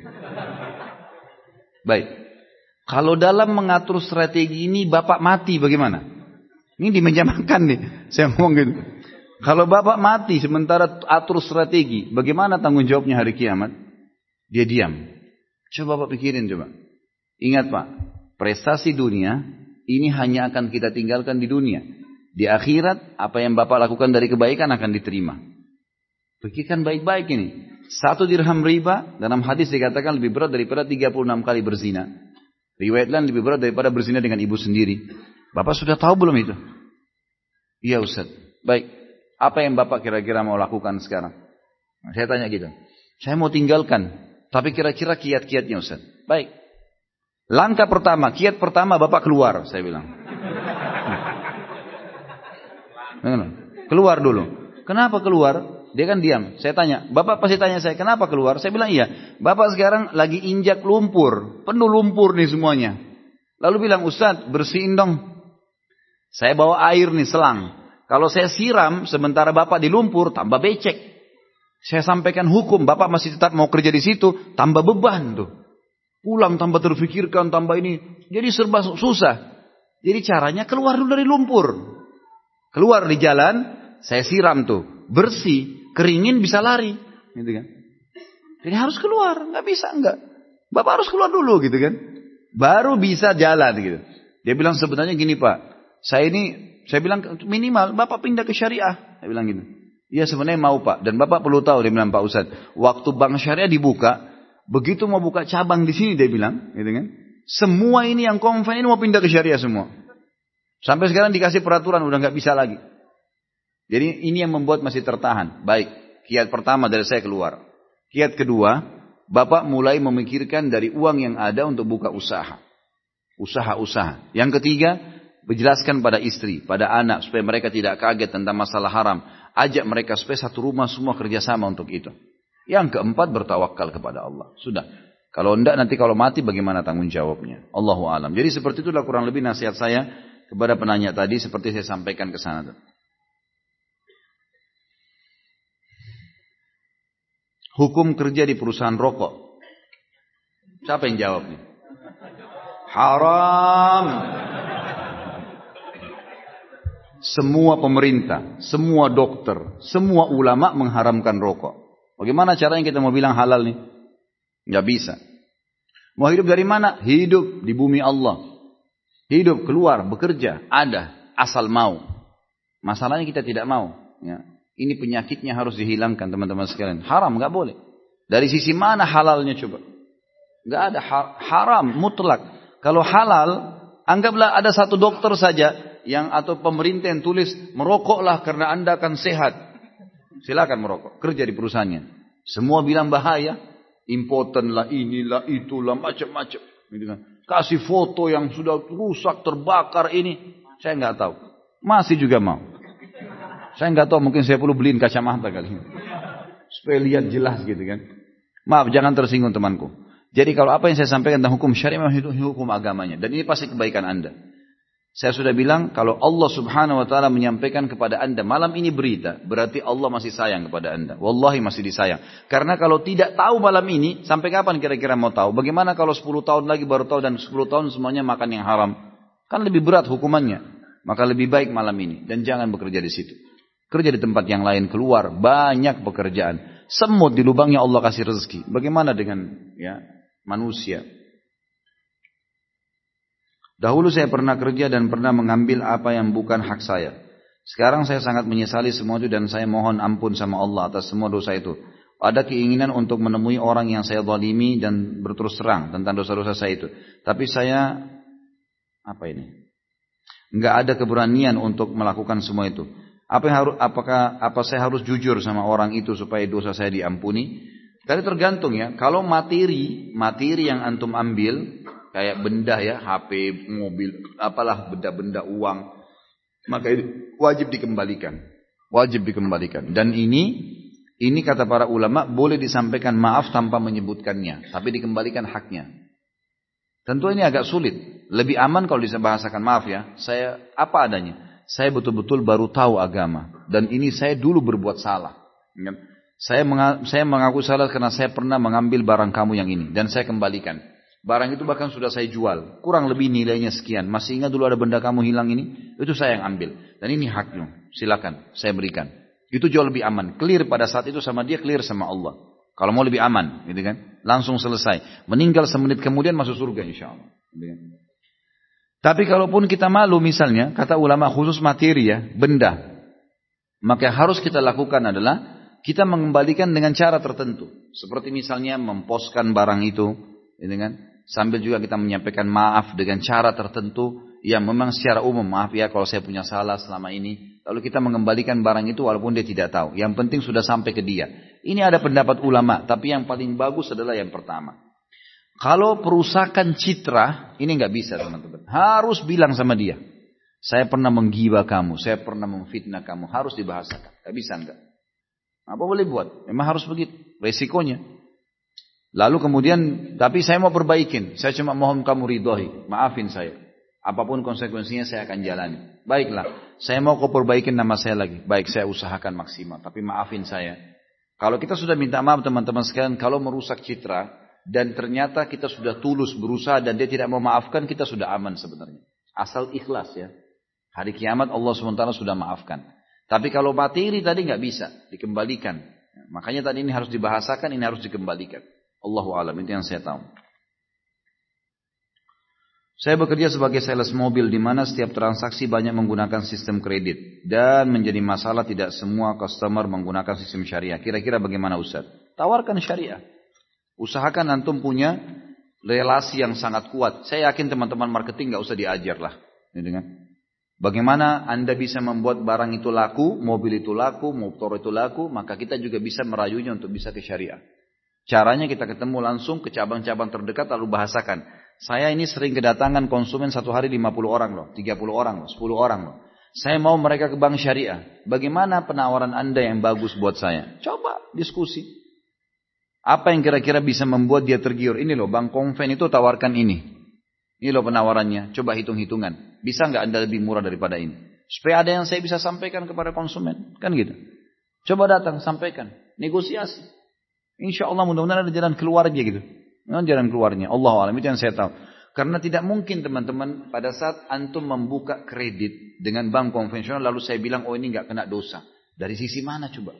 Baik. Kalau dalam mengatur strategi ini Bapak mati bagaimana? Ini di meja makan nih. Saya ngomong gitu. Kalau Bapak mati sementara atur strategi, bagaimana tanggung jawabnya hari kiamat? Dia diam. Coba Bapak pikirin coba. Ingat Pak, prestasi dunia ini hanya akan kita tinggalkan di dunia. Di akhirat, apa yang Bapak lakukan dari kebaikan akan diterima. Pikirkan baik-baik ini. Satu dirham riba, dalam hadis dikatakan lebih berat daripada tiga puluh enam kali berzina. Riwayat lain lebih berat daripada berzina dengan ibu sendiri. Bapak sudah tahu belum itu? Iya Ustaz. Baik. Apa yang Bapak kira-kira mau lakukan sekarang? Nah, saya tanya gitu. Saya mau tinggalkan. Tapi kira-kira kiat-kiatnya Ustaz. Baik. Langkah pertama. Kiat pertama Bapak keluar. Saya bilang. Keluar dulu. Kenapa keluar? Dia kan diam. Saya tanya, Bapak pasti tanya saya, kenapa keluar? Saya bilang iya. Bapak sekarang lagi injak lumpur. Penuh lumpur nih semuanya. Lalu bilang, Ustaz bersihin dong. Saya bawa air nih selang. Kalau saya siram sementara Bapak di lumpur, tambah becek. Saya sampaikan hukum, Bapak masih tetap mau kerja di situ, tambah beban tuh. Pulang tambah terfikirkan, tambah ini. Jadi serba susah. Jadi caranya keluar dulu dari lumpur. Keluar di jalan, saya siram tuh. Bersih. Keringin bisa lari, gitu kan? Jadi harus keluar, nggak bisa enggak. Bapak harus keluar dulu, gitu kan? Baru bisa jalan, gitu. Dia bilang sebenarnya gini Pak, saya ini, saya bilang minimal Bapak pindah ke syariah, saya bilang gitu. Iya sebenarnya mau Pak, dan Bapak perlu tahu, dia bilang Pak Ustadz, waktu bank syariah dibuka, begitu mau buka cabang di sini dia bilang, gitu kan? Semua ini yang konven ini mau pindah ke syariah semua. Sampai sekarang dikasih peraturan udah nggak bisa lagi. Jadi ini yang membuat masih tertahan. Baik, kiat pertama dari saya keluar. Kiat kedua, Bapak mulai memikirkan dari uang yang ada untuk buka usaha. Usaha-usaha. Yang ketiga, menjelaskan pada istri, pada anak, supaya mereka tidak kaget tentang masalah haram. Ajak mereka supaya satu rumah semua kerjasama untuk itu. Yang keempat, bertawakal kepada Allah. Sudah. Kalau enggak nanti kalau mati bagaimana tanggung jawabnya. Allahu a'lam. Jadi seperti itulah kurang lebih nasihat saya kepada penanya tadi, seperti saya sampaikan ke sana. Hukum kerja di perusahaan rokok. Siapa yang jawab nih? Haram. Semua pemerintah, semua dokter, semua ulama mengharamkan rokok. Bagaimana caranya kita mau bilang halal nih? Nggak bisa. Mau hidup dari mana? Hidup di bumi Allah. Hidup, keluar, bekerja, ada, asal mau. Masalahnya kita tidak mau. Ya. Ini penyakitnya harus dihilangkan teman-teman sekalian. Haram, nggak boleh. Dari sisi mana halalnya coba? Nggak ada, haram, mutlak. Kalau halal, anggaplah ada satu dokter saja yang atau pemerintah yang tulis merokoklah karena Anda akan sehat. Silakan merokok, kerja di perusahaannya. Semua bilang bahaya, impoten lah, inilah, itulah, macam-macam. Gitu kan. Kasih foto yang sudah rusak, terbakar ini, saya nggak tahu. Masih juga mau. Saya nggak tahu, mungkin saya perlu beliin kacamata kali ini, supaya lihat jelas gitu kan. Maaf, jangan tersinggung temanku. Jadi kalau apa yang saya sampaikan tentang hukum syariah itu hukum agamanya, dan ini pasti kebaikan Anda. Saya sudah bilang kalau Allah subhanahu wa ta'ala menyampaikan kepada anda malam ini berita, berarti Allah masih sayang kepada anda. Wallahi masih disayang. Karena kalau tidak tahu malam ini, sampai kapan kira-kira mau tahu? Bagaimana kalau sepuluh tahun lagi baru tahu dan sepuluh tahun semuanya makan yang haram? Kan lebih berat hukumannya. Maka lebih baik malam ini. Dan jangan bekerja di situ. Kerja di tempat yang lain, keluar. Banyak pekerjaan. Semut di lubangnya Allah kasih rezeki. Bagaimana dengan ya manusia? Dahulu saya pernah kerja dan pernah mengambil apa yang bukan hak saya. Sekarang saya sangat menyesali semua itu dan saya mohon ampun sama Allah atas semua dosa itu. Ada keinginan untuk menemui orang yang saya zalimi dan berterus terang tentang dosa-dosa saya itu. Tapi saya, apa ini? Enggak ada keberanian untuk melakukan semua itu. Apa yang harus, apakah apa saya harus jujur sama orang itu supaya dosa saya diampuni? Tadi tergantung ya. Kalau materi, materi yang antum ambil, kayak benda ya, H P, mobil, apalah benda-benda uang, maka itu wajib dikembalikan. Wajib dikembalikan. Dan ini, ini kata para ulama, boleh disampaikan maaf tanpa menyebutkannya. Tapi dikembalikan haknya. Tentu ini agak sulit. Lebih aman kalau dibahasakan maaf ya. Saya apa adanya. Saya betul-betul baru tahu agama. Dan ini saya dulu berbuat salah. Saya mengaku, saya mengaku salah karena saya pernah mengambil barang kamu yang ini. Dan saya kembalikan. Barang itu bahkan sudah saya jual. Kurang lebih nilainya sekian. Masih ingat dulu ada benda kamu hilang ini? Itu saya yang ambil. Dan ini haknya. Silakan. Saya berikan. Itu jauh lebih aman. Clear pada saat itu sama dia, clear sama Allah. Kalau mau lebih aman. Gitu kan? Langsung selesai. Meninggal semenit kemudian masuk surga insya Allah. Gitu kan? Tapi kalaupun kita malu misalnya. Kata ulama khusus materi ya. Benda. Maka yang harus kita lakukan adalah. Kita mengembalikan dengan cara tertentu. Seperti misalnya memposkan barang itu. Gitu kan? Sambil juga kita menyampaikan maaf dengan cara tertentu yang memang secara umum, maaf ya kalau saya punya salah selama ini. Lalu kita mengembalikan barang itu walaupun dia tidak tahu. Yang penting sudah sampai ke dia. Ini ada pendapat ulama, tapi yang paling bagus adalah yang pertama. Kalau perusakan citra, ini nggak bisa teman-teman. Harus bilang sama dia. Saya pernah menggibah kamu, saya pernah memfitnah kamu. Harus dibahasakan. Nggak bisa nggak? Apa boleh buat? Memang harus begitu. Resikonya. Lalu kemudian, tapi saya mau perbaikin. Saya cuma mohon kamu ridhoi. Maafin saya. Apapun konsekuensinya saya akan jalani. Baiklah. Saya mau kau perbaikin nama saya lagi. Baik, saya usahakan maksimal. Tapi maafin saya. Kalau kita sudah minta maaf teman-teman sekalian. Kalau merusak citra. Dan ternyata kita sudah tulus berusaha. Dan dia tidak mau maafkan. Kita sudah aman sebenarnya. Asal ikhlas ya. Hari kiamat Allah subhanahu wa taala sudah maafkan. Tapi kalau materi tadi nggak bisa. Dikembalikan. Makanya tadi ini harus dibahasakan. Ini harus dikembalikan. Allahu a'lam, itu yang saya tahu. Saya bekerja sebagai sales mobil di mana setiap transaksi banyak menggunakan sistem kredit dan menjadi masalah tidak semua customer menggunakan sistem syariah. Kira-kira bagaimana Ustaz? Tawarkan syariah. Usahakan antum punya relasi yang sangat kuat. Saya yakin teman-teman marketing nggak usah diajar lah. Bagaimana Anda bisa membuat barang itu laku, mobil itu laku, motor itu laku, maka kita juga bisa merayunya untuk bisa ke syariah. Caranya kita ketemu langsung ke cabang-cabang terdekat lalu bahasakan. Saya ini sering kedatangan konsumen satu hari lima puluh orang loh, tiga puluh orang loh, sepuluh orang loh. Saya mau mereka ke bank syariah. Bagaimana penawaran Anda yang bagus buat saya? Coba diskusi. Apa yang kira-kira bisa membuat dia tergiur? Ini loh, bank konven itu tawarkan ini. Ini loh penawarannya. Coba hitung-hitungan. Bisa nggak Anda lebih murah daripada ini? Supaya ada yang saya bisa sampaikan kepada konsumen. Kan gitu. Coba datang, sampaikan. Negosiasi. Insya Allah mudah-mudahan ada jalan keluarnya gitu. Nah, jalan keluarnya. Allahu a'lam, itu yang saya tahu. Karena tidak mungkin teman-teman pada saat antum membuka kredit dengan bank konvensional lalu saya bilang oh ini nggak kena dosa. Dari sisi mana coba?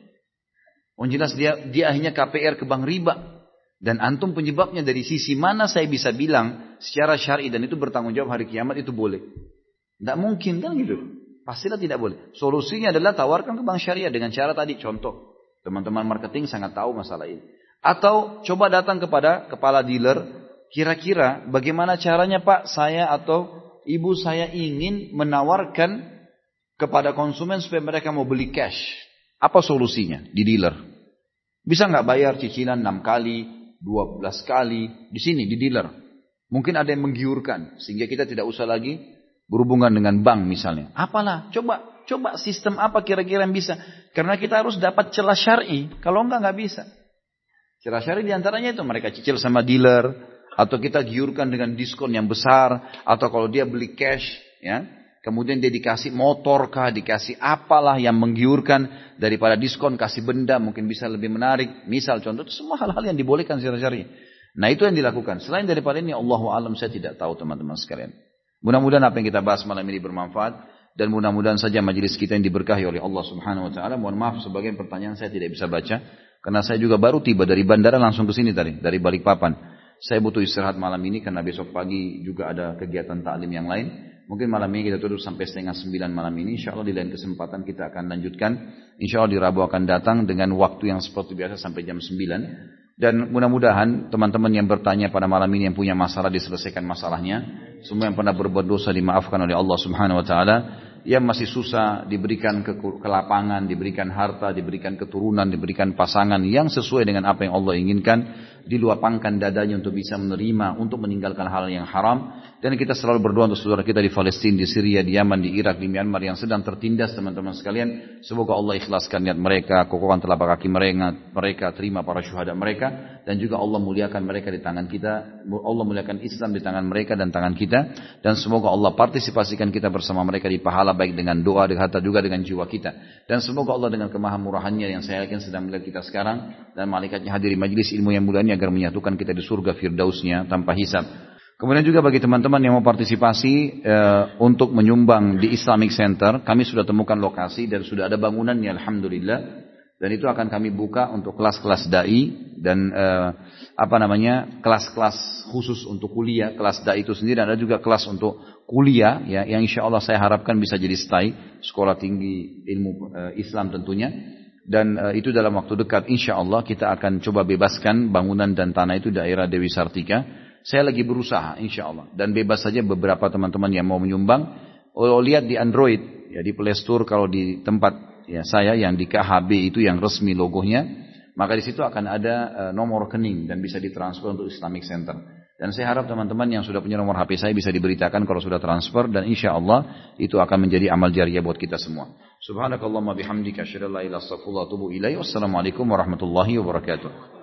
Oh jelas dia dia akhirnya K P R ke bank riba. Dan antum penyebabnya dari sisi mana saya bisa bilang secara syar'i dan itu bertanggung jawab hari kiamat itu boleh. Tidak mungkin kan gitu. Pastilah tidak boleh. Solusinya adalah tawarkan ke bank syariah dengan cara tadi contoh. Teman-teman marketing sangat tahu masalah ini. Atau coba datang kepada kepala dealer. Kira-kira bagaimana caranya Pak saya atau ibu saya ingin menawarkan kepada konsumen supaya mereka mau beli cash. Apa solusinya di dealer? Bisa nggak bayar cicilan enam kali, dua belas kali di sini di dealer? Mungkin ada yang menggiurkan sehingga kita tidak usah lagi berhubungan dengan bank misalnya. Apalah, coba coba sistem apa kira-kira yang bisa? Karena kita harus dapat celah syar'i. Kalau enggak nggak bisa. Celah syar'i diantaranya itu mereka cicil sama dealer atau kita giurkan dengan diskon yang besar atau kalau dia beli cash ya. Kemudian dia dikasih motor kah, dikasih apalah yang menggiurkan daripada diskon, kasih benda mungkin bisa lebih menarik. Misal contoh, itu semua hal-hal yang dibolehkan secara syar'i. Nah itu yang dilakukan. Selain daripada ini, Allahu a'lam saya tidak tahu teman-teman sekalian. Mudah-mudahan apa yang kita bahas malam ini bermanfaat. Dan mudah-mudahan saja majelis kita yang diberkahi oleh Allah subhanahu wa ta'ala. Mohon maaf sebagian pertanyaan saya tidak bisa baca. Karena saya juga baru tiba dari bandara langsung ke sini tadi, dari Balikpapan. Saya butuh istirahat malam ini karena besok pagi juga ada kegiatan taklim yang lain. Mungkin malam ini kita tutup sampai setengah sembilan malam ini. Insya Allah di lain kesempatan kita akan lanjutkan. Insya Allah di Rabu akan datang dengan waktu yang seperti biasa sampai jam sembilan. Dan mudah-mudahan teman-teman yang bertanya pada malam ini yang punya masalah diselesaikan masalahnya. Semua yang pernah berbuat dosa dimaafkan oleh Allah subhanahu wa ta'ala. Yang masih susah diberikan ke, ke lapangan, diberikan harta, diberikan keturunan, diberikan pasangan yang sesuai dengan apa yang Allah inginkan. Diluapangkan dadanya untuk bisa menerima, untuk meninggalkan hal yang haram. Dan kita selalu berdoa untuk saudara kita di Palestina, di Syria, di Yaman, di Irak, di Myanmar yang sedang tertindas teman-teman sekalian. Semoga Allah ikhlaskan niat mereka, kokohkan telapak kaki mereka, mereka terima para syuhada mereka. Dan juga Allah muliakan mereka di tangan kita. Allah muliakan Islam di tangan mereka dan tangan kita. Dan semoga Allah partisipasikan kita bersama mereka di pahala baik dengan doa, dengan harta juga dengan jiwa kita. Dan semoga Allah dengan kemahamurahannya yang saya yakin sedang melihat kita sekarang. Dan malaikatnya hadiri majlis ilmu yang mulia ini agar menyatukan kita di surga firdausnya tanpa hisab. Kemudian juga bagi teman-teman yang mau partisipasi e, untuk menyumbang di Islamic Center, kami sudah temukan lokasi dan sudah ada bangunannya alhamdulillah. Dan itu akan kami buka untuk kelas-kelas dai dan e, apa namanya kelas-kelas khusus untuk kuliah. Kelas dai itu sendiri ada juga kelas untuk kuliah ya, yang insya Allah saya harapkan bisa jadi stai, sekolah tinggi ilmu e, Islam tentunya. Dan e, itu dalam waktu dekat insya Allah kita akan coba bebaskan bangunan dan tanah itu daerah Dewi Sartika. Saya lagi berusaha insya Allah. Dan bebas saja beberapa teman-teman yang mau menyumbang. Oh, lihat di Android, ya di Play Store kalau di tempat ya saya yang di K H B itu yang resmi logonya. Maka di situ akan ada uh, nomor rekening dan bisa ditransfer untuk Islamic Center. Dan saya harap teman-teman yang sudah punya nomor H P saya bisa diberitakan kalau sudah transfer. Dan insya Allah itu akan menjadi amal jariah buat kita semua. Subhanakallahumma bihamdika asyhadu an la ilaha illa anta astaghfiruka wa atubu ilaik. Wassalamualaikum warahmatullahi wabarakatuh.